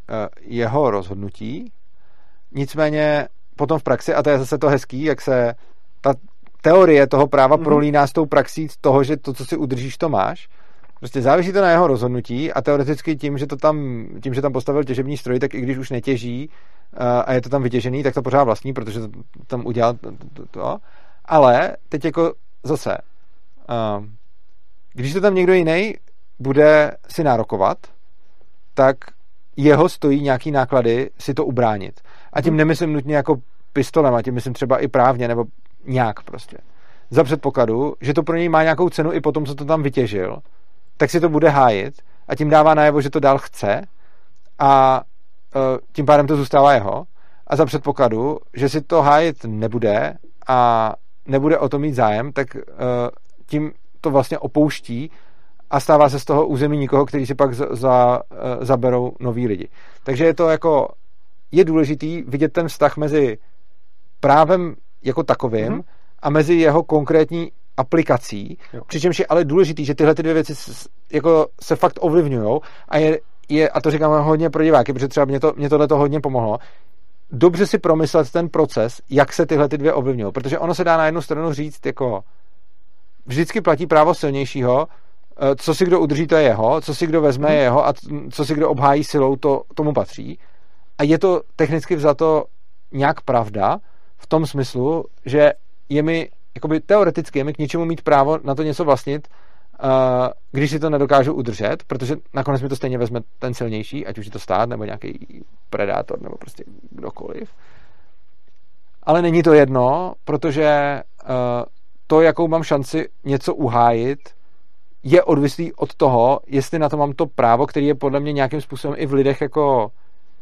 jeho rozhodnutí, nicméně potom v praxi, a to je zase to hezký, jak se ta teorie toho práva prolíná s tou praxí toho, že to, co si udržíš, to máš. Prostě závisí to na jeho rozhodnutí a teoreticky tím, že tam postavil těžební stroj, tak i když už netěží a je to tam vytěžený, tak to pořád vlastní, protože to tam udělal to. Ale teď jako zase, když to tam někdo jiný bude si nárokovat, tak jeho stojí nějaký náklady si to ubránit. A tím nemyslím nutně jako pistolem, a tím myslím třeba i právně, nebo nějak prostě. Za předpokladu, že to pro něj má nějakou cenu i po tom, co to tam vytěžil, tak si to bude hájit a tím dává najevo, že to dál chce a tím pádem to zůstává jeho. A za předpokladu, že si to hájit nebude a nebude o to mít zájem, tak tím to vlastně opouští a stává se z toho území nikoho, který si pak zaberou noví lidi. Takže je to jako, je důležitý vidět ten vztah mezi právem jako takovým a mezi jeho konkrétní aplikací, přičemž je ale důležitý, že tyhle ty dvě věci jako se fakt ovlivňujou a to říkám hodně pro diváky, protože třeba mě tohle to hodně pomohlo, dobře si promyslet ten proces, jak se tyhle ty dvě ovlivňují, protože ono se dá na jednu stranu říct jako vždycky platí právo silnějšího, co si kdo udrží, to je jeho, co si kdo vezme, je jeho a co si kdo obhájí silou, to tomu patří. A je to technicky vzato nějak pravda v tom smyslu, že je mi, jakoby teoreticky je mi k ničemu mít právo na to něco vlastnit, když si to nedokážu udržet, protože nakonec mi to stejně vezme ten silnější, ať už je to stát, nebo nějaký predátor, nebo prostě kdokoliv. Ale není to jedno, protože to, jakou mám šanci něco uhájit, je odvislý od toho, jestli na to mám to právo, který je podle mě nějakým způsobem i v lidech jako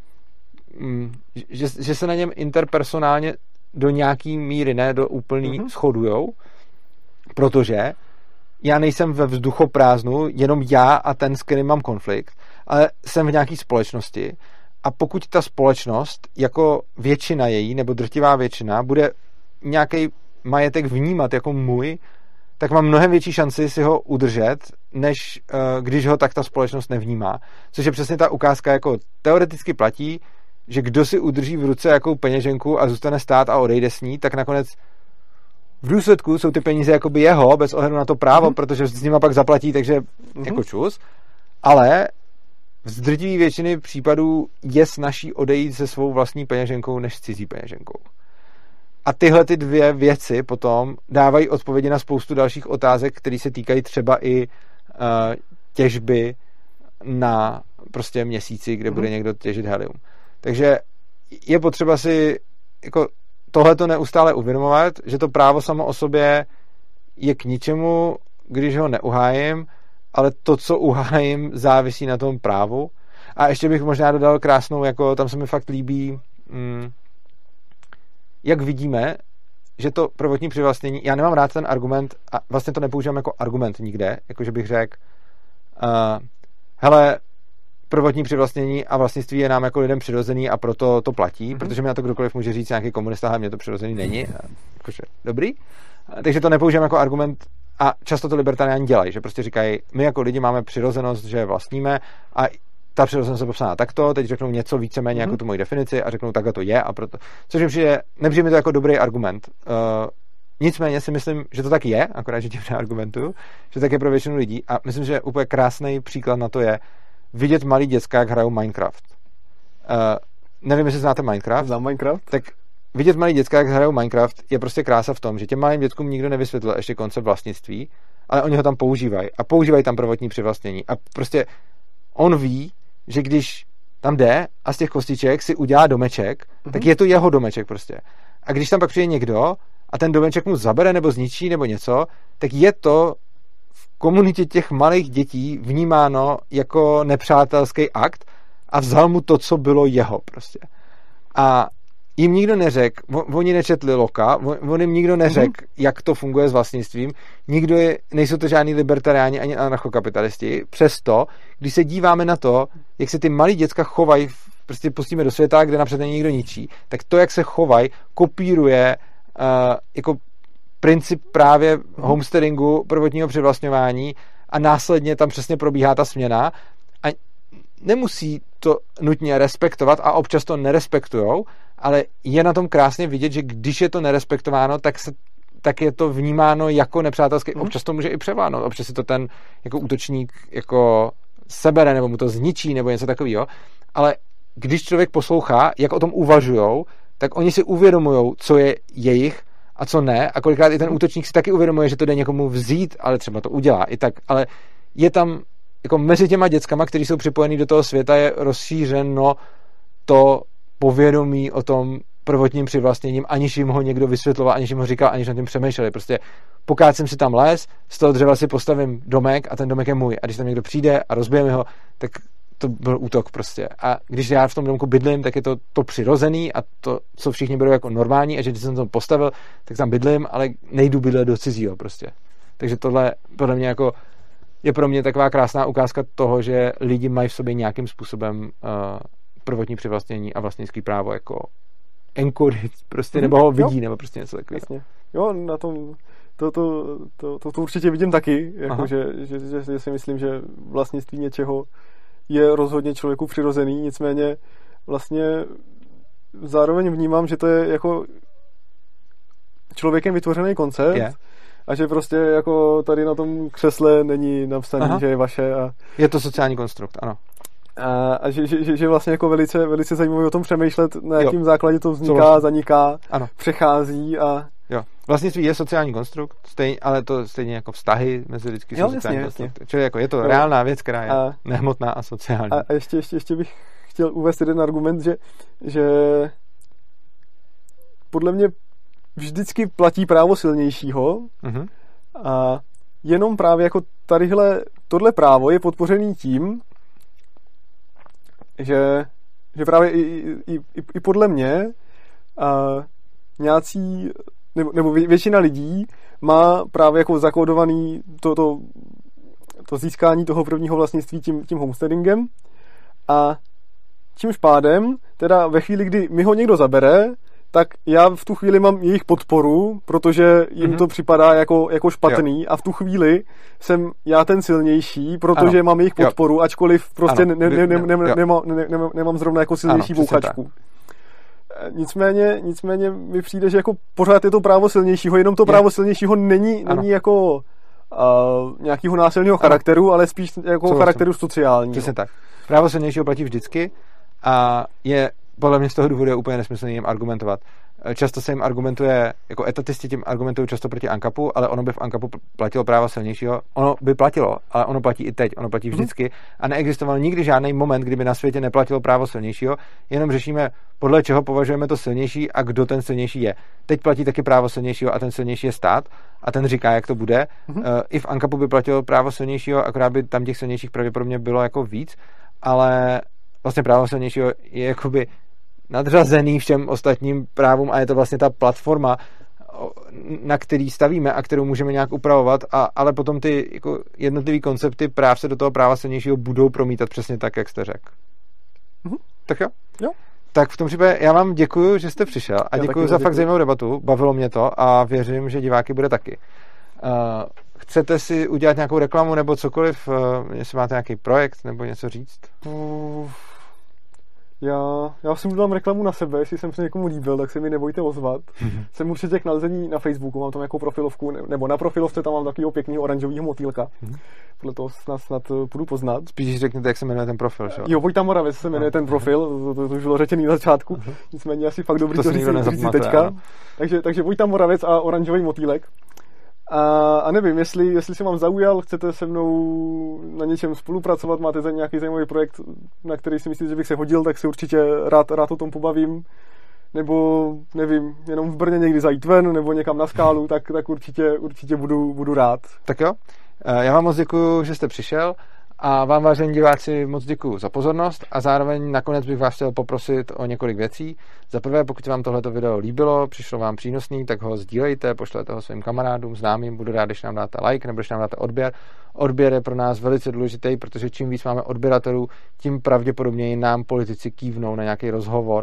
že se na něm interpersonálně do nějaký míry, ne do úplný, shodujou, protože já nejsem ve vzduchoprázdnu, jenom já a ten, s kterým mám konflikt, ale jsem v nějaký společnosti a pokud ta společnost jako většina její, nebo drtivá většina, bude nějaký majetek vnímat jako můj, tak mám mnohem větší šanci si ho udržet, než když ho tak ta společnost nevnímá. Což je přesně ta ukázka, jako teoreticky platí, že kdo si udrží v ruce jakou peněženku a zůstane stát a odejde s ní, tak nakonec v důsledku jsou ty peníze jakoby jeho, bez ohledu na to právo, protože s nima pak zaplatí, takže jako čus. Ale v drtivé většiny případů je snazší odejít se svou vlastní peněženkou než s cizí peněženkou. A tyhle ty dvě věci potom dávají odpovědi na spoustu dalších otázek, které se týkají třeba i těžby na prostě měsíci, kde bude někdo těžit helium. Takže je potřeba si jako tohleto neustále uvědomovat, že to právo samo o sobě je k ničemu, když ho neuhájím, ale to, co uhájím, závisí na tom právu. A ještě bych možná dodal krásnou, jako tam se mi fakt líbí, jak vidíme, že to prvotní přivlastnění, já nemám rád ten argument a vlastně to nepoužívám jako argument nikde, jakože bych řekl, hele, prvotní přivlastnění a vlastnictví je nám jako lidem přirozený a proto to platí, protože mi na to kdokoliv může říct nějaký komunista, ale mně to přirozený není. Jakože dobrý. Takže to nepoužívám jako argument a často to libertariáni dělají, že prostě říkají, my jako lidi máme přirozenost, že vlastníme a ta přirozenost je popsaná takto, teď řeknou něco víceméně jako tu moji definici a řeknou takhle to je a proto. Což mi přijde, nepřijde mi to jako dobrý argument. Nicméně si myslím, že to tak je, akorát, že tím neargumentuju, že tak je pro většinu lidí a myslím, že úplně krásný příklad na to je vidět malý děcka, jak hrajou Minecraft. Nevím, jestli znáte Minecraft. Znám Minecraft. Tak vidět malý děcka, jak hrajou Minecraft, je prostě krása v tom, že těm malým dětkům nikdo nevysvětlil ještě koncept vlastnictví, ale oni ho tam používají a používají tam prvotní přivlastnění. A prostě on ví, že když tam jde a z těch kostiček si udělá domeček, tak je to jeho domeček prostě. A když tam pak přijde někdo a ten domeček mu zabere nebo zničí nebo něco, tak je to v komunitě těch malých dětí vnímáno jako nepřátelský akt a vzal mu to, co bylo jeho prostě. A jim nikdo neřekl, oni nečetli Locka, on jim nikdo neřekl, jak to funguje s vlastnictvím, nejsou to žádní libertariáni ani anarchokapitalisti, přesto, když se díváme na to, jak se ty malí děcka chovají, prostě pustíme do světa, kde napřed není nikdo ničí, tak to, jak se chovají, kopíruje jako princip právě homesteadingu, prvotního přivlastňování a následně tam přesně probíhá ta směna a nemusí to nutně respektovat a občas to nerespektujou, ale je na tom krásně vidět, že když je to nerespektováno, tak je to vnímáno jako nepřátelské. Občas to může i převládnout. Občas si to ten jako útočník jako sebere, nebo mu to zničí, nebo něco takového. Ale když člověk poslouchá, jak o tom uvažujou, tak oni si uvědomujou, co je jejich a co ne. A kolikrát i ten útočník si taky uvědomuje, že to jde někomu vzít, ale třeba to udělá i tak. Ale je tam jako mezi těma dětskama, kteří jsou připojení do toho světa, je rozšířeno to povědomí o tom prvotním přivlastněním, aniž jim ho někdo vysvětloval, aniž jim ho říkal, aniž nad tím přemýšleli. Prostě pokácím si tam les, z toho dřeva si postavím domek a ten domek je můj. A když tam někdo přijde a rozbije mi ho, tak to byl útok prostě. A když já v tom domku bydlím, tak je to přirozený a to, co všichni berou jako normální, a že když jsem to postavil, tak tam bydlím, ale nejdu bydlet do cizího prostě. Takže tohle podle mě jako je pro mě taková krásná ukázka toho, že lidi mají v sobě nějakým způsobem prvotní přivlastnění a vlastnický právo jako encoded prostě, nebo ho vidí, nebo prostě něco takového. Jasně. Jo, na tom to určitě vidím taky, jako že si myslím, že vlastnictví něčeho je rozhodně člověku přirozený, nicméně vlastně zároveň vnímám, že to je jako člověkem vytvořený koncept a že prostě jako tady na tom křesle není napsaný, že je vaše. A je to sociální konstrukt, ano. A že vlastně jako velice zajímavé o tom přemýšlet, na jakým základě to vzniká, zaniká, přechází a... Jo. Vlastnictví je sociální konstrukt, ale to stejně jako vztahy mezi lidský jsou sociální konstrukt. Čili jako je to reálná věc, která je nehmotná a sociální. A ještě bych chtěl uvést jeden argument, že podle mě vždycky platí právo silnějšího a jenom právě jako tohle právo je podpořený tím, že právě i podle mě nějací nebo většina lidí má právě jako zakódovaný to získání toho prvního vlastnictví tím homesteadingem a čímž pádem teda ve chvíli, kdy mi ho někdo zabere, tak já v tu chvíli mám jejich podporu, protože jim to připadá jako špatný a v tu chvíli jsem já ten silnější, protože mám jejich podporu, ačkoliv prostě nemám zrovna jako silnější bouchačku. Nicméně mi přijde, že jako pořád je to právo silnějšího, jenom to právo silnějšího není jako nějakého násilného charakteru, ale spíš jako charakteru sociálního. Přesně tak. Právo silnějšího platí vždycky a je podle mě z toho důvodu je úplně nesmyslný jim argumentovat. Často se jim argumentuje, jako etatisti tím argumentují často proti ANCAPu, ale ono by v ANCAPu platilo právo silnějšího. Ono by platilo, ale ono platí i teď, ono platí vždycky a neexistoval nikdy žádný moment, kdyby na světě neplatilo právo silnějšího, jenom řešíme, podle čeho považujeme to silnější a kdo ten silnější je. Teď platí taky právo silnějšího a ten silnější je stát a ten říká, jak to bude. I v ANCAPu by platilo právo silnějšího, akorát by tam těch silnějších pravděpodobně bylo jako víc, ale vlastně právo silnějšího je jakoby nadřazený všem ostatním právům a je to vlastně ta platforma, na který stavíme a kterou můžeme nějak upravovat, ale potom ty jako jednotlivý koncepty práv se do toho práva silnějšího budou promítat přesně tak, jak jste řekl. Tak jo? Jo. Tak v tom případě já vám děkuju, že jste přišel a děkuju za fakt zajímavou debatu, bavilo mě to a věřím, že diváky bude taky. Chcete si udělat nějakou reklamu nebo cokoliv, jestli máte nějaký projekt nebo něco říct? Já si udělám reklamu na sebe, jestli jsem se někomu líbil, tak se mi nebojte ozvat. Jsem určitě k nalezení na Facebooku, mám tam jako profilovku, nebo na profilovce tam mám takového pěkného oranžového motýlka. Podle toho snad půjdu poznat. Spíš řekněte, jak se jmenuje ten profil, že? Jo, Vojta Moravec se jmenuje ten profil, to už bylo řečený na začátku, nicméně asi fakt dobrý to říct teďka. Takže Vojta Moravec a oranžový motýlek. A nevím, jestli se vám zaujal, chcete se mnou na něčem spolupracovat, máte nějaký zajímavý projekt, na který si myslíte, že bych se hodil, tak se určitě rád o tom pobavím. Nebo, nevím, jenom v Brně někdy zajít ven, nebo někam na skálu, tak určitě budu rád. Tak jo, já vám moc děkuju, že jste přišel a vám, vážení diváci, moc děkuju za pozornost a zároveň nakonec bych vás chtěl poprosit o několik věcí. Za prvé, pokud vám tohleto video líbilo, přišlo vám přínosný, tak ho sdílejte, pošlete ho svým kamarádům, známým, budu rád, když nám dáte like nebo když nám dáte odběr. Odběr je pro nás velice důležitý, protože čím víc máme odběratelů, tím pravděpodobněji nám politici kývnou na nějaký rozhovor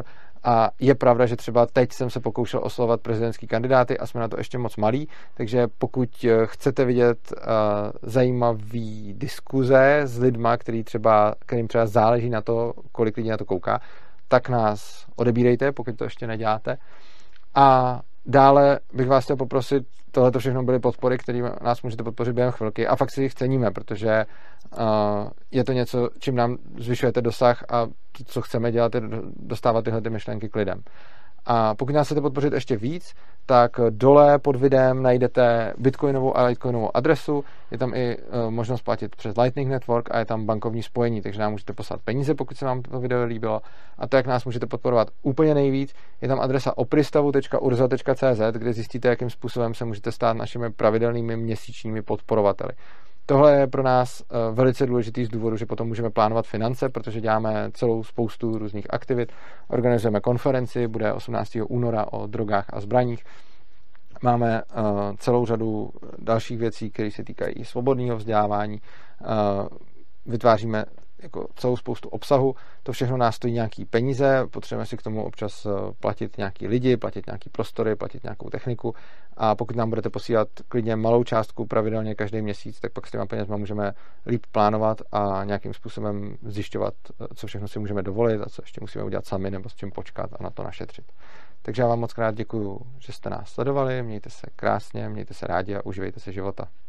A je pravda, že třeba teď jsem se pokoušel oslovovat prezidentský kandidáty a jsme na to ještě moc malí, takže pokud chcete vidět zajímavý diskuze s lidma, kterým třeba záleží na to, kolik lidí na to kouká, tak nás odebírejte, pokud to ještě neděláte. A dále bych vás chtěl poprosit, tohle to všechno byly podpory, které nás můžete podpořit během chvilky a fakt si jich ceníme, protože je to něco, čím nám zvyšujete dosah a to, co chceme dělat, je dostávat tyhle myšlenky k lidem. A pokud nás chcete podpořit ještě víc, tak dole pod videem najdete bitcoinovou a litecoinovou adresu, je tam i možnost platit přes Lightning Network a je tam bankovní spojení, takže nám můžete poslat peníze, pokud se vám to video líbilo. A to, jak nás můžete podporovat úplně nejvíc, je tam adresa opristavu.urza.cz, kde zjistíte, jakým způsobem se můžete stát našimi pravidelnými měsíčními podporovateli. Tohle je pro nás velice důležitý z důvodu, že potom můžeme plánovat finance, protože děláme celou spoustu různých aktivit. Organizujeme konferenci, bude 18. února o drogách a zbraních. Máme celou řadu dalších věcí, které se týkají svobodného vzdělávání. Vytváříme jako celou spoustu obsahu. To všechno nás stojí nějaký peníze, potřebujeme si k tomu občas platit nějaký lidi, platit nějaký prostory, platit nějakou techniku a pokud nám budete posílat klidně malou částku pravidelně každý měsíc, tak pak s těma penězma můžeme líp plánovat a nějakým způsobem zjišťovat, co všechno si můžeme dovolit a co ještě musíme udělat sami nebo s čím počkat a na to našetřit. Takže já vám moc krát děkuju, že jste nás sledovali, mějte se krásně, mějte se rádi a užívejte se života.